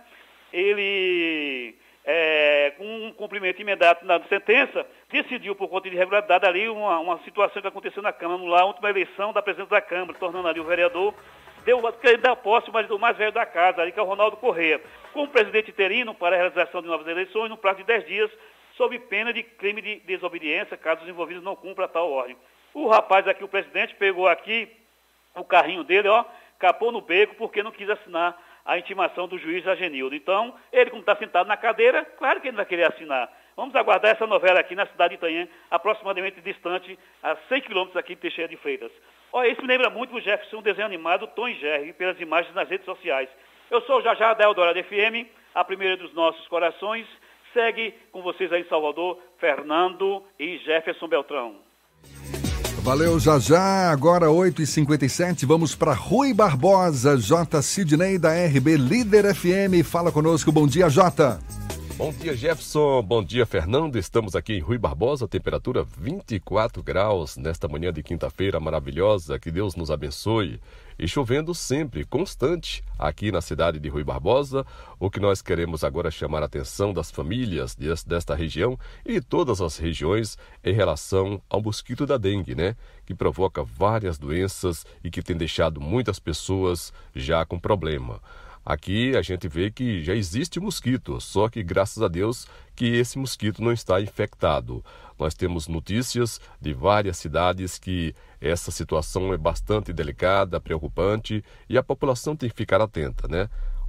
ele, com um cumprimento imediato na sentença, decidiu, por conta de irregularidade, ali uma situação que aconteceu na Câmara, anular a última eleição da presidência da Câmara, tornando ali o vereador, da posse, mas do mais velho da casa, ali, que é o Ronaldo Correia, como presidente interino para a realização de novas eleições, no prazo de 10 dias, sob pena de crime de desobediência, caso os envolvidos não cumpram tal ordem. O rapaz aqui, o presidente, pegou aqui o carrinho dele, capou no beco, porque não quis assinar a intimação do juiz Agenildo. Então, ele, como está sentado na cadeira, claro que ele vai querer assinar. Vamos aguardar essa novela aqui na cidade de Itanhém, aproximadamente distante, a 100 quilômetros aqui de Teixeira de Freitas. Olha, isso me lembra muito o Jefferson, um desenho animado Tom e Jerry, pelas imagens nas redes sociais. Eu sou o Jajá da Eldorado FM, a primeira dos nossos corações. Segue com vocês aí em Salvador, Fernando e Jefferson Beltrão. Valeu, Jajá. Agora 8h57, vamos para Rui Barbosa, J. Sidney da RB Líder FM. Fala conosco, bom dia, Jota. Bom dia, Jefferson. Bom dia, Fernando. Estamos aqui em Rui Barbosa, temperatura 24 graus nesta manhã de quinta-feira maravilhosa. Que Deus nos abençoe. E chovendo sempre, constante, aqui na cidade de Rui Barbosa. O que nós queremos agora é chamar a atenção das famílias desta região e de todas as regiões em relação ao mosquito da dengue, né? Que provoca várias doenças e que tem deixado muitas pessoas já com problema. Aqui a gente vê que já existe mosquito, só que graças a Deus que esse mosquito não está infectado. Nós temos notícias de várias cidades que essa situação é bastante delicada, preocupante e a população tem que ficar atenta, né?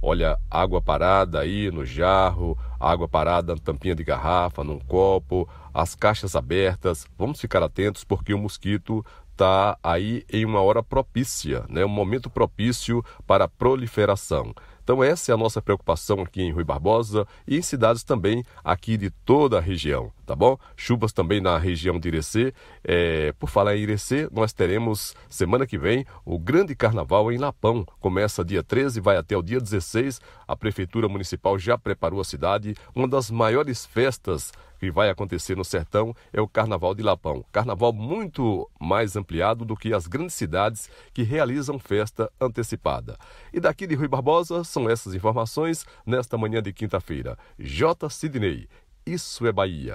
Olha, água parada aí no jarro, água parada na tampinha de garrafa, num copo, as caixas abertas. Vamos ficar atentos porque o mosquito está aí em uma hora propícia, né? Um momento propício para a proliferação. Então essa é a nossa preocupação aqui em Rui Barbosa e em cidades também aqui de toda a região, tá bom? Chuvas também na região de Irecê. Por falar em Irecê, nós teremos semana que vem o grande carnaval em Lapão. Começa dia 13 e vai até o dia 16. A Prefeitura Municipal já preparou a cidade. Uma das maiores festas que vai acontecer no sertão é o Carnaval de Lapão. Carnaval muito mais ampliado do que as grandes cidades que realizam festa antecipada. E daqui de Rui Barbosa são essas informações nesta manhã de quinta-feira. J. Sidney, isso é Bahia.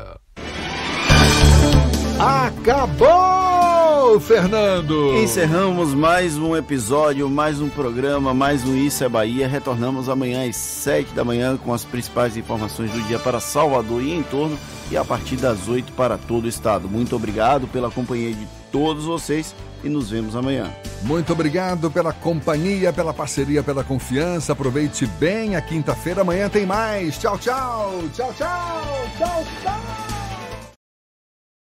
Acabou, Fernando! Encerramos mais um episódio, mais um programa, mais um Isso é Bahia. Retornamos amanhã às 7 da manhã com as principais informações do dia para Salvador e em torno e a partir das 8 para todo o estado. Muito obrigado pela companhia de todos vocês e nos vemos amanhã. Muito obrigado pela companhia, pela parceria, pela confiança. Aproveite bem a quinta-feira. Amanhã tem mais. Tchau, tchau. Tchau, tchau. Tchau, tchau.